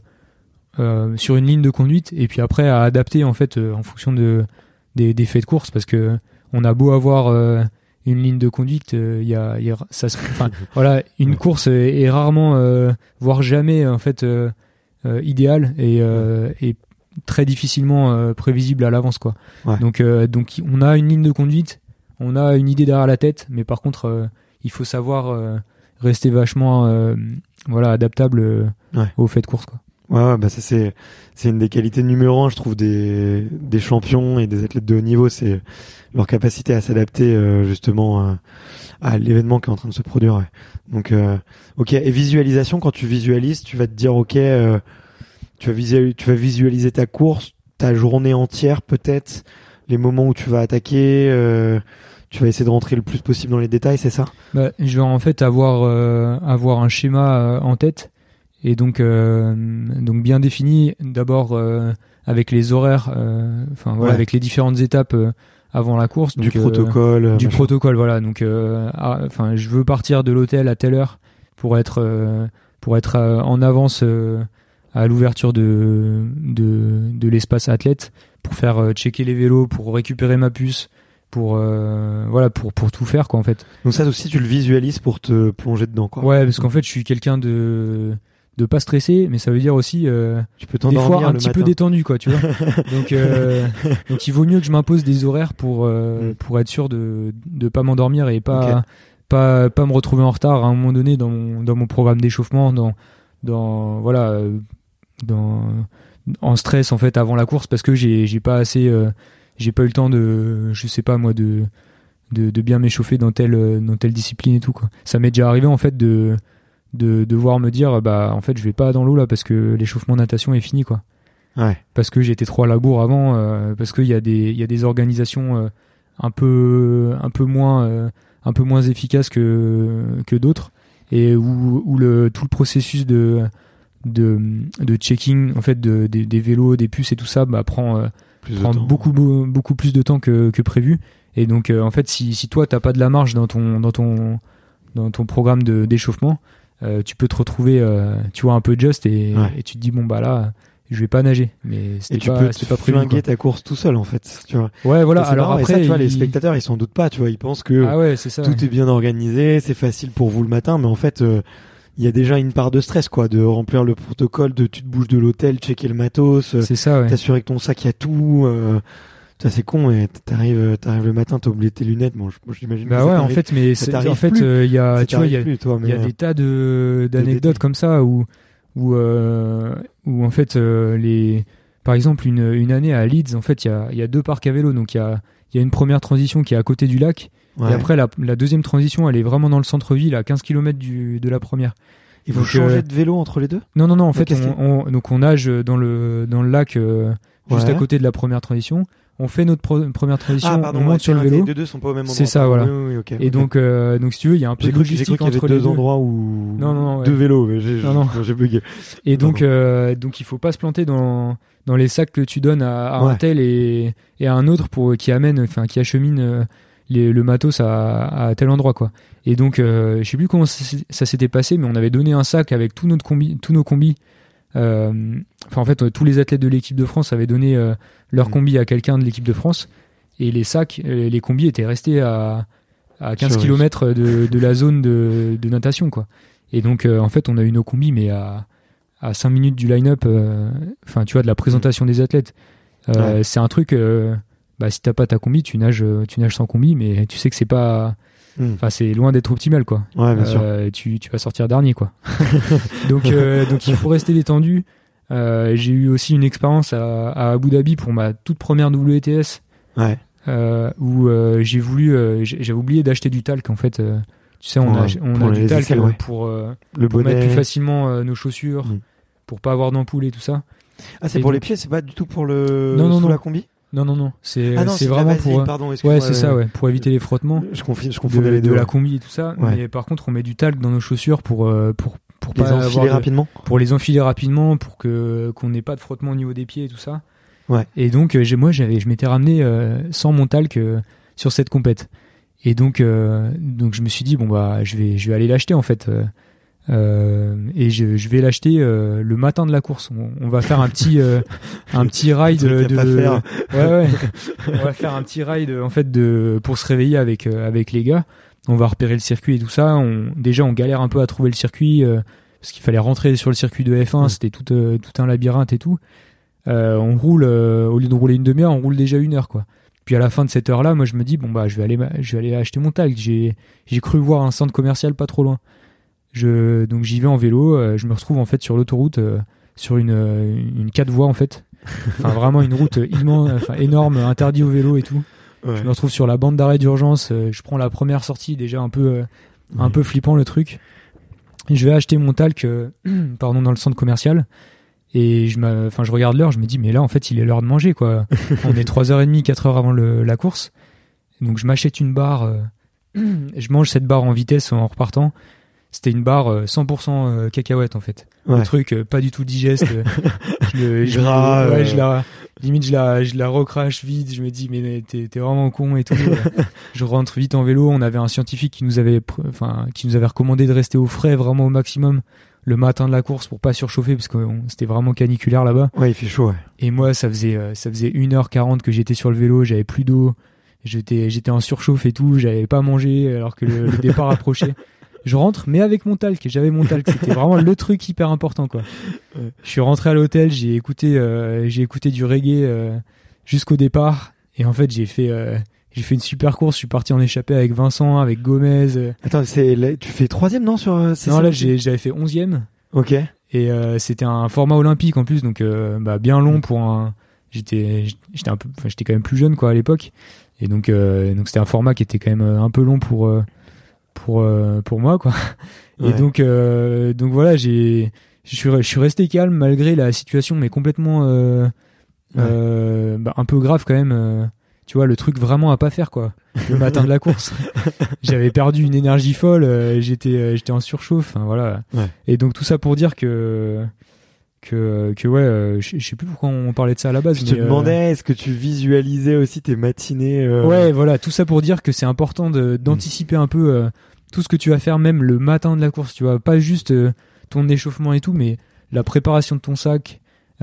[SPEAKER 3] euh, sur une ligne de conduite et puis après à adapter en fait euh, en fonction de des des faits de course parce que on a beau avoir euh, une ligne de conduite, il euh, y a, y a ça se, enfin voilà, une course est, est rarement, euh, voire jamais en fait euh, euh, idéale et, euh, et très difficilement euh, prévisible à l'avance quoi. Ouais. Donc euh, donc on a une ligne de conduite, on a une idée derrière la tête, mais par contre euh, il faut savoir euh, rester vachement euh, voilà adaptable euh, ouais. aux faits de course quoi.
[SPEAKER 1] Ouais, ouais, bah ça c'est c'est une des qualités numéro un, je trouve, des des champions et des athlètes de haut niveau, c'est leur capacité à s'adapter euh, justement euh, à l'événement qui est en train de se produire. Ouais. Donc, euh, ok. Et visualisation, quand tu visualises, tu vas te dire, ok, euh, tu vas visualiser, tu vas visualiser ta course, ta journée entière peut-être, les moments où tu vas attaquer. Euh, tu vas essayer de rentrer le plus possible dans les détails, c'est ça ?
[SPEAKER 3] Bah, je vais en fait avoir euh, avoir un schéma euh, en tête. Et donc, euh, donc bien défini d'abord euh, avec les horaires, enfin euh, voilà, ouais. avec les différentes étapes euh, avant la course. Donc,
[SPEAKER 1] du protocole.
[SPEAKER 3] Euh, du
[SPEAKER 1] machin.
[SPEAKER 3] protocole, voilà. Donc, enfin, euh, je veux partir de l'hôtel à telle heure pour être euh, pour être euh, en avance euh, à l'ouverture de de de l'espace athlète pour faire euh, checker les vélos, pour récupérer ma puce. Pour euh, voilà pour pour tout faire quoi en fait.
[SPEAKER 1] Donc ça aussi tu le visualises pour te plonger dedans quoi.
[SPEAKER 3] Ouais parce qu'en fait je suis quelqu'un de de pas stresser, mais ça veut dire aussi euh,
[SPEAKER 1] tu peux
[SPEAKER 3] des fois un petit
[SPEAKER 1] matin.
[SPEAKER 3] peu détendu quoi, tu vois. donc euh, donc il vaut mieux que je m'impose des horaires pour euh, mm. pour être sûr de de pas m'endormir et pas okay. pas pas me retrouver en retard à un moment donné dans mon dans mon programme d'échauffement, dans dans voilà euh, dans en stress en fait avant la course parce que j'ai j'ai pas assez euh, j'ai pas eu le temps de je sais pas moi de de de bien m'échauffer dans telle dans telle discipline et tout quoi. Ça m'est déjà arrivé en fait de de devoir me dire bah en fait je vais pas dans l'eau là parce que l'échauffement natation est fini quoi.
[SPEAKER 1] Ouais.
[SPEAKER 3] Parce que j'étais trop à la bourre avant euh, parce qu'il y a des il y a des organisations euh, un peu un peu moins euh, un peu moins efficaces que que d'autres et où où le tout le processus de de de checking en fait de des, des vélos, des puces et tout ça bah prend euh, prend beaucoup beaucoup plus de temps que que prévu et donc euh, en fait si si toi t'as pas de la marge dans ton dans ton dans ton programme de d'échauffement Euh, tu peux te retrouver euh, tu vois un peu just et,
[SPEAKER 1] ouais.
[SPEAKER 3] et tu te dis bon bah là je vais pas nager mais c'était
[SPEAKER 1] et tu
[SPEAKER 3] pas,
[SPEAKER 1] peux
[SPEAKER 3] c'était
[SPEAKER 1] te
[SPEAKER 3] pas prévu
[SPEAKER 1] flinguer ta course tout seul en fait tu vois.
[SPEAKER 3] Ouais voilà alors
[SPEAKER 1] marrant,
[SPEAKER 3] après
[SPEAKER 1] ça, tu vois,
[SPEAKER 3] il...
[SPEAKER 1] les spectateurs ils s'en doutent pas tu vois ils pensent que
[SPEAKER 3] ah ouais, c'est ça,
[SPEAKER 1] tout
[SPEAKER 3] ouais.
[SPEAKER 1] est bien organisé c'est facile pour vous le matin mais en fait euh, il y a déjà une part de stress quoi de remplir le protocole de tu te bouges de l'hôtel checker le matos
[SPEAKER 3] c'est ça ouais.
[SPEAKER 1] t'assurer que ton sac y a tout euh, ça c'est con mais t'arrives t'arrives le matin t'as oublié tes lunettes bon j'imagine
[SPEAKER 3] bah ouais en fait mais c'est, en fait il euh, y a ça tu vois il y a il y a des tas de d'anecdotes comme ça où où euh, où en fait euh, les par exemple une une année à Leeds en fait il y a il y a deux parcs à vélo donc il y a il y a une première transition qui est à côté du lac ouais. et après la la deuxième transition elle est vraiment dans le centre-ville à quinze kilomètres du de la première.
[SPEAKER 1] Il faut changer euh, de vélo entre les deux?
[SPEAKER 3] Non non non en donc fait on, on donc on nage dans le dans le lac euh, juste ouais. à côté de la première transition. On fait notre pro- première transition,
[SPEAKER 1] ah, pardon,
[SPEAKER 3] on monte
[SPEAKER 1] ouais,
[SPEAKER 3] sur le vélo.
[SPEAKER 1] Les deux sont pas au même endroit.
[SPEAKER 3] C'est ça, voilà.
[SPEAKER 1] Oui, oui, okay,
[SPEAKER 3] et okay. donc, euh, donc si tu veux, il y a un peu
[SPEAKER 1] j'ai
[SPEAKER 3] de
[SPEAKER 1] cru,
[SPEAKER 3] logistique
[SPEAKER 1] j'ai cru qu'il y
[SPEAKER 3] entre
[SPEAKER 1] avait
[SPEAKER 3] les
[SPEAKER 1] deux,
[SPEAKER 3] deux
[SPEAKER 1] endroits où
[SPEAKER 3] non, non, ouais.
[SPEAKER 1] deux vélos. Mais j'ai,
[SPEAKER 3] non, non.
[SPEAKER 1] j'ai bugué.
[SPEAKER 3] Et non, donc, non. Euh, donc il faut pas se planter dans dans les sacs que tu donnes à, à ouais. un tel et et à un autre pour qui amène, enfin qui achemine euh, les, le matos à, à tel endroit quoi. Et donc, euh, je sais plus comment ça, ça s'était passé, mais on avait donné un sac avec tout notre combi, tous nos combis. Euh, enfin en fait, tous les athlètes de l'équipe de France avaient donné euh, leur mmh. combi à quelqu'un de l'équipe de France. Et les sacs, les combis étaient restés à, à quinze kilomètres de, de la zone de, de natation, quoi. Et donc, euh, en fait, on a eu nos combis, mais à, à cinq minutes du line-up, enfin, euh, tu vois, de la présentation mmh. des athlètes. Euh, ouais. C'est un truc, euh, bah, si t'as pas ta combi, tu nages, tu nages sans combi, mais tu sais que c'est pas, enfin, mmh. c'est loin d'être optimal, quoi.
[SPEAKER 1] Ouais, bien
[SPEAKER 3] euh,
[SPEAKER 1] sûr.
[SPEAKER 3] Tu, tu vas sortir dernier, quoi. donc, euh, donc, il faut rester détendu. Euh, j'ai eu aussi une expérience à, à Abu Dhabi pour ma toute première W T S.
[SPEAKER 1] Ouais.
[SPEAKER 3] Euh, où euh, j'ai voulu, euh, j'avais oublié d'acheter du talc en fait. Euh, tu sais, on
[SPEAKER 1] pour,
[SPEAKER 3] a, on
[SPEAKER 1] pour
[SPEAKER 3] a du talc
[SPEAKER 1] aisselles, ouais.
[SPEAKER 3] pour, euh,
[SPEAKER 1] le
[SPEAKER 3] pour
[SPEAKER 1] bonnet.
[SPEAKER 3] mettre plus facilement euh, nos chaussures,
[SPEAKER 1] mmh.
[SPEAKER 3] pour pas avoir d'ampoule et tout ça.
[SPEAKER 1] Ah, c'est
[SPEAKER 3] et
[SPEAKER 1] pour
[SPEAKER 3] donc...
[SPEAKER 1] les pieds, c'est pas du tout pour le
[SPEAKER 3] non, non,
[SPEAKER 1] sous
[SPEAKER 3] non.
[SPEAKER 1] la combi.
[SPEAKER 3] Non, non, non. C'est,
[SPEAKER 1] ah non,
[SPEAKER 3] c'est,
[SPEAKER 1] c'est
[SPEAKER 3] vraiment
[SPEAKER 1] vaseline,
[SPEAKER 3] pour.
[SPEAKER 1] Pardon,
[SPEAKER 3] ouais, c'est
[SPEAKER 1] ouais,
[SPEAKER 3] ça, ouais, pour éviter les frottements.
[SPEAKER 1] Je confondais, je
[SPEAKER 3] de,
[SPEAKER 1] confondais les deux.
[SPEAKER 3] De la
[SPEAKER 1] ouais.
[SPEAKER 3] combi et tout ça.
[SPEAKER 1] Ouais.
[SPEAKER 3] Mais par contre, on met du talc dans nos chaussures pour euh, pour pour
[SPEAKER 1] les
[SPEAKER 3] pas
[SPEAKER 1] enfiler
[SPEAKER 3] avoir de,
[SPEAKER 1] rapidement.
[SPEAKER 3] pour les enfiler rapidement, pour que qu'on n'ait pas de frottement au niveau des pieds et tout ça.
[SPEAKER 1] Ouais.
[SPEAKER 3] Et donc, j'ai, moi, j'avais, je m'étais ramené euh, sans mon talc euh, sur cette compète. Et donc, euh, donc, je me suis dit bon bah, je vais, je vais aller l'acheter en fait. Euh, euh, et je, je vais l'acheter euh, le matin de la course. On, on va faire un petit, euh, un petit ride de.
[SPEAKER 1] de... Pas faire.
[SPEAKER 3] Ouais, ouais. On va faire un petit ride en fait de pour se réveiller avec euh, avec les gars. On va repérer le circuit et tout ça. On, déjà, on galère un peu à trouver le circuit euh, parce qu'il fallait rentrer sur le circuit de F un. Mmh. C'était tout, euh, tout un labyrinthe et tout. Euh, on roule euh, au lieu de rouler une demi-heure, on roule déjà une heure quoi. Puis à la fin de cette heure-là, moi je me dis bon bah je vais aller, je vais aller acheter mon talc. J'ai, j'ai cru voir un centre commercial pas trop loin. Je, donc j'y vais en vélo. Euh, je me retrouve en fait sur l'autoroute, euh, sur une euh, une quatre voies en fait. Enfin vraiment une route immense, enfin énorme, interdit au vélo et tout. Ouais. Je me retrouve sur la bande d'arrêt d'urgence. Euh, je prends la première sortie, déjà un peu euh, un ouais. peu flippant le truc. Et je vais acheter mon talc, euh, pardon, dans le centre commercial. Et je, enfin, je regarde l'heure, je me dis, mais là, en fait, il est l'heure de manger, quoi. On est trois heures trente, quatre heures avant le, la course. Donc, je m'achète une barre, euh, je mange cette barre en vitesse en repartant. C'était une barre euh, cent pour cent euh, cacahuète, en fait. Ouais. Le truc, euh, pas du tout digeste. Euh, je, je,
[SPEAKER 1] Gras,
[SPEAKER 3] ouais,
[SPEAKER 1] euh...
[SPEAKER 3] je la, limite, je la, je la recrache vite. Je me dis, mais t'es, t'es vraiment con et tout. Je rentre vite en vélo. On avait un scientifique qui nous avait, enfin, qui nous avait recommandé de rester au frais vraiment au maximum le matin de la course pour pas surchauffer parce que on, c'était vraiment caniculaire là-bas.
[SPEAKER 1] Ouais, il fait chaud, ouais.
[SPEAKER 3] Et moi, ça faisait, euh, ça faisait une heure quarante que j'étais sur le vélo, j'avais plus d'eau, j'étais, j'étais en surchauffe et tout, j'avais pas mangé alors que le, le départ approchait. Je rentre, mais avec mon talc, j'avais mon talc, c'était vraiment le truc hyper important, quoi. Ouais. Je suis rentré à l'hôtel, j'ai écouté, euh, j'ai écouté du reggae, euh, jusqu'au départ, et en fait, j'ai fait, euh, j'ai fait une super course, je suis parti en échappée avec Vincent, avec Gomez.
[SPEAKER 1] Attends, c'est là, tu fais troisième, non, sur euh,
[SPEAKER 3] Non, là, j'ai, j'avais fait onzième.
[SPEAKER 1] Ok.
[SPEAKER 3] Et euh, c'était un format olympique en plus, donc euh, bah, bien long pour un. J'étais, j'étais un peu, enfin, j'étais quand même plus jeune, quoi, à l'époque. Et donc, euh, donc c'était un format qui était quand même un peu long pour, euh, pour, euh, pour moi, quoi. Et ouais. donc, euh, donc voilà, j'ai, je suis, je suis resté calme malgré la situation, mais complètement, euh, ouais. euh, bah, un peu grave quand même. Euh, Tu vois, le truc vraiment à pas faire, quoi. Le matin de la course. J'avais perdu une énergie folle, euh, j'étais, euh, j'étais en surchauffe, enfin, voilà. Ouais. Et donc, tout ça pour dire que, que, que ouais, euh, je sais plus pourquoi on parlait de ça à la base.
[SPEAKER 1] Je
[SPEAKER 3] mais,
[SPEAKER 1] te
[SPEAKER 3] euh...
[SPEAKER 1] demandais, est-ce que tu visualisais aussi tes matinées euh...
[SPEAKER 3] Ouais, voilà, tout ça pour dire que c'est important de, d'anticiper mmh. un peu euh, tout ce que tu vas faire, même le matin de la course, tu vois. Pas juste euh, ton échauffement et tout, mais la préparation de ton sac,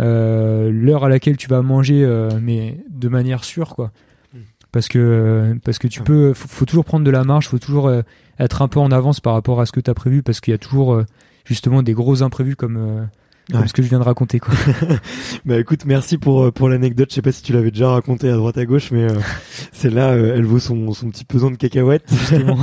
[SPEAKER 3] euh, l'heure à laquelle tu vas manger, euh, mais de manière sûre, quoi. Parce que parce que tu peux, faut, faut toujours prendre de la marge, faut toujours euh, être un peu en avance par rapport à ce que t'as prévu, parce qu'il y a toujours euh, justement des gros imprévus comme euh, comme ouais. ce que je viens de raconter, quoi.
[SPEAKER 1] Bah écoute, merci pour pour l'anecdote. Je sais pas si tu l'avais déjà raconté à droite à gauche, mais euh, celle-là, euh, elle vaut son son petit pesant de cacahuètes, justement.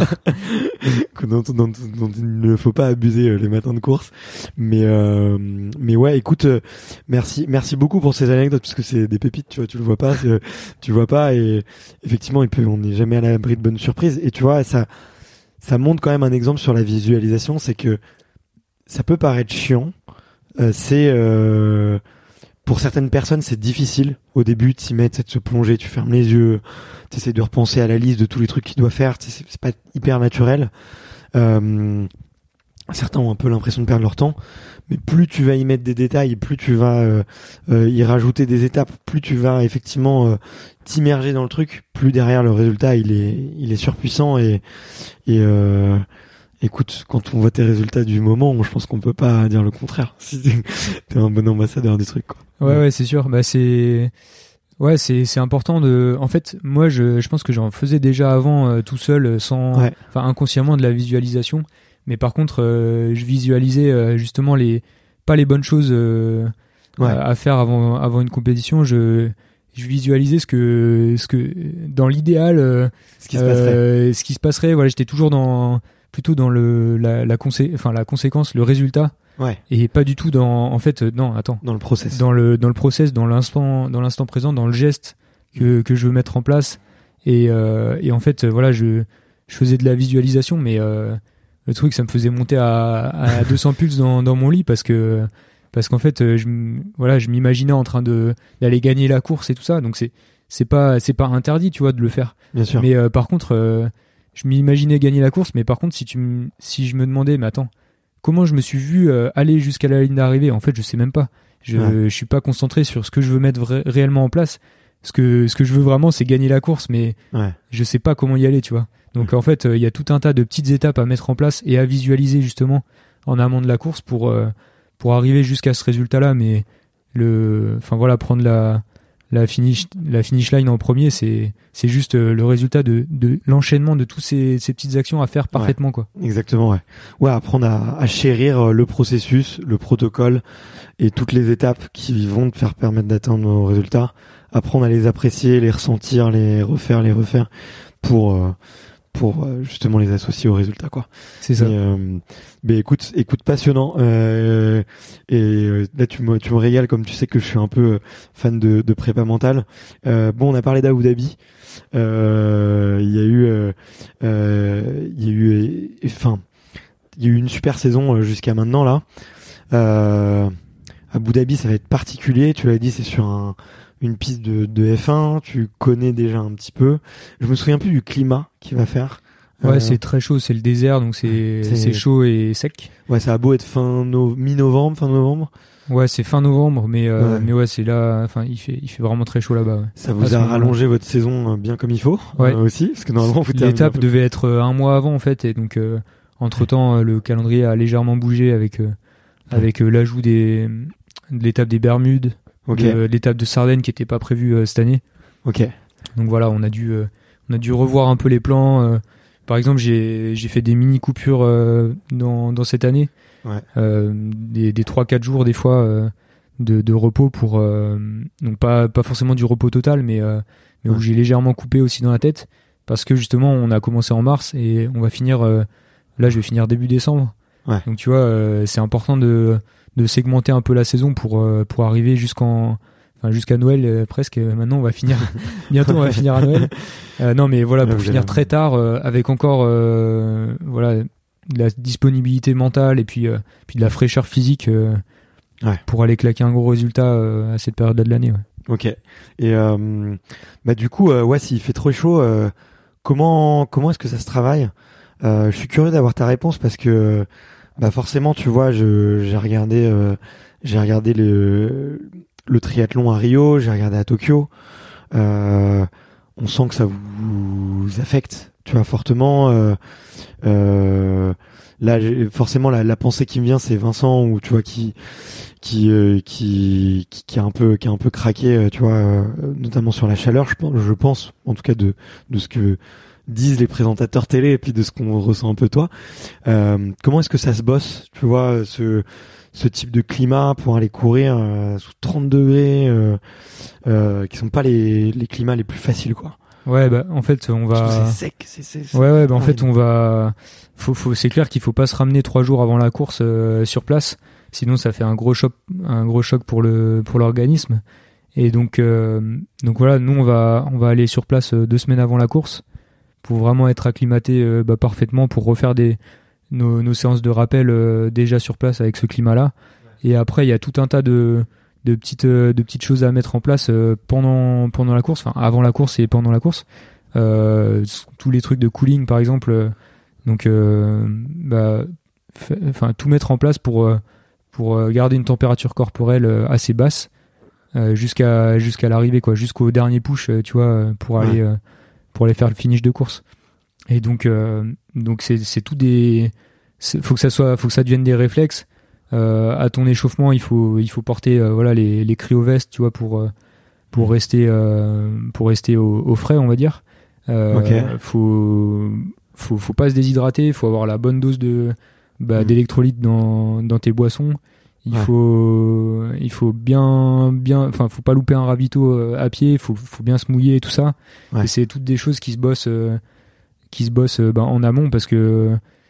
[SPEAKER 1] dont, dont, dont il ne faut pas abuser euh, les matins de course. Mais euh, mais ouais, écoute, euh, merci merci beaucoup pour ces anecdotes, parce que c'est des pépites, tu vois, tu le vois pas, tu vois pas, et effectivement, il peut, on n'est jamais à l'abri de bonnes surprises. Et tu vois, ça ça montre quand même un exemple sur la visualisation, c'est que ça peut paraître chiant. Euh, c'est euh, pour certaines personnes c'est difficile au début de s'y mettre, c'est de se plonger, tu fermes les yeux, tu essaies de repenser à la liste de tous les trucs qu'il doit faire, c'est, c'est pas hyper naturel. Euh, certains ont un peu l'impression de perdre leur temps, mais plus tu vas y mettre des détails, plus tu vas euh, euh, y rajouter des étapes, plus tu vas effectivement euh, t'immerger dans le truc, plus derrière le résultat il est il est surpuissant. Et et euh, écoute, quand on voit tes résultats du moment, je pense qu'on peut pas dire le contraire. Si t'es un bon ambassadeur du truc, quoi.
[SPEAKER 3] Ouais, ouais, c'est sûr. Bah, c'est, ouais, c'est, c'est important de, en fait, moi, je, je pense que j'en faisais déjà avant, euh, tout seul, sans,
[SPEAKER 1] ouais.
[SPEAKER 3] enfin, inconsciemment de la visualisation. Mais par contre, euh, je visualisais, euh, justement les, pas les bonnes choses, euh, ouais. à, à faire avant, avant une compétition. Je, je visualisais ce que, ce que, dans l'idéal, euh,
[SPEAKER 1] ce qui se passerait.
[SPEAKER 3] Euh, ce qui se passerait. Voilà, j'étais toujours dans, plutôt dans le la la consé- enfin la conséquence, le résultat.
[SPEAKER 1] Ouais.
[SPEAKER 3] Et pas du tout dans en fait euh, non attends
[SPEAKER 1] Dans le process.
[SPEAKER 3] dans le dans le process, dans l'instant dans l'instant présent, dans le geste que que je veux mettre en place. Et euh, et en fait euh, voilà je je faisais de la visualisation, mais euh, le truc ça me faisait monter à à deux cents pulses dans dans mon lit parce que parce qu'en fait euh, je m- voilà je m'imaginais en train de d'aller gagner la course et tout ça. Donc c'est c'est pas c'est pas interdit, tu vois, de le faire.
[SPEAKER 1] Bien sûr.
[SPEAKER 3] Mais euh, par contre euh, je m'imaginais gagner la course, mais par contre si tu m- si je me demandais mais attends, comment je me suis vu euh, aller jusqu'à la ligne d'arrivée, en fait je sais même pas. Je
[SPEAKER 1] Ouais.
[SPEAKER 3] je suis pas concentré sur ce que je veux mettre vra- réellement en place. Ce que ce que je veux vraiment c'est gagner la course, mais
[SPEAKER 1] Ouais.
[SPEAKER 3] je sais pas comment y aller, tu vois. Donc en fait, il euh, y a tout un tas de petites étapes à mettre en place et à visualiser justement en amont de la course pour euh, pour arriver jusqu'à ce résultat-là. Mais le, enfin voilà, prendre la la finish la finish line en premier, c'est c'est juste euh, le résultat de de l'enchaînement de tous ces ces petites actions à faire parfaitement, quoi.
[SPEAKER 1] Exactement, ouais. Ouais, apprendre à, à chérir le processus, le protocole et toutes les étapes qui vont te faire permettre d'atteindre nos résultats. Apprendre à les apprécier, les ressentir, les refaire, les refaire pour euh, pour euh, justement les associer aux résultats, quoi.
[SPEAKER 3] C'est ça.
[SPEAKER 1] Et, euh, mais écoute, écoute, passionnant. Euh, et euh, là, tu me tu me régales, comme tu sais que je suis un peu fan de, de prépa mentale. Euh, bon, on a parlé d'Abu Dhabi. Euh, Il y a eu, euh, euh, il y a eu, enfin, il y a eu une super saison jusqu'à maintenant là. Euh, Abu Dhabi, ça va être particulier. Tu l'as dit, c'est sur un une piste de, de F un, tu connais déjà un petit peu. Je me souviens plus du climat qu'il va faire.
[SPEAKER 3] Ouais,
[SPEAKER 1] Euh,
[SPEAKER 3] c'est très chaud, c'est le désert, donc c'est
[SPEAKER 1] c'est-
[SPEAKER 3] c'est chaud et sec.
[SPEAKER 1] Ouais, ça a beau être fin no- mi-novembre, fin novembre.
[SPEAKER 3] Ouais, c'est fin novembre, mais euh,
[SPEAKER 1] Ouais.
[SPEAKER 3] mais ouais, c'est là, enfin, il fait il fait vraiment très chaud là-bas. Ouais.
[SPEAKER 1] Ça
[SPEAKER 3] À
[SPEAKER 1] vous
[SPEAKER 3] ce
[SPEAKER 1] a
[SPEAKER 3] moment-là.
[SPEAKER 1] rallongé votre saison euh, bien comme il faut,
[SPEAKER 3] Ouais.
[SPEAKER 1] euh, aussi, parce que normalement vous terminez un
[SPEAKER 3] L'étape
[SPEAKER 1] peu-
[SPEAKER 3] devait être euh, un mois avant en fait, et donc euh, entre temps le calendrier a légèrement bougé avec euh, avec euh, l'ajout des de l'étape des Bermudes,
[SPEAKER 1] Ok,
[SPEAKER 3] de l'étape de Sardaigne qui était pas prévue euh, cette année.
[SPEAKER 1] ok,
[SPEAKER 3] Donc voilà, on a dû euh, on a dû revoir un peu les plans. euh. Par exemple, j'ai j'ai fait des mini coupures euh, dans dans cette année,
[SPEAKER 1] Ouais.
[SPEAKER 3] euh, des des trois quatre jours des fois euh, de de repos pour euh, donc pas pas forcément du repos total, mais euh, mais
[SPEAKER 1] Ouais.
[SPEAKER 3] où j'ai légèrement coupé aussi dans la tête parce que justement on a commencé en mars et on va finir euh, là je vais finir début décembre.
[SPEAKER 1] Ouais.
[SPEAKER 3] Donc tu vois, euh, c'est important de de segmenter un peu la saison pour euh, pour arriver jusqu'en enfin jusqu'à Noël euh, presque. Maintenant on va finir bientôt on va finir à Noël. Euh, non mais voilà,
[SPEAKER 1] Ouais,
[SPEAKER 3] pour
[SPEAKER 1] vous
[SPEAKER 3] finir
[SPEAKER 1] allez-
[SPEAKER 3] très tard euh, avec encore euh, voilà de la disponibilité mentale et puis euh, puis de la fraîcheur physique euh,
[SPEAKER 1] Ouais.
[SPEAKER 3] pour aller claquer un gros résultat euh, à cette période-là de l'année. Ouais.
[SPEAKER 1] ok. Et euh, bah du coup, euh, ouais, s'il fait trop chaud, euh, comment comment est-ce que ça se travaille? Euh, je suis curieux d'avoir ta réponse parce que bah forcément, tu vois, je j'ai regardé euh, j'ai regardé le le triathlon à Rio, j'ai regardé à Tokyo. Euh, on sent que ça vous affecte, tu vois, fortement. Euh, euh, là, j'ai- forcément, la, la pensée qui me vient, c'est Vincent, ou tu vois, qui qui euh, qui, qui qui a un peu qui a un peu craqué, euh, tu vois, euh, notamment sur la chaleur. Je pense, je pense, en tout cas de de ce que disent les présentateurs télé et puis de ce qu'on ressent un peu toi. Euh, comment est-ce que ça se bosse, tu vois, ce ce type de climat pour aller courir euh, sous trente degrés, euh, euh, qui sont pas les les climats les plus faciles, quoi.
[SPEAKER 3] Ouais, bah en fait on
[SPEAKER 1] Parce que
[SPEAKER 3] va
[SPEAKER 1] c'est sec, c'est c'est. c'est-
[SPEAKER 3] Ouais, ouais, bah en
[SPEAKER 1] Ah,
[SPEAKER 3] fait,
[SPEAKER 1] oui.
[SPEAKER 3] on va. Faut, faut, c'est clair qu'il faut pas se ramener trois jours avant la course euh, sur place, sinon ça fait un gros choc, un gros choc pour le pour l'organisme. Et donc, euh, donc voilà, nous on va on va aller sur place euh, deux semaines avant la course pour vraiment être acclimaté euh, bah, parfaitement pour refaire des nos, nos séances de rappel euh, déjà sur place avec ce climat-là. Et après, il y a tout un tas de de petites euh, de petites choses à mettre en place euh, pendant pendant la course, enfin avant la course et pendant la course. Euh, tous les trucs de cooling par exemple, euh, donc euh, bah enfin tout mettre en place pour euh, pour euh, garder une température corporelle euh, assez basse euh, jusqu'à jusqu'à l'arrivée, quoi, jusqu'au dernier push, euh, tu vois, euh, pour aller
[SPEAKER 1] Ouais.
[SPEAKER 3] euh, pour aller faire le finish de course. Et donc euh, donc c'est c'est tout des c'est, faut que ça soit faut que ça devienne des réflexes. Euh, à ton échauffement, il faut il faut porter euh, voilà les les cryo-vestes, tu vois, pour euh, pour rester euh, pour rester au, au frais, on va dire. Euh,
[SPEAKER 1] Ok.
[SPEAKER 3] faut faut faut pas se déshydrater, faut avoir la bonne dose de bah,
[SPEAKER 1] Mm.
[SPEAKER 3] d'électrolytes dans dans tes boissons. Il
[SPEAKER 1] Ouais.
[SPEAKER 3] faut il faut bien bien enfin faut pas louper un ravito euh, à pied, faut faut bien se mouiller et tout ça.
[SPEAKER 1] Ouais.
[SPEAKER 3] Et c'est toutes des choses qui se bossent euh, qui se bossent euh, bah, en amont parce que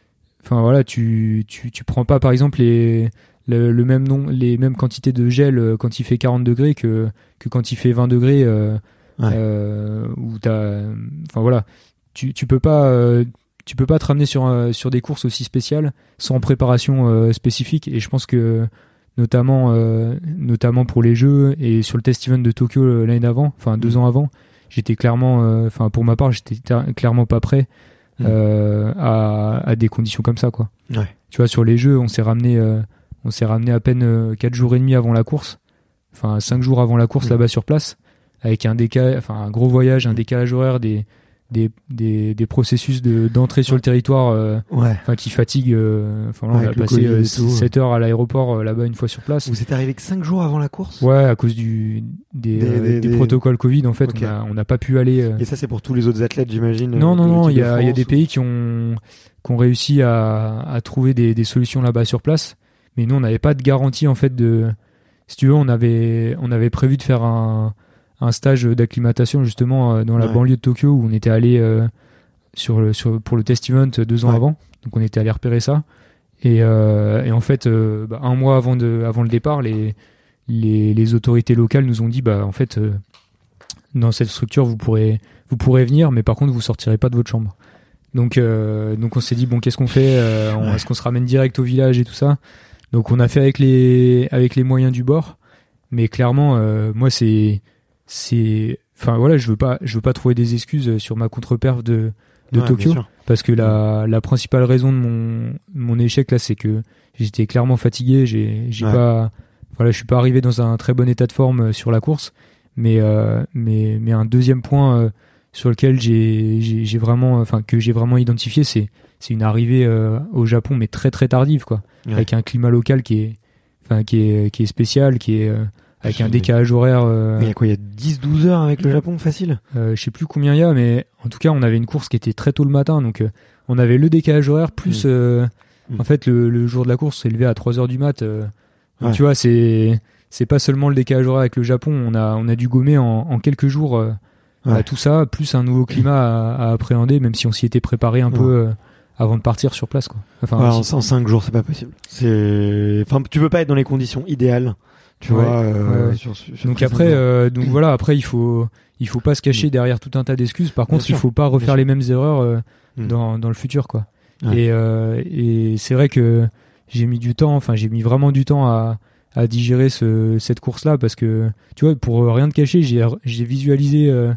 [SPEAKER 3] enfin voilà, tu tu tu prends pas par exemple les le, le même nom, les mêmes quantités de gel quand il fait quarante degrés que que quand il fait vingt degrés. Euh, ouais. euh, où t'as, enfin voilà, tu tu peux pas euh, tu peux pas te ramener sur euh, sur des courses aussi spéciales sans préparation euh, spécifique. Et je pense que notamment euh, notamment pour les Jeux et sur le test event de Tokyo euh, l'année d'avant, enfin deux mmh. ans avant, j'étais clairement, enfin euh, pour ma part, j'étais ter- clairement pas prêt mmh. euh, à à des conditions comme ça, quoi.
[SPEAKER 1] Ouais.
[SPEAKER 3] Tu vois, sur les Jeux, on s'est ramené euh, on s'est ramené à peine euh, quatre jours et demi avant la course, enfin cinq jours avant la course mmh. là-bas sur place, avec un décalage, enfin un gros voyage, un décalage horaire, des des des des processus de d'entrée sur le territoire euh, ouais. enfin qui fatiguent. Enfin euh, là, on a passé euh, sept heures à l'aéroport euh, là-bas une fois sur place.
[SPEAKER 1] Vous êtes arrivé que cinq jours avant la course?
[SPEAKER 3] Ouais, à cause du des des, euh, des, des, des protocoles Covid en fait. Okay. on a on n'a pas pu aller euh...
[SPEAKER 1] Et ça c'est pour tous les autres athlètes, j'imagine?
[SPEAKER 3] Non non non, il y a il y a des pays qui ont qui ont réussi à à trouver des des solutions là-bas sur place, mais nous on n'avait pas de garantie en fait de, si tu veux, on avait on avait prévu de faire un un stage d'acclimatation justement dans la ouais. banlieue de Tokyo où on était allé euh, sur le sur pour le test event deux ans ouais. avant, donc on était allé repérer ça et euh, et en fait euh, bah, un mois avant de avant le départ, les les les autorités locales nous ont dit bah en fait euh, dans cette structure vous pourrez vous pourrez venir, mais par contre vous sortirez pas de votre chambre. Donc euh, donc on s'est dit bon, qu'est-ce qu'on fait, euh, on, ouais. est-ce qu'on se ramène direct au village et tout ça? Donc on a fait avec les avec les moyens du bord, mais clairement euh, moi c'est c'est enfin voilà, je veux pas je veux pas trouver des excuses sur ma contre-perf de de ouais, Tokyo, parce que la la principale raison de mon mon échec là, c'est que j'étais clairement fatigué, j'ai j'ai ouais. pas voilà, je suis pas arrivé dans un très bon état de forme sur la course, mais euh, mais mais un deuxième point euh, sur lequel j'ai j'ai j'ai vraiment enfin que j'ai vraiment identifié, c'est c'est une arrivée euh, au Japon mais très très tardive, quoi, ouais. avec un climat local qui est enfin qui est qui est spécial, qui est euh, avec un décalage horaire. Euh,
[SPEAKER 1] mais il y a quoi, il y a dix douze heures avec le Japon, facile?
[SPEAKER 3] euh, Je sais plus combien il y a, mais en tout cas, on avait une course qui était très tôt le matin, donc euh, on avait le décalage horaire, plus mmh. Euh, mmh. en fait, le, le jour de la course s'est levé à trois heures du mat. Euh, donc, ouais. tu vois, c'est c'est pas seulement le décalage horaire avec le Japon, on a, on a dû gommer en, en quelques jours euh, ouais. tout ça, plus un nouveau climat à, à appréhender, même si on s'y était préparé un ouais. peu euh, avant de partir sur place, quoi. Enfin,
[SPEAKER 1] ouais, en, en cinq jours, c'est pas possible. C'est... Enfin, tu peux pas être dans les conditions idéales. Tu
[SPEAKER 3] ouais,
[SPEAKER 1] vois, euh,
[SPEAKER 3] ouais.
[SPEAKER 1] sur, sur
[SPEAKER 3] donc après, euh, donc voilà, après il faut, il faut pas se cacher derrière tout un tas d'excuses. Par contre, il faut pas refaire les mêmes erreurs euh, mmh. dans dans le futur, quoi. Ouais. Et euh, et c'est vrai que j'ai mis du temps, enfin j'ai mis vraiment du temps à à digérer ce cette course-là, parce que tu vois, pour rien te cacher, j'ai j'ai visualisé euh,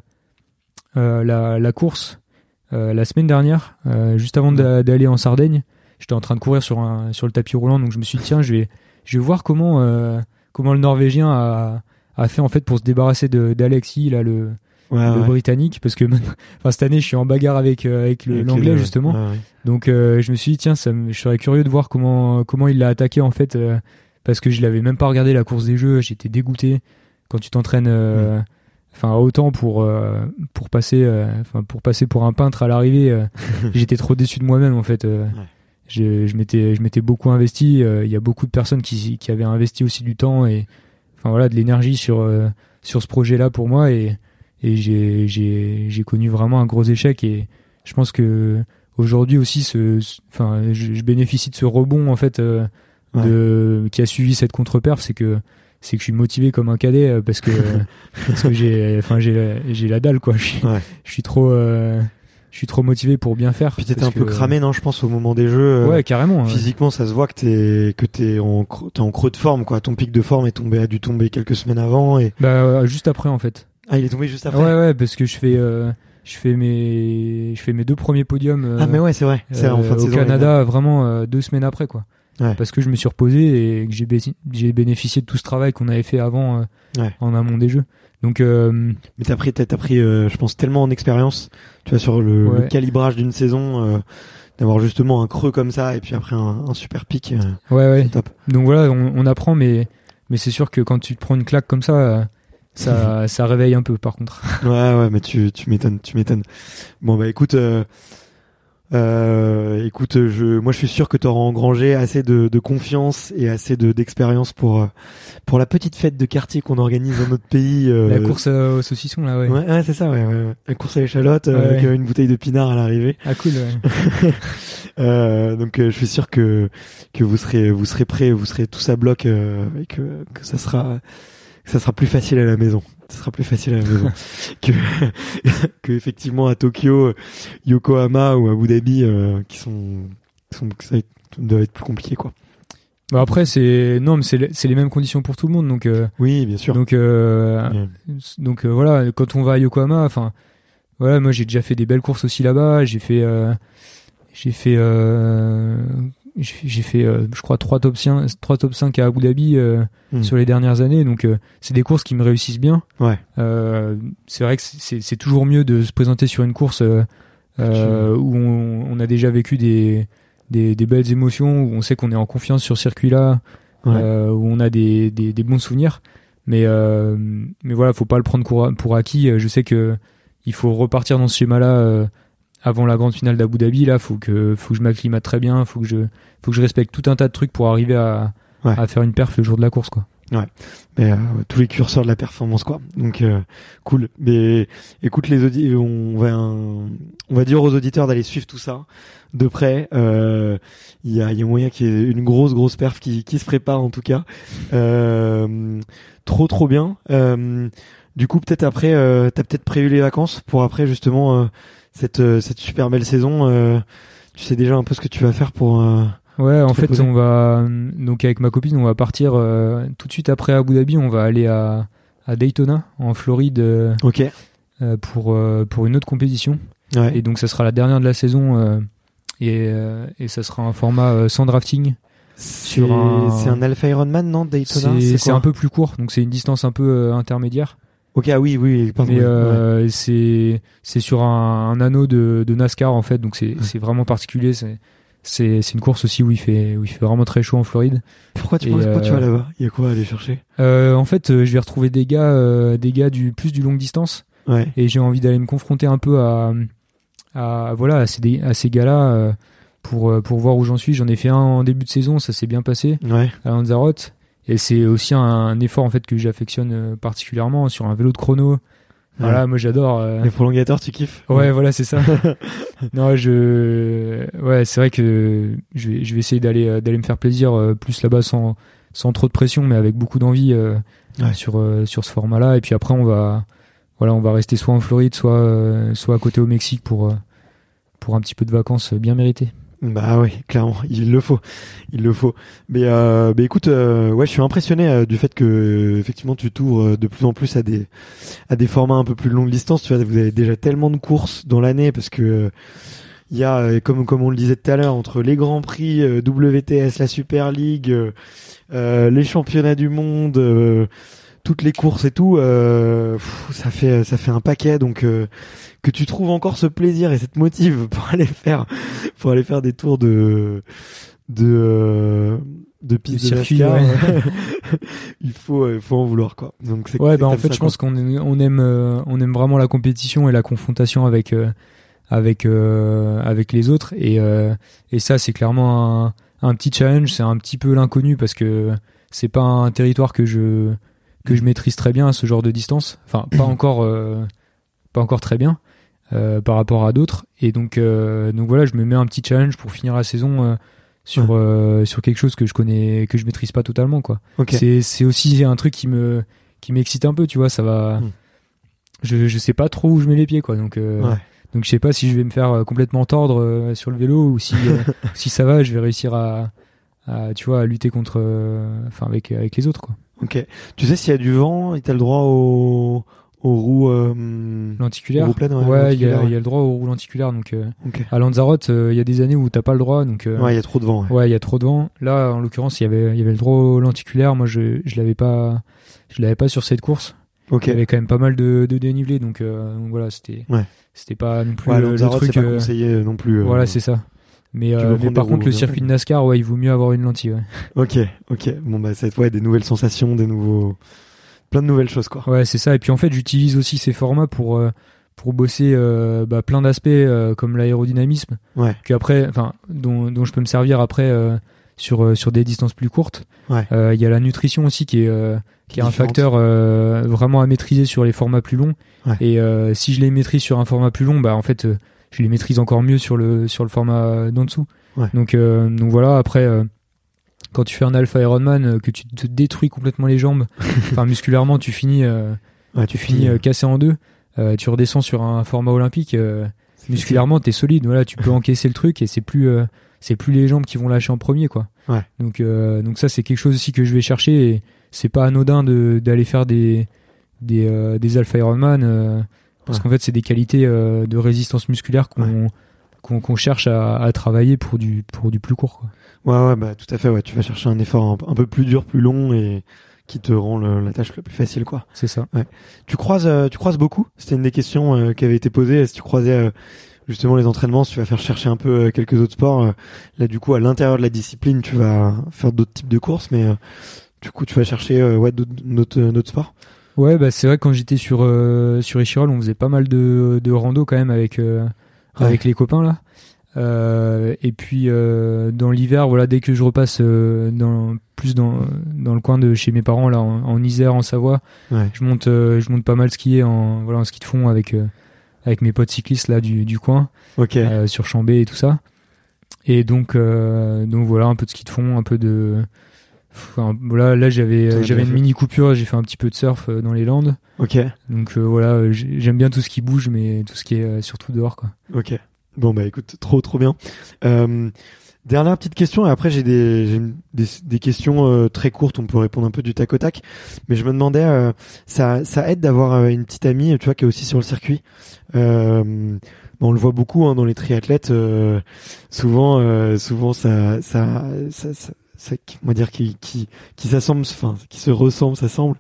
[SPEAKER 3] euh, la la course euh, la semaine dernière, euh, juste avant mmh. d'aller en Sardaigne. J'étais en train de courir sur un sur le tapis roulant, donc je me suis dit tiens, je vais je vais voir comment euh, comment le Norvégien a, a fait en fait pour se débarrasser de d'Alexis, là, le, ouais, le ouais. Britannique, parce que enfin cette année je suis en bagarre avec euh, avec, le, avec l'anglais le, justement. Ouais, ouais. Donc euh, je me suis dit tiens, ça me, je serais curieux de voir comment comment il l'a attaqué en fait, euh, parce que je l'avais même pas regardé la course des Jeux, j'étais dégoûté. Quand tu t'entraînes euh, enfin mmh. autant pour euh, pour passer enfin euh, pour passer pour un peintre à l'arrivée, euh, j'étais trop déçu de moi-même en fait. Euh, ouais. Je, je m'étais, je m'étais beaucoup investi. Il euh, y a beaucoup de personnes qui, qui avaient investi aussi du temps et, enfin voilà, de l'énergie sur euh, sur ce projet-là pour moi, et et j'ai j'ai j'ai connu vraiment un gros échec. Et je pense que aujourd'hui aussi, ce, enfin, je, je bénéficie de ce rebond en fait euh, ouais. de qui a suivi cette contre-perf, c'est que c'est que je suis motivé comme un cadet parce que parce que j'ai, enfin j'ai j'ai la dalle, quoi. Je suis, ouais. je suis trop. Euh, Je suis trop motivé pour bien faire.
[SPEAKER 1] Puis t'étais un peu que... cramé, non, je pense, au moment des Jeux.
[SPEAKER 3] Ouais, carrément.
[SPEAKER 1] Physiquement, ouais. ça se voit que t'es, que t'es en, t'es en creux de forme, quoi. Ton pic de forme est tombé, a dû tomber quelques semaines avant et.
[SPEAKER 3] Bah, euh, juste après, en fait.
[SPEAKER 1] Ah, il est tombé juste après?
[SPEAKER 3] Ouais, ouais, parce que je fais, euh, je fais mes, je fais mes deux premiers podiums. Euh,
[SPEAKER 1] ah, mais ouais, c'est vrai. C'est
[SPEAKER 3] euh,
[SPEAKER 1] en fin de
[SPEAKER 3] au
[SPEAKER 1] saison,
[SPEAKER 3] Canada, vraiment, euh, deux semaines après, quoi. Ouais. Parce que je me suis reposé et que j'ai, bé- j'ai bénéficié de tout ce travail qu'on avait fait avant, euh, ouais. en amont des Jeux. Donc, euh...
[SPEAKER 1] mais t'as pris, t'as, t'as pris, euh, je pense, tellement en expérience, tu vois, sur le, ouais. le calibrage d'une saison, euh, d'avoir justement un creux comme ça et puis après un, un super pic. Euh,
[SPEAKER 3] ouais, ouais.
[SPEAKER 1] C'est top.
[SPEAKER 3] Donc voilà, on, on apprend, mais, mais c'est sûr que quand tu te prends une claque comme ça, euh, ça, ça réveille un peu, par contre.
[SPEAKER 1] Ouais, ouais, mais tu, tu m'étonnes, tu m'étonnes. Bon, bah, écoute, euh, Euh, écoute, je, moi je suis sûr que tu auras engrangé assez de, de confiance et assez de, d'expérience pour pour la petite fête de quartier qu'on organise dans notre pays. Euh...
[SPEAKER 3] La course au saucisson, là, ouais.
[SPEAKER 1] Ouais, ouais c'est ça, ouais, ouais. La course à l'échalote, ouais, avec ouais. une bouteille de pinard à l'arrivée.
[SPEAKER 3] Ah cool. Ouais.
[SPEAKER 1] Euh, donc euh, je suis sûr que que vous serez vous serez prêts, vous serez tous à bloc euh, et que que ça sera que ça sera plus facile à la maison. Ça sera plus facile à la maison que que effectivement à Tokyo, Yokohama ou Abu Dhabi euh, qui sont qui sont ça doit être plus compliqué quoi.
[SPEAKER 3] Bah après c'est non mais c'est c'est les mêmes conditions pour tout le monde donc euh,
[SPEAKER 1] oui bien sûr
[SPEAKER 3] donc euh,
[SPEAKER 1] yeah.
[SPEAKER 3] donc euh, voilà quand on va à Yokohama enfin voilà moi j'ai déjà fait des belles courses aussi là-bas j'ai fait euh, j'ai fait euh, j'ai, j'ai fait euh, je crois trois top cinq trois top cinq à Abu Dhabi euh, mm. sur les dernières années donc euh, c'est des courses qui me réussissent bien
[SPEAKER 1] ouais
[SPEAKER 3] euh, c'est vrai que c'est c'est toujours mieux de se présenter sur une course euh, euh, où on, on a déjà vécu des Des, des belles émotions où on sait qu'on est en confiance sur ce circuit-là, ouais. euh, où on a des, des, des bons souvenirs. Mais, euh, mais voilà, faut pas le prendre pour, pour acquis. Je sais que il faut repartir dans ce schéma-là euh, avant la grande finale d'Abu Dhabi. Là, faut que, faut que je m'acclimate très bien, faut que je, faut que je respecte tout un tas de trucs pour arriver à, ouais. à faire une perf le jour de la course, quoi.
[SPEAKER 1] Ouais, mais euh, tous les curseurs de la performance quoi. Donc euh, cool. Mais écoute les audi- on va un... on va dire aux auditeurs d'aller suivre tout ça de près. Il euh, y a il y a moyen qu'il y ait une grosse grosse perf qui qui se prépare en tout cas. Euh, trop trop bien. Euh, du coup peut-être après euh, t'as peut-être prévu les vacances pour après justement euh, cette euh, cette super belle saison. Euh, tu sais déjà un peu ce que tu vas faire pour euh,
[SPEAKER 3] Ouais, en fait, poser. on va donc avec ma copine, on va partir euh, tout de suite après Abu Dhabi. On va aller à, à Daytona, en Floride, euh,
[SPEAKER 1] ok,
[SPEAKER 3] euh, pour euh, pour une autre compétition.
[SPEAKER 1] Ouais.
[SPEAKER 3] Et donc, ça sera la dernière de la saison euh, et euh, et ça sera un format euh, sans drafting.
[SPEAKER 1] C'est
[SPEAKER 3] sur un...
[SPEAKER 1] c'est un Alpha Ironman, non, Daytona.
[SPEAKER 3] C'est,
[SPEAKER 1] c'est,
[SPEAKER 3] c'est un peu plus court, donc c'est une distance un peu euh, intermédiaire.
[SPEAKER 1] Ok, ah oui, oui, pardon.
[SPEAKER 3] Mais
[SPEAKER 1] oui,
[SPEAKER 3] euh,
[SPEAKER 1] ouais.
[SPEAKER 3] c'est c'est sur un, un anneau de, de NASCAR en fait, donc c'est ouais. c'est vraiment particulier. C'est C'est, c'est une course aussi où il fait, où il fait vraiment très chaud en Floride.
[SPEAKER 1] Pourquoi tu,
[SPEAKER 3] et
[SPEAKER 1] penses, pourquoi
[SPEAKER 3] euh,
[SPEAKER 1] tu vas là-bas? Il y a quoi à aller chercher?
[SPEAKER 3] euh, En fait, euh, je vais retrouver des gars, euh, des gars du plus du longue distance.
[SPEAKER 1] Ouais.
[SPEAKER 3] Et j'ai envie d'aller me confronter un peu à, à voilà, à ces, à ces gars-là euh, pour pour voir où j'en suis. J'en ai fait un en début de saison, ça s'est bien passé
[SPEAKER 1] ouais.
[SPEAKER 3] à Lanzarote. Et c'est aussi un, un effort en fait que j'affectionne euh, particulièrement sur un vélo de chrono. Voilà, ouais. moi j'adore. Euh...
[SPEAKER 1] Les prolongateurs, tu kiffes?
[SPEAKER 3] Ouais, ouais, voilà, c'est ça. non, je, ouais, c'est vrai que je vais, je vais essayer d'aller, euh, d'aller me faire plaisir euh, plus là-bas sans, sans trop de pression, mais avec beaucoup d'envie euh, ouais. sur, euh, sur ce format-là. Et puis après, on va, voilà, on va rester soit en Floride, soit, euh, soit à côté au Mexique pour, euh, pour un petit peu de vacances bien méritées.
[SPEAKER 1] Bah oui, clairement, il le faut, il le faut. Mais euh, bah écoute, euh, ouais, je suis impressionné euh, du fait que euh, effectivement tu t'ouvres de plus en plus à des à des formats un peu plus longue distance. Tu vois, vous avez déjà tellement de courses dans l'année parce que il y a comme comme on le disait tout à l'heure entre les grands prix, euh, W T S, la Super League, euh, euh, les championnats du monde, euh, toutes les courses et tout, euh, pff, ça fait ça fait un paquet donc. Euh, que tu trouves encore ce plaisir et cette motive pour aller faire pour aller faire des tours de de euh, de piste de
[SPEAKER 3] circuit
[SPEAKER 1] NASCAR,
[SPEAKER 3] ouais.
[SPEAKER 1] il faut il faut en vouloir quoi. Donc c'est
[SPEAKER 3] ouais
[SPEAKER 1] c'est
[SPEAKER 3] bah en fait je pense qu'on est, on aime euh, on aime vraiment la compétition et la confrontation avec euh, avec euh, avec les autres et euh, et ça c'est clairement un un petit challenge, c'est un petit peu l'inconnu parce que c'est pas un territoire que je que je maîtrise très bien à ce genre de distance, enfin pas encore euh, pas encore très bien euh, par rapport à d'autres et donc euh, donc voilà je me mets un petit challenge pour finir la saison euh, sur ouais. euh, sur quelque chose que je connais que je maîtrise pas totalement quoi.
[SPEAKER 1] Okay.
[SPEAKER 3] c'est c'est aussi un truc qui me qui m'excite un peu tu vois ça va mm. je je sais pas trop où je mets les pieds quoi donc euh,
[SPEAKER 1] ouais.
[SPEAKER 3] donc je sais pas si je vais me faire complètement tordre euh, sur le vélo ou si euh, si ça va je vais réussir à à tu vois à lutter contre enfin euh, avec avec les autres quoi.
[SPEAKER 1] Ok, tu sais s'il y a du vent et t'as le droit au aux roues euh,
[SPEAKER 3] lenticulaires.
[SPEAKER 1] Roues pleines,
[SPEAKER 3] ouais, il y a, ouais. y a le droit aux roues lenticulaires. Donc, euh,
[SPEAKER 1] okay.
[SPEAKER 3] à Lanzarote, il euh, y a des années où t'as pas le droit. Donc, euh,
[SPEAKER 1] ouais, il y a trop de vent. Ouais,
[SPEAKER 3] ouais, il y a trop de vent. Là, en l'occurrence, il y avait, il y avait le droit aux lenticulaires. Moi, je, je l'avais pas, je l'avais pas sur cette course.
[SPEAKER 1] Ok.
[SPEAKER 3] Il y avait quand même pas mal de, de dénivelé. Donc, euh, donc voilà, c'était,
[SPEAKER 1] ouais.
[SPEAKER 3] c'était pas non plus
[SPEAKER 1] ouais,
[SPEAKER 3] le,
[SPEAKER 1] le truc.
[SPEAKER 3] C'est
[SPEAKER 1] pas conseillé non plus. Euh,
[SPEAKER 3] voilà, c'est ça. Mais, euh, mais par contre, le circuit de NASCAR, ouais, il vaut mieux avoir une lentille. Ouais.
[SPEAKER 1] Ok, ok. Bon bah, c'est ouais, des nouvelles sensations, des nouveaux. Plein de nouvelles choses quoi.
[SPEAKER 3] Ouais c'est ça et puis en fait j'utilise aussi ces formats pour euh, pour bosser euh, bah, plein d'aspects euh, comme l'aérodynamisme
[SPEAKER 1] ouais.
[SPEAKER 3] que après enfin dont dont je peux me servir après euh, sur euh, sur des distances plus courtes.
[SPEAKER 1] Ouais.
[SPEAKER 3] Il euh, y a la nutrition aussi qui est euh, qui est un facteur euh, vraiment à maîtriser sur les formats plus longs
[SPEAKER 1] ouais.
[SPEAKER 3] et euh, si je les maîtrise sur un format plus long bah en fait euh, je les maîtrise encore mieux sur le sur le format d'en dessous.
[SPEAKER 1] Ouais.
[SPEAKER 3] Donc, euh, donc voilà, après, euh, quand tu fais un alpha Ironman, euh, que tu te détruis complètement les jambes, enfin musculairement, tu finis, euh,
[SPEAKER 1] ouais,
[SPEAKER 3] tu finis euh, cassé en deux, euh, tu redescends sur un format olympique, euh, musculairement, t'es solide. Voilà, tu peux encaisser le truc et c'est plus, euh, c'est plus les jambes qui vont lâcher en premier, quoi.
[SPEAKER 1] Ouais.
[SPEAKER 3] Donc, euh, donc ça, c'est quelque chose aussi que je vais chercher et c'est pas anodin de, d'aller faire des, des, euh, des alpha Ironman, euh, parce
[SPEAKER 1] ouais.
[SPEAKER 3] qu'en fait, c'est des qualités euh, de résistance musculaire qu'on, ouais. qu'on, qu'on cherche à, à travailler pour du, pour du plus court, quoi.
[SPEAKER 1] Ouais, ouais, bah, tout à fait, ouais. Tu vas chercher un effort un, un peu plus dur, plus long et qui te rend le, la tâche la plus facile, quoi.
[SPEAKER 3] C'est ça.
[SPEAKER 1] Ouais. Tu croises, euh, tu croises beaucoup? C'était une des questions euh, qui avait été posée. Est-ce que tu croisais euh, justement les entraînements? Si tu vas faire chercher un peu euh, quelques autres sports, euh, là, du coup, à l'intérieur de la discipline, tu vas faire d'autres types de courses, mais euh, du coup, tu vas chercher euh, ouais, d'autres, d'autres, d'autres sports?
[SPEAKER 3] Ouais, bah c'est vrai que quand j'étais sur euh, sur Échirol, on faisait pas mal de de rando quand même avec euh, ouais. avec les copains là. Euh, et puis euh, dans l'hiver, voilà, dès que je repasse euh, dans plus dans dans le coin de chez mes parents là, en, en Isère, en Savoie,
[SPEAKER 1] ouais.
[SPEAKER 3] je monte euh, je monte pas mal skier en voilà en ski de fond avec euh, avec mes potes cyclistes là du du coin,
[SPEAKER 1] okay.
[SPEAKER 3] euh, sur Chambé et tout ça. Et donc euh, donc voilà, un peu de ski de fond, un peu de Enfin, voilà, là j'avais euh, j'avais une mini coupure, j'ai fait un petit peu de surf euh, dans les Landes.
[SPEAKER 1] Ok.
[SPEAKER 3] Donc euh, voilà, j'aime bien tout ce qui bouge, mais tout ce qui est euh, surtout dehors, quoi.
[SPEAKER 1] Ok. Bon bah écoute, trop trop bien. Euh, dernière petite question et après j'ai des j'ai des, des questions euh, très courtes, on peut répondre un peu du tac au tac. Mais je me demandais, euh, ça ça aide d'avoir euh, une petite amie, tu vois, qui est aussi sur le circuit. Euh, bon, on le voit beaucoup hein, dans les triathlètes. Euh, souvent, euh, souvent ça ça ça, ça ça, on va dire qui qui qui s'assemble, enfin qui se ressemble, ça semble.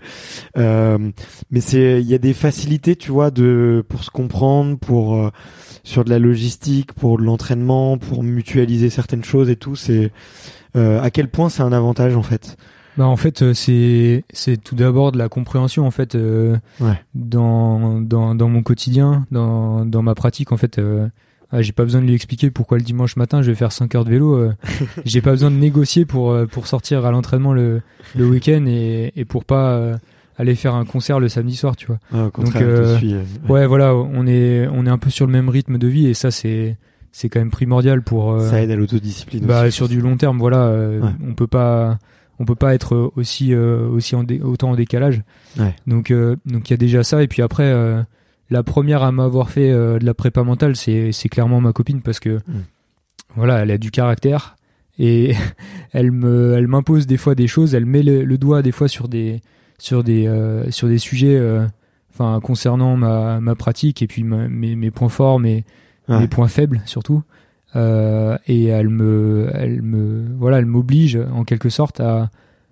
[SPEAKER 1] Euh, mais c'est, il y a des facilités, tu vois, de pour se comprendre, pour euh, sur de la logistique, pour de l'entraînement, pour mutualiser certaines choses et tout. C'est euh, à quel point c'est un avantage en fait.
[SPEAKER 3] Bah en fait euh, c'est c'est tout d'abord de la compréhension en fait euh,
[SPEAKER 1] ouais.
[SPEAKER 3] dans dans dans mon quotidien, dans dans ma pratique en fait. Euh, Ah, j'ai pas besoin de lui expliquer pourquoi le dimanche matin je vais faire cinq heures de vélo. Euh, j'ai pas besoin de négocier pour euh, pour sortir à l'entraînement le le week-end et et pour pas euh, aller faire un concert le samedi soir, tu vois.
[SPEAKER 1] Ah, au contraire,
[SPEAKER 3] donc euh,
[SPEAKER 1] je suis, euh,
[SPEAKER 3] ouais. ouais voilà, on est on est un peu sur le même rythme de vie et ça c'est c'est quand même primordial pour euh,
[SPEAKER 1] ça aide à l'autodiscipline.
[SPEAKER 3] Bah
[SPEAKER 1] aussi,
[SPEAKER 3] sur du long terme, voilà, euh,
[SPEAKER 1] ouais.
[SPEAKER 3] on peut pas on peut pas être aussi euh, aussi en dé- autant en décalage.
[SPEAKER 1] Ouais.
[SPEAKER 3] Donc euh, donc il y a déjà ça et puis après. Euh, La première à m'avoir fait euh, de la prépa mentale, c'est c'est clairement ma copine parce que mmh. voilà, elle a du caractère et elle me elle m'impose des fois des choses, elle met le, le doigt des fois sur des sur des euh, sur des sujets enfin euh, concernant ma ma pratique et puis ma, mes mes points forts, mes ouais. mes points faibles surtout. Euh, et elle me elle me voilà, elle m'oblige en quelque sorte à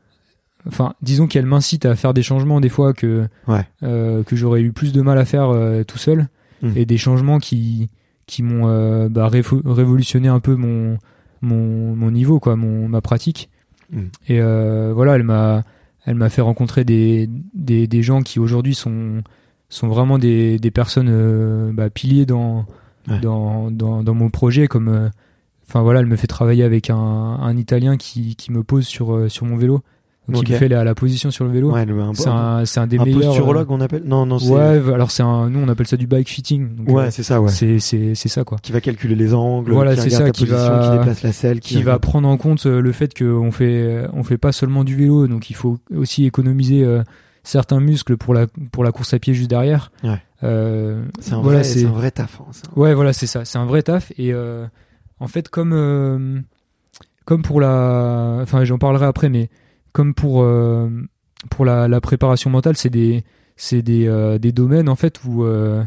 [SPEAKER 3] Enfin, disons qu'elle m'incite à faire des changements des fois que
[SPEAKER 1] ouais.
[SPEAKER 3] euh, que j'aurais eu plus de mal à faire euh, tout seul, mmh. et des changements qui qui m'ont euh, bah, révo- révolutionné un peu mon mon mon niveau quoi, mon ma pratique. Mmh. Et euh, voilà, elle m'a elle m'a fait rencontrer des des des gens qui aujourd'hui sont sont vraiment des des personnes euh, bah, piliers dans ouais. dans dans dans mon projet comme enfin euh, voilà, elle me fait travailler avec un un Italien qui qui me pose sur euh, sur mon vélo. Donc okay. il me fait la, la position sur le vélo.
[SPEAKER 1] Ouais, le, un,
[SPEAKER 3] c'est un, c'est un des
[SPEAKER 1] un
[SPEAKER 3] meilleurs. Un
[SPEAKER 1] posturologue, on appelle. Non, non. C'est...
[SPEAKER 3] Ouais, alors c'est un, nous on appelle ça du bike fitting. Donc
[SPEAKER 1] ouais,
[SPEAKER 3] euh,
[SPEAKER 1] c'est ça, ouais.
[SPEAKER 3] C'est, c'est, c'est ça quoi.
[SPEAKER 1] Qui va calculer les angles.
[SPEAKER 3] Voilà,
[SPEAKER 1] qui
[SPEAKER 3] c'est ça,
[SPEAKER 1] ta
[SPEAKER 3] qui
[SPEAKER 1] position,
[SPEAKER 3] va,
[SPEAKER 1] qui déplace la selle,
[SPEAKER 3] qui, qui va prendre en compte le fait qu'on fait, on fait pas seulement du vélo, donc il faut aussi économiser euh, certains muscles pour la, pour la course à pied juste derrière.
[SPEAKER 1] Ouais.
[SPEAKER 3] Euh,
[SPEAKER 1] c'est un
[SPEAKER 3] voilà,
[SPEAKER 1] vrai,
[SPEAKER 3] c'est...
[SPEAKER 1] c'est un vrai taf. Hein, ça.
[SPEAKER 3] Ouais, voilà, c'est ça, c'est un vrai taf et euh, en fait comme, euh, comme pour la, enfin j'en parlerai après, mais comme pour euh, pour la, la préparation mentale, c'est des c'est des euh, des domaines en fait où euh,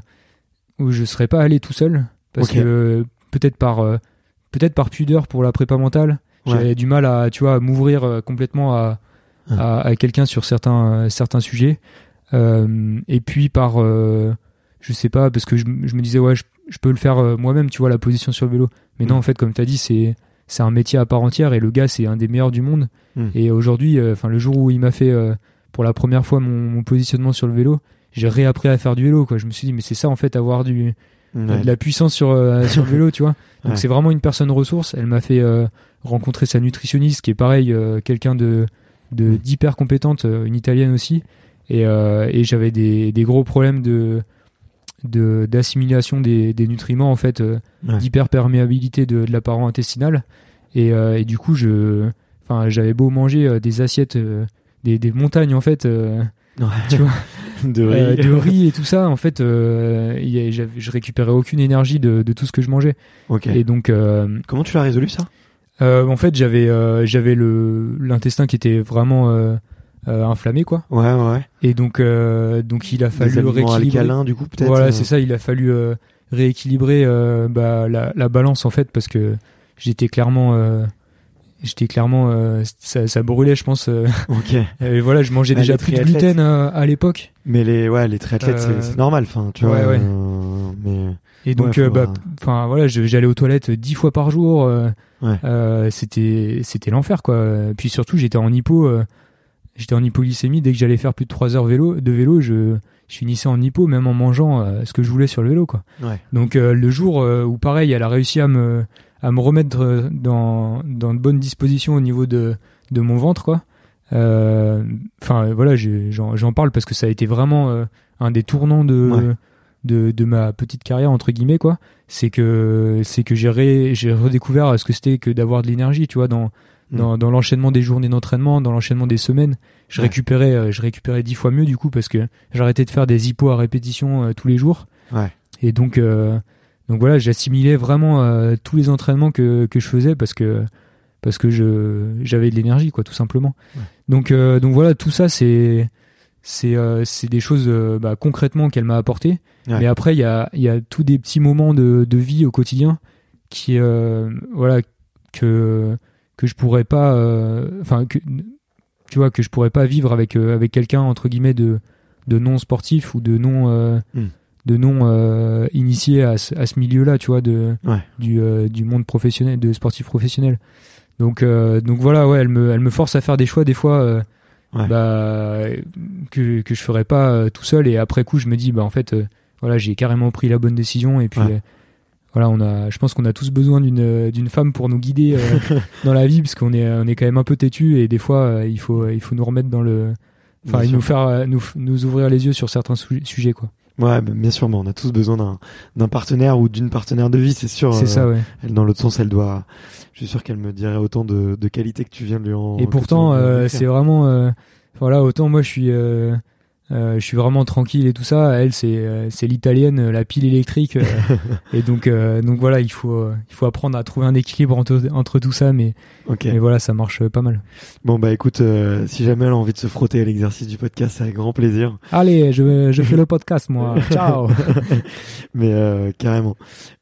[SPEAKER 3] où je serais pas allé tout seul parce okay. que euh, peut-être par euh, peut-être par pudeur pour la prépa mentale, ouais. j'avais du mal à tu vois à m'ouvrir euh, complètement à, hum. à à quelqu'un sur certains euh, certains sujets euh, et puis par euh, je sais pas parce que je, je me disais ouais je, je peux le faire euh, moi-même, tu vois, la position sur le vélo, mais hum. non en fait comme t'as dit c'est c'est un métier à part entière et le gars c'est un des meilleurs du monde. Mmh. Et aujourd'hui, enfin euh, le jour où il m'a fait euh, pour la première fois mon, mon positionnement sur le vélo, j'ai réappris à faire du vélo quoi. Je me suis dit mais c'est ça en fait, avoir du ouais. de la puissance sur euh, sur le vélo, tu vois. Donc ouais. c'est vraiment une personne ressource. Elle m'a fait euh, rencontrer sa nutritionniste qui est pareil euh, quelqu'un de de mmh. d'hyper compétente, euh, une italienne aussi. Et euh, et j'avais des des gros problèmes de de d'assimilation des des nutriments en fait, euh, ouais. d'hyperperméabilité de, de la paroi intestinale. Et, euh, et du coup, je, enfin, j'avais beau manger euh, des assiettes, euh, des, des montagnes en fait, euh,
[SPEAKER 1] ouais.
[SPEAKER 3] tu vois,
[SPEAKER 1] de riz,
[SPEAKER 3] euh, de riz et tout ça. En fait, euh, y a, je récupérais aucune énergie de, de tout ce que je mangeais.
[SPEAKER 1] Okay.
[SPEAKER 3] Et donc, euh,
[SPEAKER 1] comment tu l'as résolu ça?
[SPEAKER 3] euh, En fait, j'avais, euh, j'avais le l'intestin qui était vraiment euh, euh, inflammé, quoi.
[SPEAKER 1] Ouais, ouais.
[SPEAKER 3] Et donc, euh, donc il a fallu
[SPEAKER 1] des aliments
[SPEAKER 3] rééquilibrer.
[SPEAKER 1] alcalins, du coup, peut-être.
[SPEAKER 3] Voilà,
[SPEAKER 1] euh...
[SPEAKER 3] c'est ça. Il a fallu euh, rééquilibrer euh, bah, la, la balance en fait, parce que j'étais clairement, euh, j'étais clairement, euh, ça, ça brûlait, je pense. Euh,
[SPEAKER 1] ok.
[SPEAKER 3] Et voilà, je mangeais
[SPEAKER 1] bah,
[SPEAKER 3] déjà plus de gluten euh, à l'époque.
[SPEAKER 1] Mais les, ouais, les triathlètes,
[SPEAKER 3] euh...
[SPEAKER 1] c'est, c'est normal, enfin, tu
[SPEAKER 3] ouais,
[SPEAKER 1] vois.
[SPEAKER 3] ouais.
[SPEAKER 1] Euh, mais.
[SPEAKER 3] Et donc,
[SPEAKER 1] ouais,
[SPEAKER 3] euh, bah, enfin voilà, je, j'allais aux toilettes dix fois par jour. Euh,
[SPEAKER 1] ouais.
[SPEAKER 3] euh, c'était, c'était l'enfer, quoi. Puis surtout, j'étais en hypo, euh, j'étais en hypoglycémie. Dès que j'allais faire plus de trois heures vélo, de vélo, je, je finissais en hypo, même en mangeant euh, ce que je voulais sur le vélo, quoi.
[SPEAKER 1] Ouais.
[SPEAKER 3] Donc euh, le jour euh, où pareil, elle a réussi à me, à me remettre dans, dans de bonnes dispositions au niveau de, de mon ventre, quoi. Enfin euh, voilà, j'ai, j'en, j'en parle parce que ça a été vraiment euh, un des tournants de. Ouais. De, de ma petite carrière entre guillemets, quoi. C'est que c'est que j'ai ré, j'ai redécouvert ce que c'était que d'avoir de l'énergie, tu vois, dans mmh. dans dans l'enchaînement des journées d'entraînement, dans l'enchaînement des semaines. Je ouais. récupérais euh, je récupérais dix fois mieux du coup, parce que j'arrêtais de faire des hippos à répétition euh, tous les jours.
[SPEAKER 1] Ouais.
[SPEAKER 3] Et donc euh, donc voilà, j'assimilais vraiment euh, tous les entraînements que que je faisais parce que parce que je j'avais de l'énergie, quoi, tout simplement. Ouais. Donc euh, donc voilà, tout ça c'est c'est euh, c'est des choses euh, bah, concrètement qu'elle m'a apporté. Ouais. Mais après il y a il y a tous des petits moments de de vie au quotidien qui euh, voilà que que je pourrais pas enfin euh, que tu vois que je pourrais pas vivre avec euh, avec quelqu'un entre guillemets de de non sportif ou de non euh, mm. de non euh, initié à ce, à ce milieu-là, tu vois, de
[SPEAKER 1] ouais.
[SPEAKER 3] du euh, du monde professionnel, de sportif professionnel. Donc euh, donc voilà, ouais, elle me elle me force à faire des choix des fois euh, ouais. bah que que je ferais pas euh, tout seul, et après coup je me dis bah en fait euh, voilà, j'ai carrément pris la bonne décision, et puis ouais. euh, voilà, on a je pense qu'on a tous besoin d'une d'une femme pour nous guider euh, dans la vie, parce qu'on est on est quand même un peu têtu, et des fois euh, il faut il faut nous remettre dans le enfin nous faire euh, nous nous ouvrir les yeux sur certains su- sujets, quoi.
[SPEAKER 1] Ouais, bah, bien sûr, on a tous besoin d'un d'un partenaire ou d'une partenaire de vie, c'est sûr.
[SPEAKER 3] C'est euh, ça, ouais.
[SPEAKER 1] Elle, dans l'autre sens, elle doit. Je suis sûr qu'elle me dirait autant de de qualité que tu viens de lui en.
[SPEAKER 3] Et pourtant, euh, c'est vraiment. Euh, voilà, autant moi je suis. Euh, Euh, je suis vraiment tranquille et tout ça. Elle, c'est euh, c'est l'italienne, la pile électrique. Euh, et donc euh, donc voilà, il faut euh, il faut apprendre à trouver un équilibre entre entre tout ça, mais
[SPEAKER 1] okay.
[SPEAKER 3] mais voilà, ça marche pas mal.
[SPEAKER 1] Bon bah écoute, euh, si jamais elle a envie de se frotter à l'exercice du podcast, c'est avec grand plaisir.
[SPEAKER 3] Allez, je je fais le podcast, moi. Ciao.
[SPEAKER 1] Mais euh, carrément.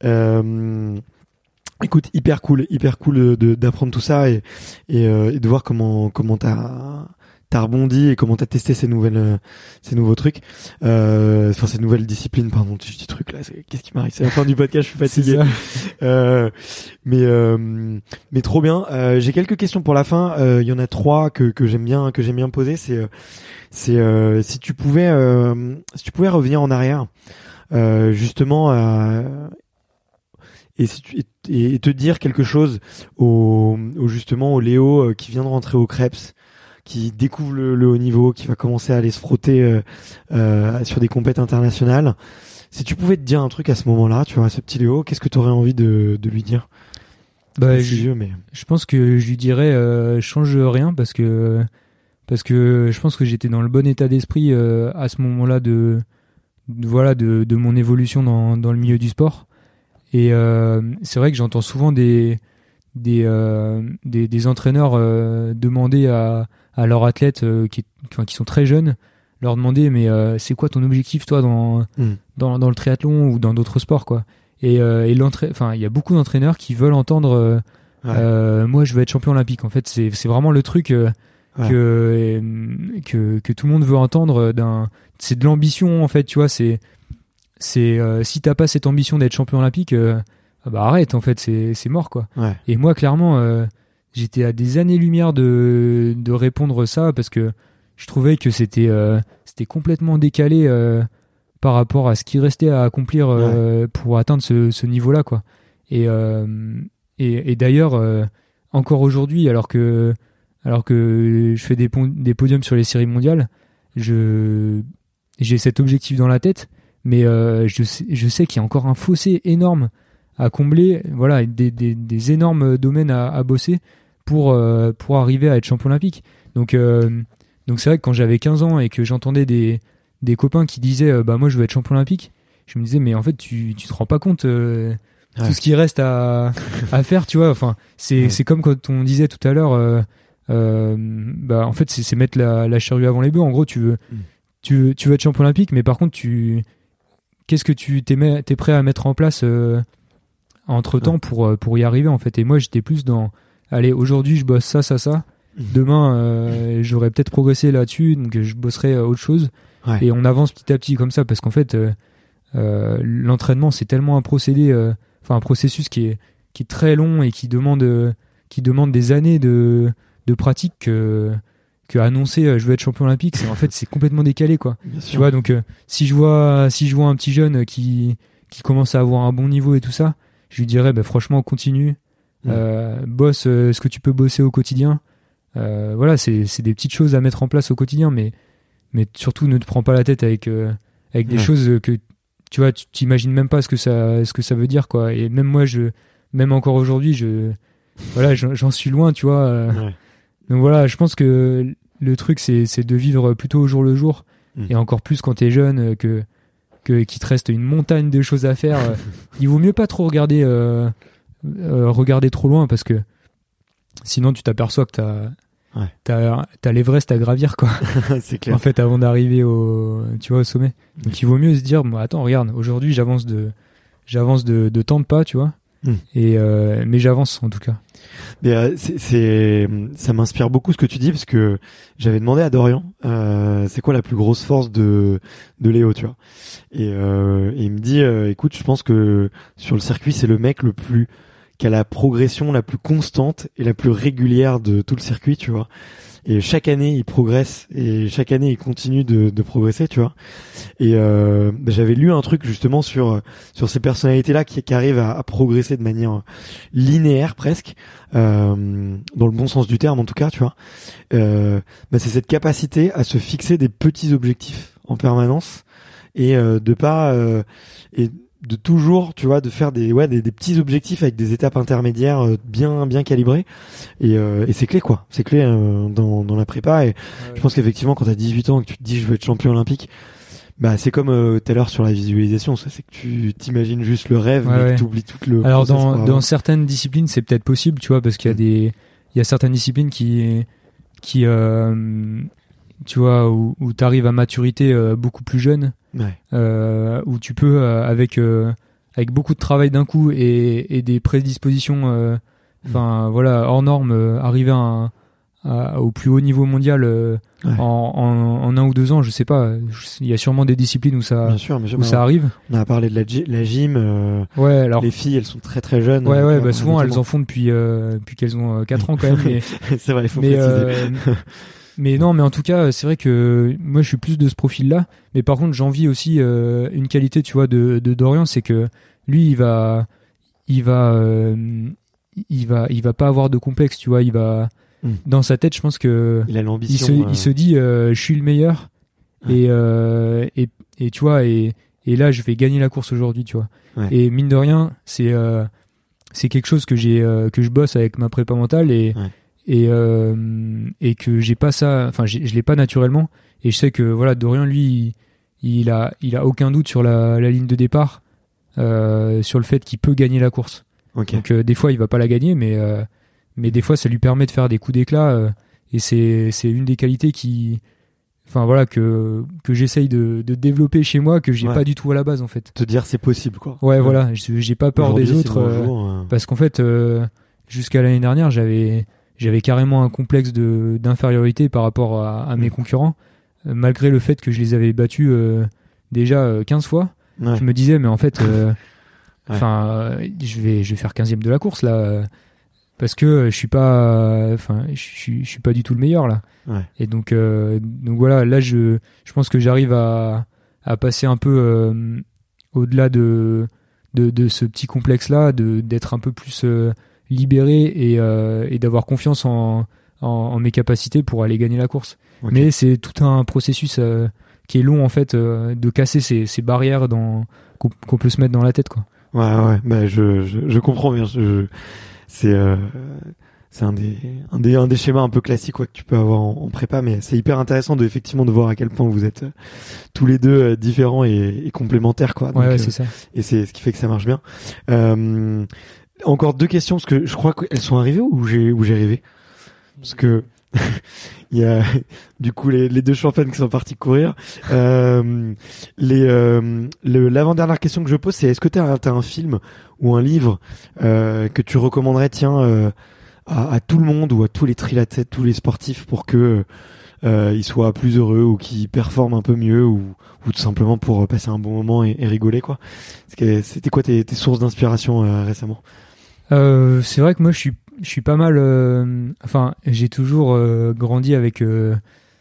[SPEAKER 1] Euh, écoute, hyper cool, hyper cool de d'apprendre tout ça, et et, euh, et de voir comment comment t'as t'as rebondi et comment t'as testé ces nouvelles, euh, ces nouveaux trucs, euh, enfin ces nouvelles disciplines, pardon, je dis trucs là, c'est, qu'est-ce qui m'arrive, c'est la fin du podcast, je suis fatigué. euh, mais euh, mais trop bien. Euh, j'ai quelques questions pour la fin. Il euh, y en a trois que que j'aime bien, que j'aime bien poser. C'est c'est euh, si tu pouvais euh, si tu pouvais revenir en arrière, euh, justement. Euh, Et, si tu, et, et te dire quelque chose au, au justement au Léo euh, qui vient de rentrer au Krebs, qui découvre le, le haut niveau, qui va commencer à aller se frotter euh, euh, sur des compètes internationales. Si tu pouvais te dire un truc à ce moment-là, tu vois, ce petit Léo, qu'est-ce que tu aurais envie de, de lui dire?
[SPEAKER 3] Bah, je, vieux, mais... je pense que je lui dirais euh, change rien, parce que parce que je pense que j'étais dans le bon état d'esprit euh, à ce moment-là de, de voilà de, de mon évolution dans, dans le milieu du sport. Et euh, c'est vrai que j'entends souvent des des euh, des, des entraîneurs euh, demander à à leurs athlètes euh, qui enfin, qui sont très jeunes, leur demander mais euh, c'est quoi ton objectif toi dans mm. dans dans le triathlon ou dans d'autres sports, quoi. Et euh, et l'entra- enfin il y a beaucoup d'entraîneurs qui veulent entendre euh, ouais. euh, moi je veux être champion olympique. En fait c'est c'est vraiment le truc euh, ouais. que euh, que que tout le monde veut entendre. D'un c'est de l'ambition, en fait, tu vois. C'est c'est euh, si t'as pas cette ambition d'être champion olympique, euh, bah arrête, en fait, c'est c'est mort, quoi.
[SPEAKER 1] Ouais.
[SPEAKER 3] Et moi clairement euh, j'étais à des années-lumière de de répondre ça, parce que je trouvais que c'était euh, c'était complètement décalé euh, par rapport à ce qui restait à accomplir euh, ouais. pour atteindre ce ce niveau-là, quoi. Et euh, et, et d'ailleurs euh, encore aujourd'hui, alors que alors que je fais des pon- des podiums sur les séries mondiales, je j'ai cet objectif dans la tête. Mais euh, je sais, je sais qu'il y a encore un fossé énorme à combler, voilà, des, des, des énormes domaines à, à bosser pour, euh, pour arriver à être champion olympique. Donc, euh, donc c'est vrai que quand j'avais quinze ans et que j'entendais des, des copains qui disaient euh, bah moi je veux être champion olympique, je me disais mais en fait tu, tu te rends pas compte euh, ouais. tout ce qui reste à, à faire, tu vois. Enfin, c'est, ouais. c'est comme quand on disait tout à l'heure, euh, euh, bah en fait c'est, c'est mettre la, la charrue avant les bœufs. En gros, tu veux, mm. tu veux, tu veux être champion olympique, mais par contre tu, qu'est-ce que tu t'es, t'es prêt à mettre en place euh, entre temps ouais. pour, pour y arriver en fait. Et moi j'étais plus dans allez, aujourd'hui je bosse ça, ça, ça. Mmh. Demain, euh, j'aurais peut-être progressé là-dessus, donc je bosserai euh, autre chose. Ouais. Et on avance petit à petit comme ça, parce qu'en fait, euh, euh, l'entraînement, c'est tellement un procédé, enfin euh, un processus qui est qui est très long et qui demande euh, qui demande des années de de pratique que que annoncer euh, je veux être champion olympique, c'est en fait c'est complètement décalé quoi. Bien tu sûr. Vois, donc euh, si je vois si je vois un petit jeune qui qui commence à avoir un bon niveau et tout ça, je lui dirais bah, franchement continue, mmh. euh, bosse euh, ce que tu peux bosser au quotidien. Euh, voilà, c'est, c'est des petites choses à mettre en place au quotidien, mais, mais surtout ne te prends pas la tête avec, euh, avec des ouais. choses que tu vois, tu t'imagines même pas ce que ça, ce que ça veut dire, quoi. Et même moi, je, même encore aujourd'hui, je, voilà, j'en, j'en suis loin, tu vois. Euh, ouais. Donc voilà, je pense que le truc, c'est, c'est de vivre plutôt au jour le jour, mmh. et encore plus quand t'es jeune, que, que, qu'il te reste une montagne de choses à faire. euh, il vaut mieux pas trop regarder, euh, euh, regarder trop loin, parce que sinon tu t'aperçois que t'as, ouais. t'as, t'as l'Everest à gravir, quoi.
[SPEAKER 1] C'est clair.
[SPEAKER 3] En fait, avant d'arriver au, tu vois, au sommet. Donc il vaut mieux se dire, bon, attends, regarde, aujourd'hui j'avance de, j'avance de, de tant de pas, tu vois. Mm. Et euh, mais j'avance en tout cas.
[SPEAKER 1] Mais euh, c'est, c'est, ça m'inspire beaucoup ce que tu dis, parce que j'avais demandé à Dorian, euh, c'est quoi la plus grosse force de de Léo, tu vois. Et, euh, et il me dit, euh, écoute, je pense que sur le circuit, c'est le mec le plus qui a la progression la plus constante et la plus régulière de tout le circuit, tu vois. Et chaque année, il progresse et chaque année, il continue de, de progresser, tu vois. Et euh, bah, j'avais lu un truc justement sur sur ces personnalités-là qui, qui arrivent à, à progresser de manière linéaire presque, euh, dans le bon sens du terme en tout cas, tu vois. Euh, bah, c'est cette capacité à se fixer des petits objectifs en permanence et euh, de pas euh, et de toujours, tu vois, de faire des ouais des, des petits objectifs avec des étapes intermédiaires euh, bien bien calibrées et, euh, et c'est clé quoi, c'est clé euh, dans dans la prépa. Et ouais, je pense qu'effectivement quand t'as dix-huit ans et que tu te dis je veux être champion olympique, bah c'est comme euh, tout à l'heure sur la visualisation, ça c'est que tu t'imagines juste le rêve, ouais, mais ouais. que t'oublies tout le.
[SPEAKER 3] Alors dans dans certaines disciplines c'est peut-être possible, tu vois, parce qu'il y a des il y a certaines disciplines qui qui euh, tu vois où, où t'arrives à maturité euh, beaucoup plus jeune. Ouais. Euh, où tu peux euh, avec euh, avec beaucoup de travail d'un coup et, et des prédispositions enfin euh, mmh. voilà hors normes euh, arriver à un, à, au plus haut niveau mondial euh, ouais. en, en, en un ou deux ans, je sais pas, il y a sûrement des disciplines où ça
[SPEAKER 1] bien sûr, bien sûr,
[SPEAKER 3] où ça arrive.
[SPEAKER 1] On a parlé de la, la gym, euh,
[SPEAKER 3] ouais, alors
[SPEAKER 1] les filles elles sont très très jeunes,
[SPEAKER 3] ouais ouais bah souvent elles en font depuis euh, depuis qu'elles ont quatre ans quand même, mais,
[SPEAKER 1] c'est vrai, il faut
[SPEAKER 3] mais,
[SPEAKER 1] préciser.
[SPEAKER 3] Euh, Mais non, mais en tout cas, c'est vrai que moi, je suis plus de ce profil-là. Mais par contre, j'envie aussi euh, une qualité, tu vois, de, de Dorian, c'est que lui, il va, il va, euh, il va, il va pas avoir de complexe, tu vois. Il va, mm. dans sa tête, je pense que
[SPEAKER 1] il a l'ambition.
[SPEAKER 3] Il se,
[SPEAKER 1] euh...
[SPEAKER 3] il se dit, euh, je suis le meilleur, ouais. et, euh, et et tu vois, et et là, je vais gagner la course aujourd'hui, tu vois. Ouais. Et mine de rien, c'est euh, c'est quelque chose que j'ai, euh, que je bosse avec ma prépa mentale et. Ouais. et euh, et que j'ai pas ça, enfin je l'ai pas naturellement, et je sais que voilà Dorian lui il, il a il a aucun doute sur la, la ligne de départ, euh, sur le fait qu'il peut gagner la course. Okay. Donc euh, des fois il va pas la gagner, mais euh, mais des fois ça lui permet de faire des coups d'éclat, euh, et c'est c'est une des qualités qui enfin voilà que que j'essaye de de développer chez moi, que j'ai ouais. pas du tout à la base en fait.
[SPEAKER 1] Te dire c'est possible quoi.
[SPEAKER 3] Ouais, ouais. Voilà, j'ai pas peur aujourd'hui, des autres, euh, jour, euh... parce qu'en fait euh, jusqu'à l'année dernière j'avais J'avais carrément un complexe de, d'infériorité par rapport à, à mes mmh. concurrents, euh, malgré le fait que je les avais battus euh, déjà euh, quinze fois. Ouais. Je me disais, mais en fait, enfin, euh, ouais. je vais, je vais faire quinzième de la course là, euh, parce que je suis pas, enfin, je suis, je suis pas du tout le meilleur là. Ouais. Et donc, euh, donc voilà, là, je, je pense que j'arrive à, à passer un peu euh, au-delà de, de, de ce petit complexe là, de, d'être un peu plus euh, libéré et, euh, et d'avoir confiance en, en, en mes capacités pour aller gagner la course. Okay. Mais c'est tout un processus euh, qui est long en fait, euh, de casser ces, ces barrières dans, qu'on, qu'on peut se mettre dans la tête, quoi.
[SPEAKER 1] Ouais, ouais, bah je, je, je comprends bien. Je, je, c'est, euh, c'est un des, un des, un des schémas un peu classiques quoi que tu peux avoir en, en prépa, mais c'est hyper intéressant de effectivement de voir à quel point vous êtes euh, tous les deux euh, différents et, et complémentaires quoi. Donc,
[SPEAKER 3] ouais, ouais
[SPEAKER 1] euh,
[SPEAKER 3] c'est ça.
[SPEAKER 1] Et c'est ce qui fait que ça marche bien. Euh, encore deux questions parce que je crois qu'elles sont arrivées ou j'ai, ou j'ai rêvé. Parce que il y a du coup les, les deux championnes qui sont partis courir. Euh, les, euh, le, l'avant-dernière question que je pose, c'est est-ce que t'as, t'as un film ou un livre euh, que tu recommanderais, tiens, euh, à, à tout le monde ou à tous les triathlètes, tous les sportifs pour que euh, ils soient plus heureux ou qu'ils performent un peu mieux ou, ou tout simplement pour passer un bon moment et, et rigoler quoi. C'était quoi tes, tes sources d'inspiration euh, récemment?
[SPEAKER 3] Euh, c'est vrai que moi je suis je suis pas mal euh, enfin j'ai toujours euh, grandi avec euh,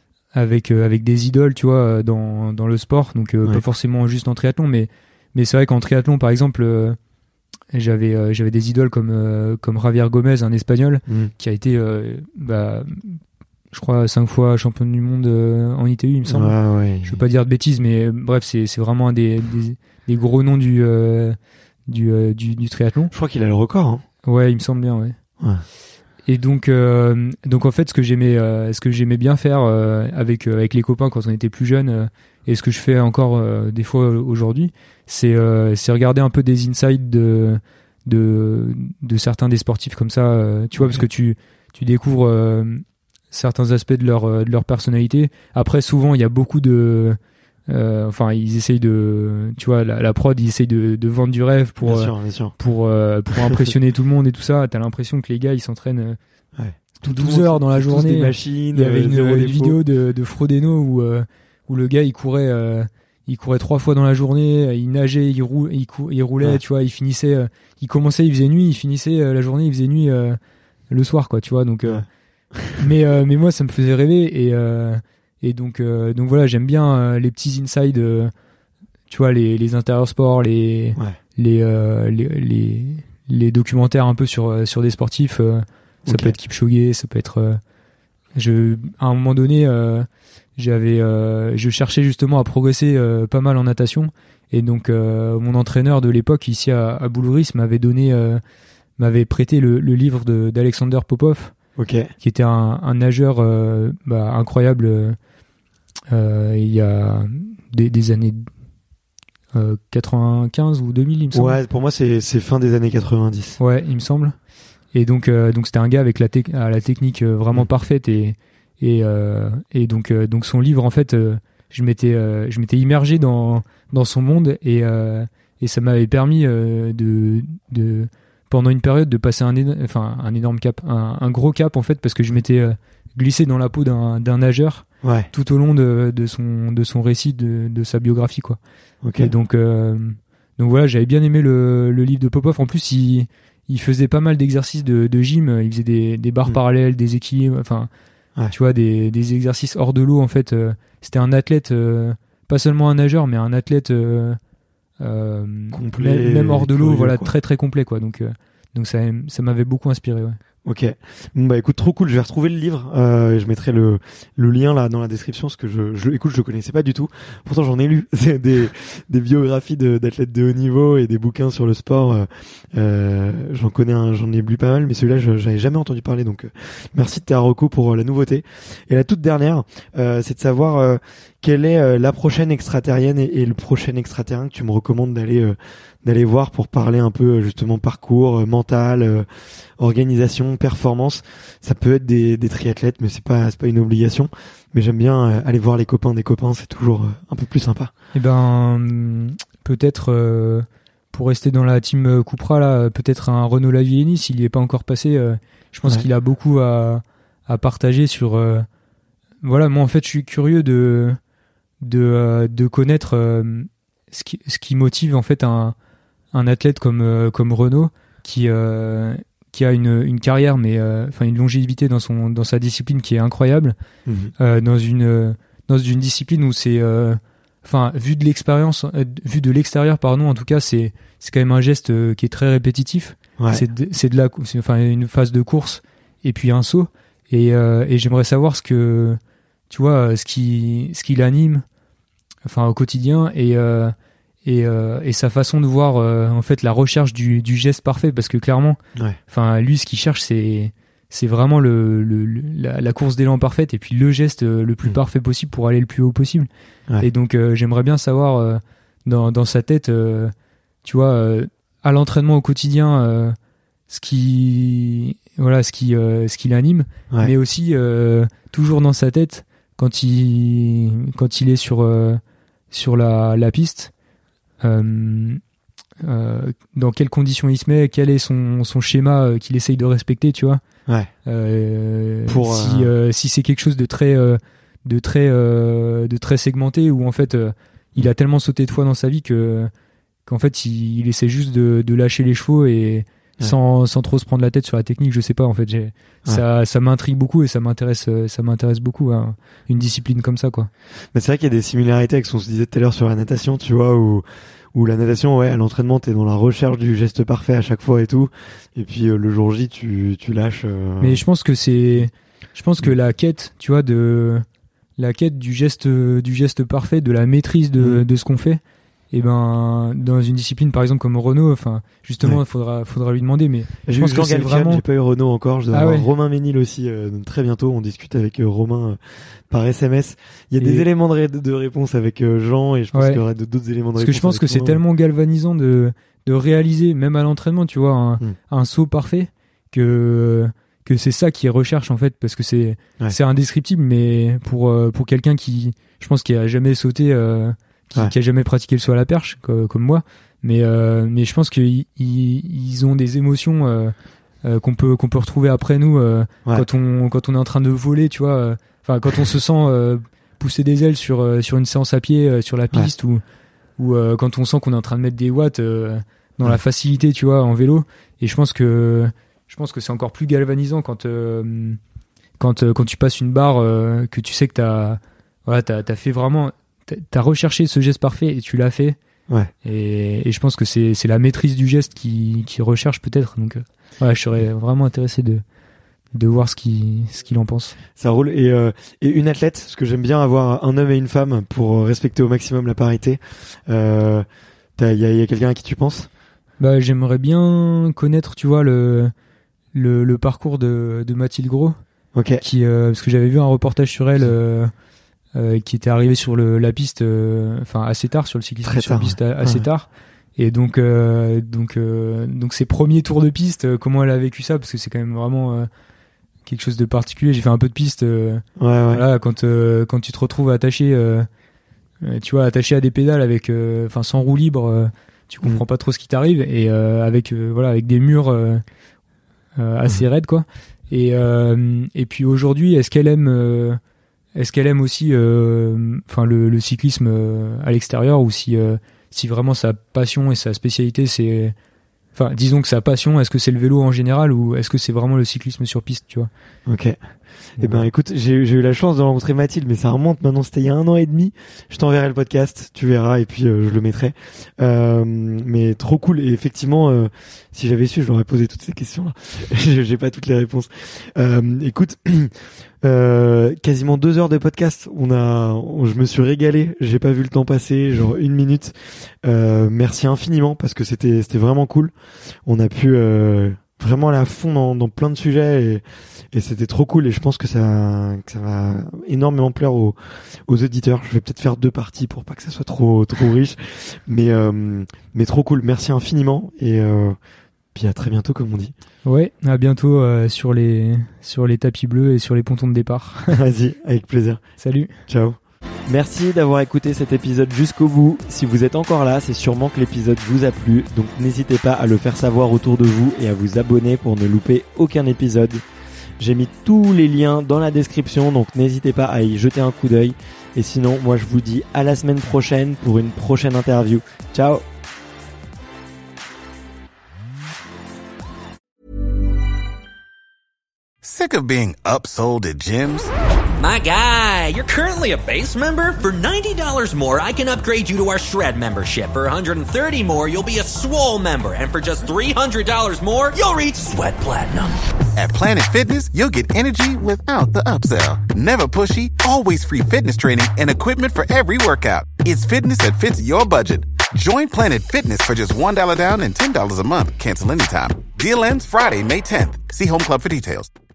[SPEAKER 3] avec euh, avec des idoles tu vois dans dans le sport donc euh, ouais. Pas forcément juste en triathlon mais mais c'est vrai qu'en triathlon par exemple euh, j'avais euh, j'avais des idoles comme euh, comme Javier Gomez un espagnol mm. qui a été euh, bah je crois cinq fois champion du monde euh, en I T U il me semble.
[SPEAKER 1] Ah, ouais.
[SPEAKER 3] Je veux pas dire de bêtises mais euh, bref c'est c'est vraiment un des des, des gros noms du euh, du, euh, du du triathlon.
[SPEAKER 1] Je crois qu'il a le record hein.
[SPEAKER 3] Ouais, il me semble bien ouais.
[SPEAKER 1] Ouais.
[SPEAKER 3] Et donc, euh, donc en fait, ce que j'aimais, euh, ce que j'aimais bien faire euh, avec euh, avec les copains quand on était plus jeunes, euh, et ce que je fais encore euh, des fois aujourd'hui, c'est euh, c'est regarder un peu des insights de de de certains des sportifs comme ça, euh, tu vois, okay. Parce que tu tu découvres euh, certains aspects de leur de leur personnalité. Après, souvent, il y a beaucoup de Euh, enfin, ils essayent de, tu vois, la, la prod, ils essayent de, de vendre du rêve pour
[SPEAKER 1] bien sûr, bien sûr.
[SPEAKER 3] pour euh, pour impressionner tout le monde et tout ça. T'as l'impression que les gars, ils s'entraînent euh, ouais. tout douze heures dans la journée.
[SPEAKER 1] Des machines,
[SPEAKER 3] il y avait une,
[SPEAKER 1] euh,
[SPEAKER 3] une vidéo de, de Frodeno où euh, où le gars il courait euh, il courait trois fois dans la journée, il nageait, il roulait, il, cou- il roulait, ouais. Tu vois, il finissait, euh, il commençait, il faisait nuit, il finissait euh, la journée, il faisait nuit euh, le soir, quoi, tu vois. Donc, euh, ouais. mais euh, mais moi, ça me faisait rêver et euh, et donc euh, donc voilà, j'aime bien euh, les petits insides, euh, tu vois, les les intérieurs sports, les ouais. les, euh, les les les documentaires un peu sur sur des sportifs. Euh, ça okay. peut être Kipchoge, ça peut être. Euh, je à un moment donné. Euh, J'avais, euh, je cherchais justement à progresser euh, pas mal en natation, et donc euh, mon entraîneur de l'époque ici à, à Boulouris m'avait donné, euh, m'avait prêté le, le livre de, d'Alexander Popov,
[SPEAKER 1] okay.
[SPEAKER 3] qui était un, un nageur euh, bah, incroyable. Euh, il y a des, des années euh, quatre-vingt-quinze ou deux mille, il me semble.
[SPEAKER 1] Ouais, pour moi c'est c'est fin des années quatre-vingt-dix.
[SPEAKER 3] Ouais, il me semble. Et donc euh, donc c'était un gars avec la, te- à la technique vraiment mmh. parfaite et Et, euh, et donc, euh, donc son livre, en fait, euh, je m'étais, euh, je m'étais immergé dans, dans son monde et, euh, et ça m'avait permis euh, de, de, pendant une période, de passer un, éno- enfin, un énorme cap, un, un gros cap, en fait, parce que je m'étais euh, glissé dans la peau d'un, d'un nageur
[SPEAKER 1] ouais.
[SPEAKER 3] tout au long de, de, son, de son récit, de, de sa biographie, quoi.
[SPEAKER 1] Okay.
[SPEAKER 3] Et donc, euh, donc voilà, j'avais bien aimé le, le livre de Popov. En plus, il, il faisait pas mal d'exercices de, de gym, il faisait des, des barres mmh. parallèles, des équilibres, enfin, ouais. Tu vois, des, des exercices hors de l'eau, en fait. Euh, c'était un athlète, euh, pas seulement un nageur, mais un athlète euh, euh,
[SPEAKER 1] complet,
[SPEAKER 3] même, même hors de l'eau,
[SPEAKER 1] curieux,
[SPEAKER 3] voilà,
[SPEAKER 1] quoi.
[SPEAKER 3] très très complet, quoi. Donc, euh, donc ça, ça m'avait beaucoup inspiré, ouais.
[SPEAKER 1] Ok. Bon bah écoute, trop cool. Je vais retrouver le livre. Euh, je mettrai le le lien là dans la description parce que je je écoute, je le connaissais pas du tout. Pourtant j'en ai lu c'est des des biographies de d'athlètes de haut niveau et des bouquins sur le sport. Euh, euh, j'en connais un, j'en ai lu pas mal, mais celui-là je j'avais jamais entendu parler. Donc euh, merci de ta reco pour euh, la nouveauté. Et la toute dernière, euh, c'est de savoir euh, quelle est euh, la prochaine extraterrienne et, et le prochain extraterrien que tu me recommandes d'aller euh, d'aller voir pour parler un peu justement parcours euh, mental, euh, organisation, performance. Ça peut être des, des triathlètes, mais c'est pas c'est pas une obligation. Mais j'aime bien euh, aller voir les copains des copains, c'est toujours euh, un peu plus sympa.
[SPEAKER 3] Eh ben peut-être euh, pour rester dans la team Cupra là, peut-être un Renaud Lavillenie s'il y est pas encore passé. Euh, je pense ouais. qu'il a beaucoup à à partager sur. Euh, voilà, moi en fait je suis curieux de de euh, de connaître euh, ce qui ce qui motive en fait un un athlète comme euh, comme Renaud qui euh, qui a une une carrière mais enfin euh, une longévité dans son dans sa discipline qui est incroyable mmh. euh, dans une euh, dans une discipline où c'est enfin euh, vu de l'expérience euh, vu de l'extérieur pardon en tout cas c'est c'est quand même un geste euh, qui est très répétitif. Ouais. c'est de, c'est de la c'est enfin une phase de course et puis un saut et euh, et j'aimerais savoir ce que tu vois ce qui ce qui l'anime enfin au quotidien et euh, et, euh, et sa façon de voir euh, en fait la recherche du, du geste parfait, parce que clairement, enfin ouais. lui ce qu'il cherche c'est c'est vraiment le, le, le la, la course d'élan parfaite et puis le geste le plus mmh. parfait possible pour aller le plus haut possible. Ouais. Et donc euh, j'aimerais bien savoir euh, dans dans sa tête, euh, tu vois, euh, à l'entraînement au quotidien, euh, ce qui voilà ce qui euh, ce qui l'anime, ouais. mais aussi euh, toujours dans sa tête quand il quand il est sur euh, sur la la piste. Euh, euh, dans quelles conditions il se met, quel est son son schéma euh, qu'il essaye de respecter, tu vois.
[SPEAKER 1] Ouais.
[SPEAKER 3] Euh, Pour, si euh... Euh, si c'est quelque chose de très euh, de très euh, de très segmenté, où en fait euh, il a tellement sauté de fois dans sa vie que qu'en fait il, il essaie juste de de lâcher les chevaux et ouais. sans sans trop se prendre la tête sur la technique. Je sais pas en fait. J'ai, ouais. ça ça m'intrigue beaucoup et ça m'intéresse ça m'intéresse beaucoup hein, une discipline comme ça quoi.
[SPEAKER 1] Mais c'est vrai qu'il y a des similarités avec ce qu'on se disait tout à l'heure sur la natation, tu vois, où où la natation, ouais, à l'entraînement, t'es dans la recherche du geste parfait à chaque fois et tout. Et puis, euh, le jour J, tu, tu lâches. Euh...
[SPEAKER 3] Mais je pense que c'est, je pense que la quête, tu vois, de, la quête du geste, du geste parfait, de la maîtrise de, mmh. de ce qu'on fait. Et ben, dans une discipline, par exemple, comme Renaud, enfin, justement, il ouais. faudra, faudra lui demander, mais
[SPEAKER 1] j'ai
[SPEAKER 3] je pense que c'est vraiment...
[SPEAKER 1] j'ai pas eu Renaud encore, je dois ah avoir ouais. Romain Ménil aussi, euh, très bientôt, on discute avec euh, Romain, euh, par S M S. Il y a et... des éléments de, ré- de réponse avec euh, Jean, et je pense ouais. qu'il y aura d'autres éléments de
[SPEAKER 3] Parce
[SPEAKER 1] réponse.
[SPEAKER 3] Parce que je pense que c'est tellement galvanisant de, de réaliser, même à l'entraînement, tu vois, un, mm. un saut parfait, que, que c'est ça qui recherche, en fait, parce que c'est, ouais. c'est indescriptible, mais pour, euh, pour quelqu'un qui, je pense, qui a jamais sauté, euh, Qui, ouais. qui a jamais pratiqué le saut à la perche comme, comme moi, mais euh, mais je pense qu'ils ils, ils ont des émotions euh, euh, qu'on peut qu'on peut retrouver après nous euh, ouais. quand on quand on est en train de voler, tu vois, enfin euh, quand on se sent euh, pousser des ailes sur euh, sur une séance à pied euh, sur la piste ouais. ou ou euh, quand on sent qu'on est en train de mettre des watts euh, dans ouais. la facilité, tu vois, en vélo. Et je pense que je pense que c'est encore plus galvanisant quand euh, quand euh, quand tu passes une barre euh, que tu sais que t'as voilà t'as t'as fait vraiment t'as recherché ce geste parfait et tu l'as fait.
[SPEAKER 1] Ouais.
[SPEAKER 3] Et, et je pense que c'est, c'est la maîtrise du geste qui, qui recherche peut-être. Donc, euh, ouais, je serais vraiment intéressé de, de voir ce qu'il, ce qu'il en pense.
[SPEAKER 1] Ça roule. Et, euh, et une athlète, parce que j'aime bien avoir un homme et une femme pour respecter au maximum la parité. Euh, il y a, y a quelqu'un à qui tu penses?
[SPEAKER 3] Bah, j'aimerais bien connaître, tu vois, le, le, le parcours de, de Mathilde Gros.
[SPEAKER 1] Ok.
[SPEAKER 3] Qui, euh, parce que j'avais vu un reportage sur elle, euh, Euh, qui était arrivé sur le, la piste, enfin euh, assez tard sur le cyclisme
[SPEAKER 1] Très
[SPEAKER 3] sur la piste
[SPEAKER 1] ouais.
[SPEAKER 3] assez
[SPEAKER 1] ouais.
[SPEAKER 3] tard, et donc euh, donc euh, donc ses premiers tours de piste, euh, comment elle a vécu ça, parce que c'est quand même vraiment euh, quelque chose de particulier. J'ai fait un peu de piste, euh,
[SPEAKER 1] ouais, ouais.
[SPEAKER 3] voilà, quand euh, quand tu te retrouves attaché, euh, tu vois, attaché à des pédales avec, enfin euh, sans roue libre, euh, tu comprends mmh. pas trop ce qui t'arrive, et euh, avec euh, voilà avec des murs euh, euh, assez mmh. raides quoi. Et euh, et puis aujourd'hui, est-ce qu'elle aime euh, Est-ce qu'elle aime aussi euh, enfin le, le cyclisme euh, à l'extérieur, ou si euh, si vraiment sa passion et sa spécialité c'est, enfin disons que sa passion, est-ce que c'est le vélo en général ou est-ce que c'est vraiment le cyclisme sur piste, tu vois?
[SPEAKER 1] Ok. Eh ben, écoute, j'ai, j'ai eu la chance de rencontrer Mathilde, mais ça remonte maintenant, c'était il y a un an et demi. Je t'enverrai le podcast, tu verras, et puis euh, je le mettrai. Euh, mais trop cool. Et effectivement, euh, si j'avais su, je l'aurais posé toutes ces questions-là. J'ai pas toutes les réponses. Euh, écoute, euh, quasiment deux heures de podcast. On a, on, je me suis régalé. J'ai pas vu le temps passer, genre une minute. Euh, merci infiniment parce que c'était, c'était vraiment cool. On a pu euh, vraiment aller à fond dans, dans plein de sujets et Et c'était trop cool, et je pense que ça, que ça va énormément plaire aux, aux auditeurs. Je vais peut-être faire deux parties pour pas que ça soit trop, trop riche, mais, euh, mais trop cool. Merci infiniment, et euh, puis à très bientôt, comme on dit.
[SPEAKER 3] Ouais, à bientôt euh, sur les, sur les tapis bleus et sur les pontons de départ.
[SPEAKER 1] Vas-y, avec plaisir.
[SPEAKER 3] Salut.
[SPEAKER 1] Ciao. Merci d'avoir écouté cet épisode jusqu'au bout. Si vous êtes encore là, c'est sûrement que l'épisode vous a plu, donc n'hésitez pas à le faire savoir autour de vous et à vous abonner pour ne louper aucun épisode. J'ai mis tous les liens dans la description, donc n'hésitez pas à y jeter un coup d'œil. Et sinon, moi je vous dis à la semaine prochaine pour une prochaine interview. Ciao!
[SPEAKER 5] Sick of being upsold at gyms?
[SPEAKER 6] My guy, you're currently a base member. For ninety dollars more, I can upgrade you to our Shred membership. For one hundred thirty dollars more, you'll be a Swole member. And for just three hundred dollars more, you'll reach Sweat Platinum.
[SPEAKER 5] At Planet Fitness, you'll get energy without the upsell. Never pushy, always free fitness training and equipment for every workout. It's fitness that fits your budget. Join Planet Fitness for just one dollar down and ten dollars a month. Cancel anytime. Deal ends Friday, May tenth. See Home Club for details.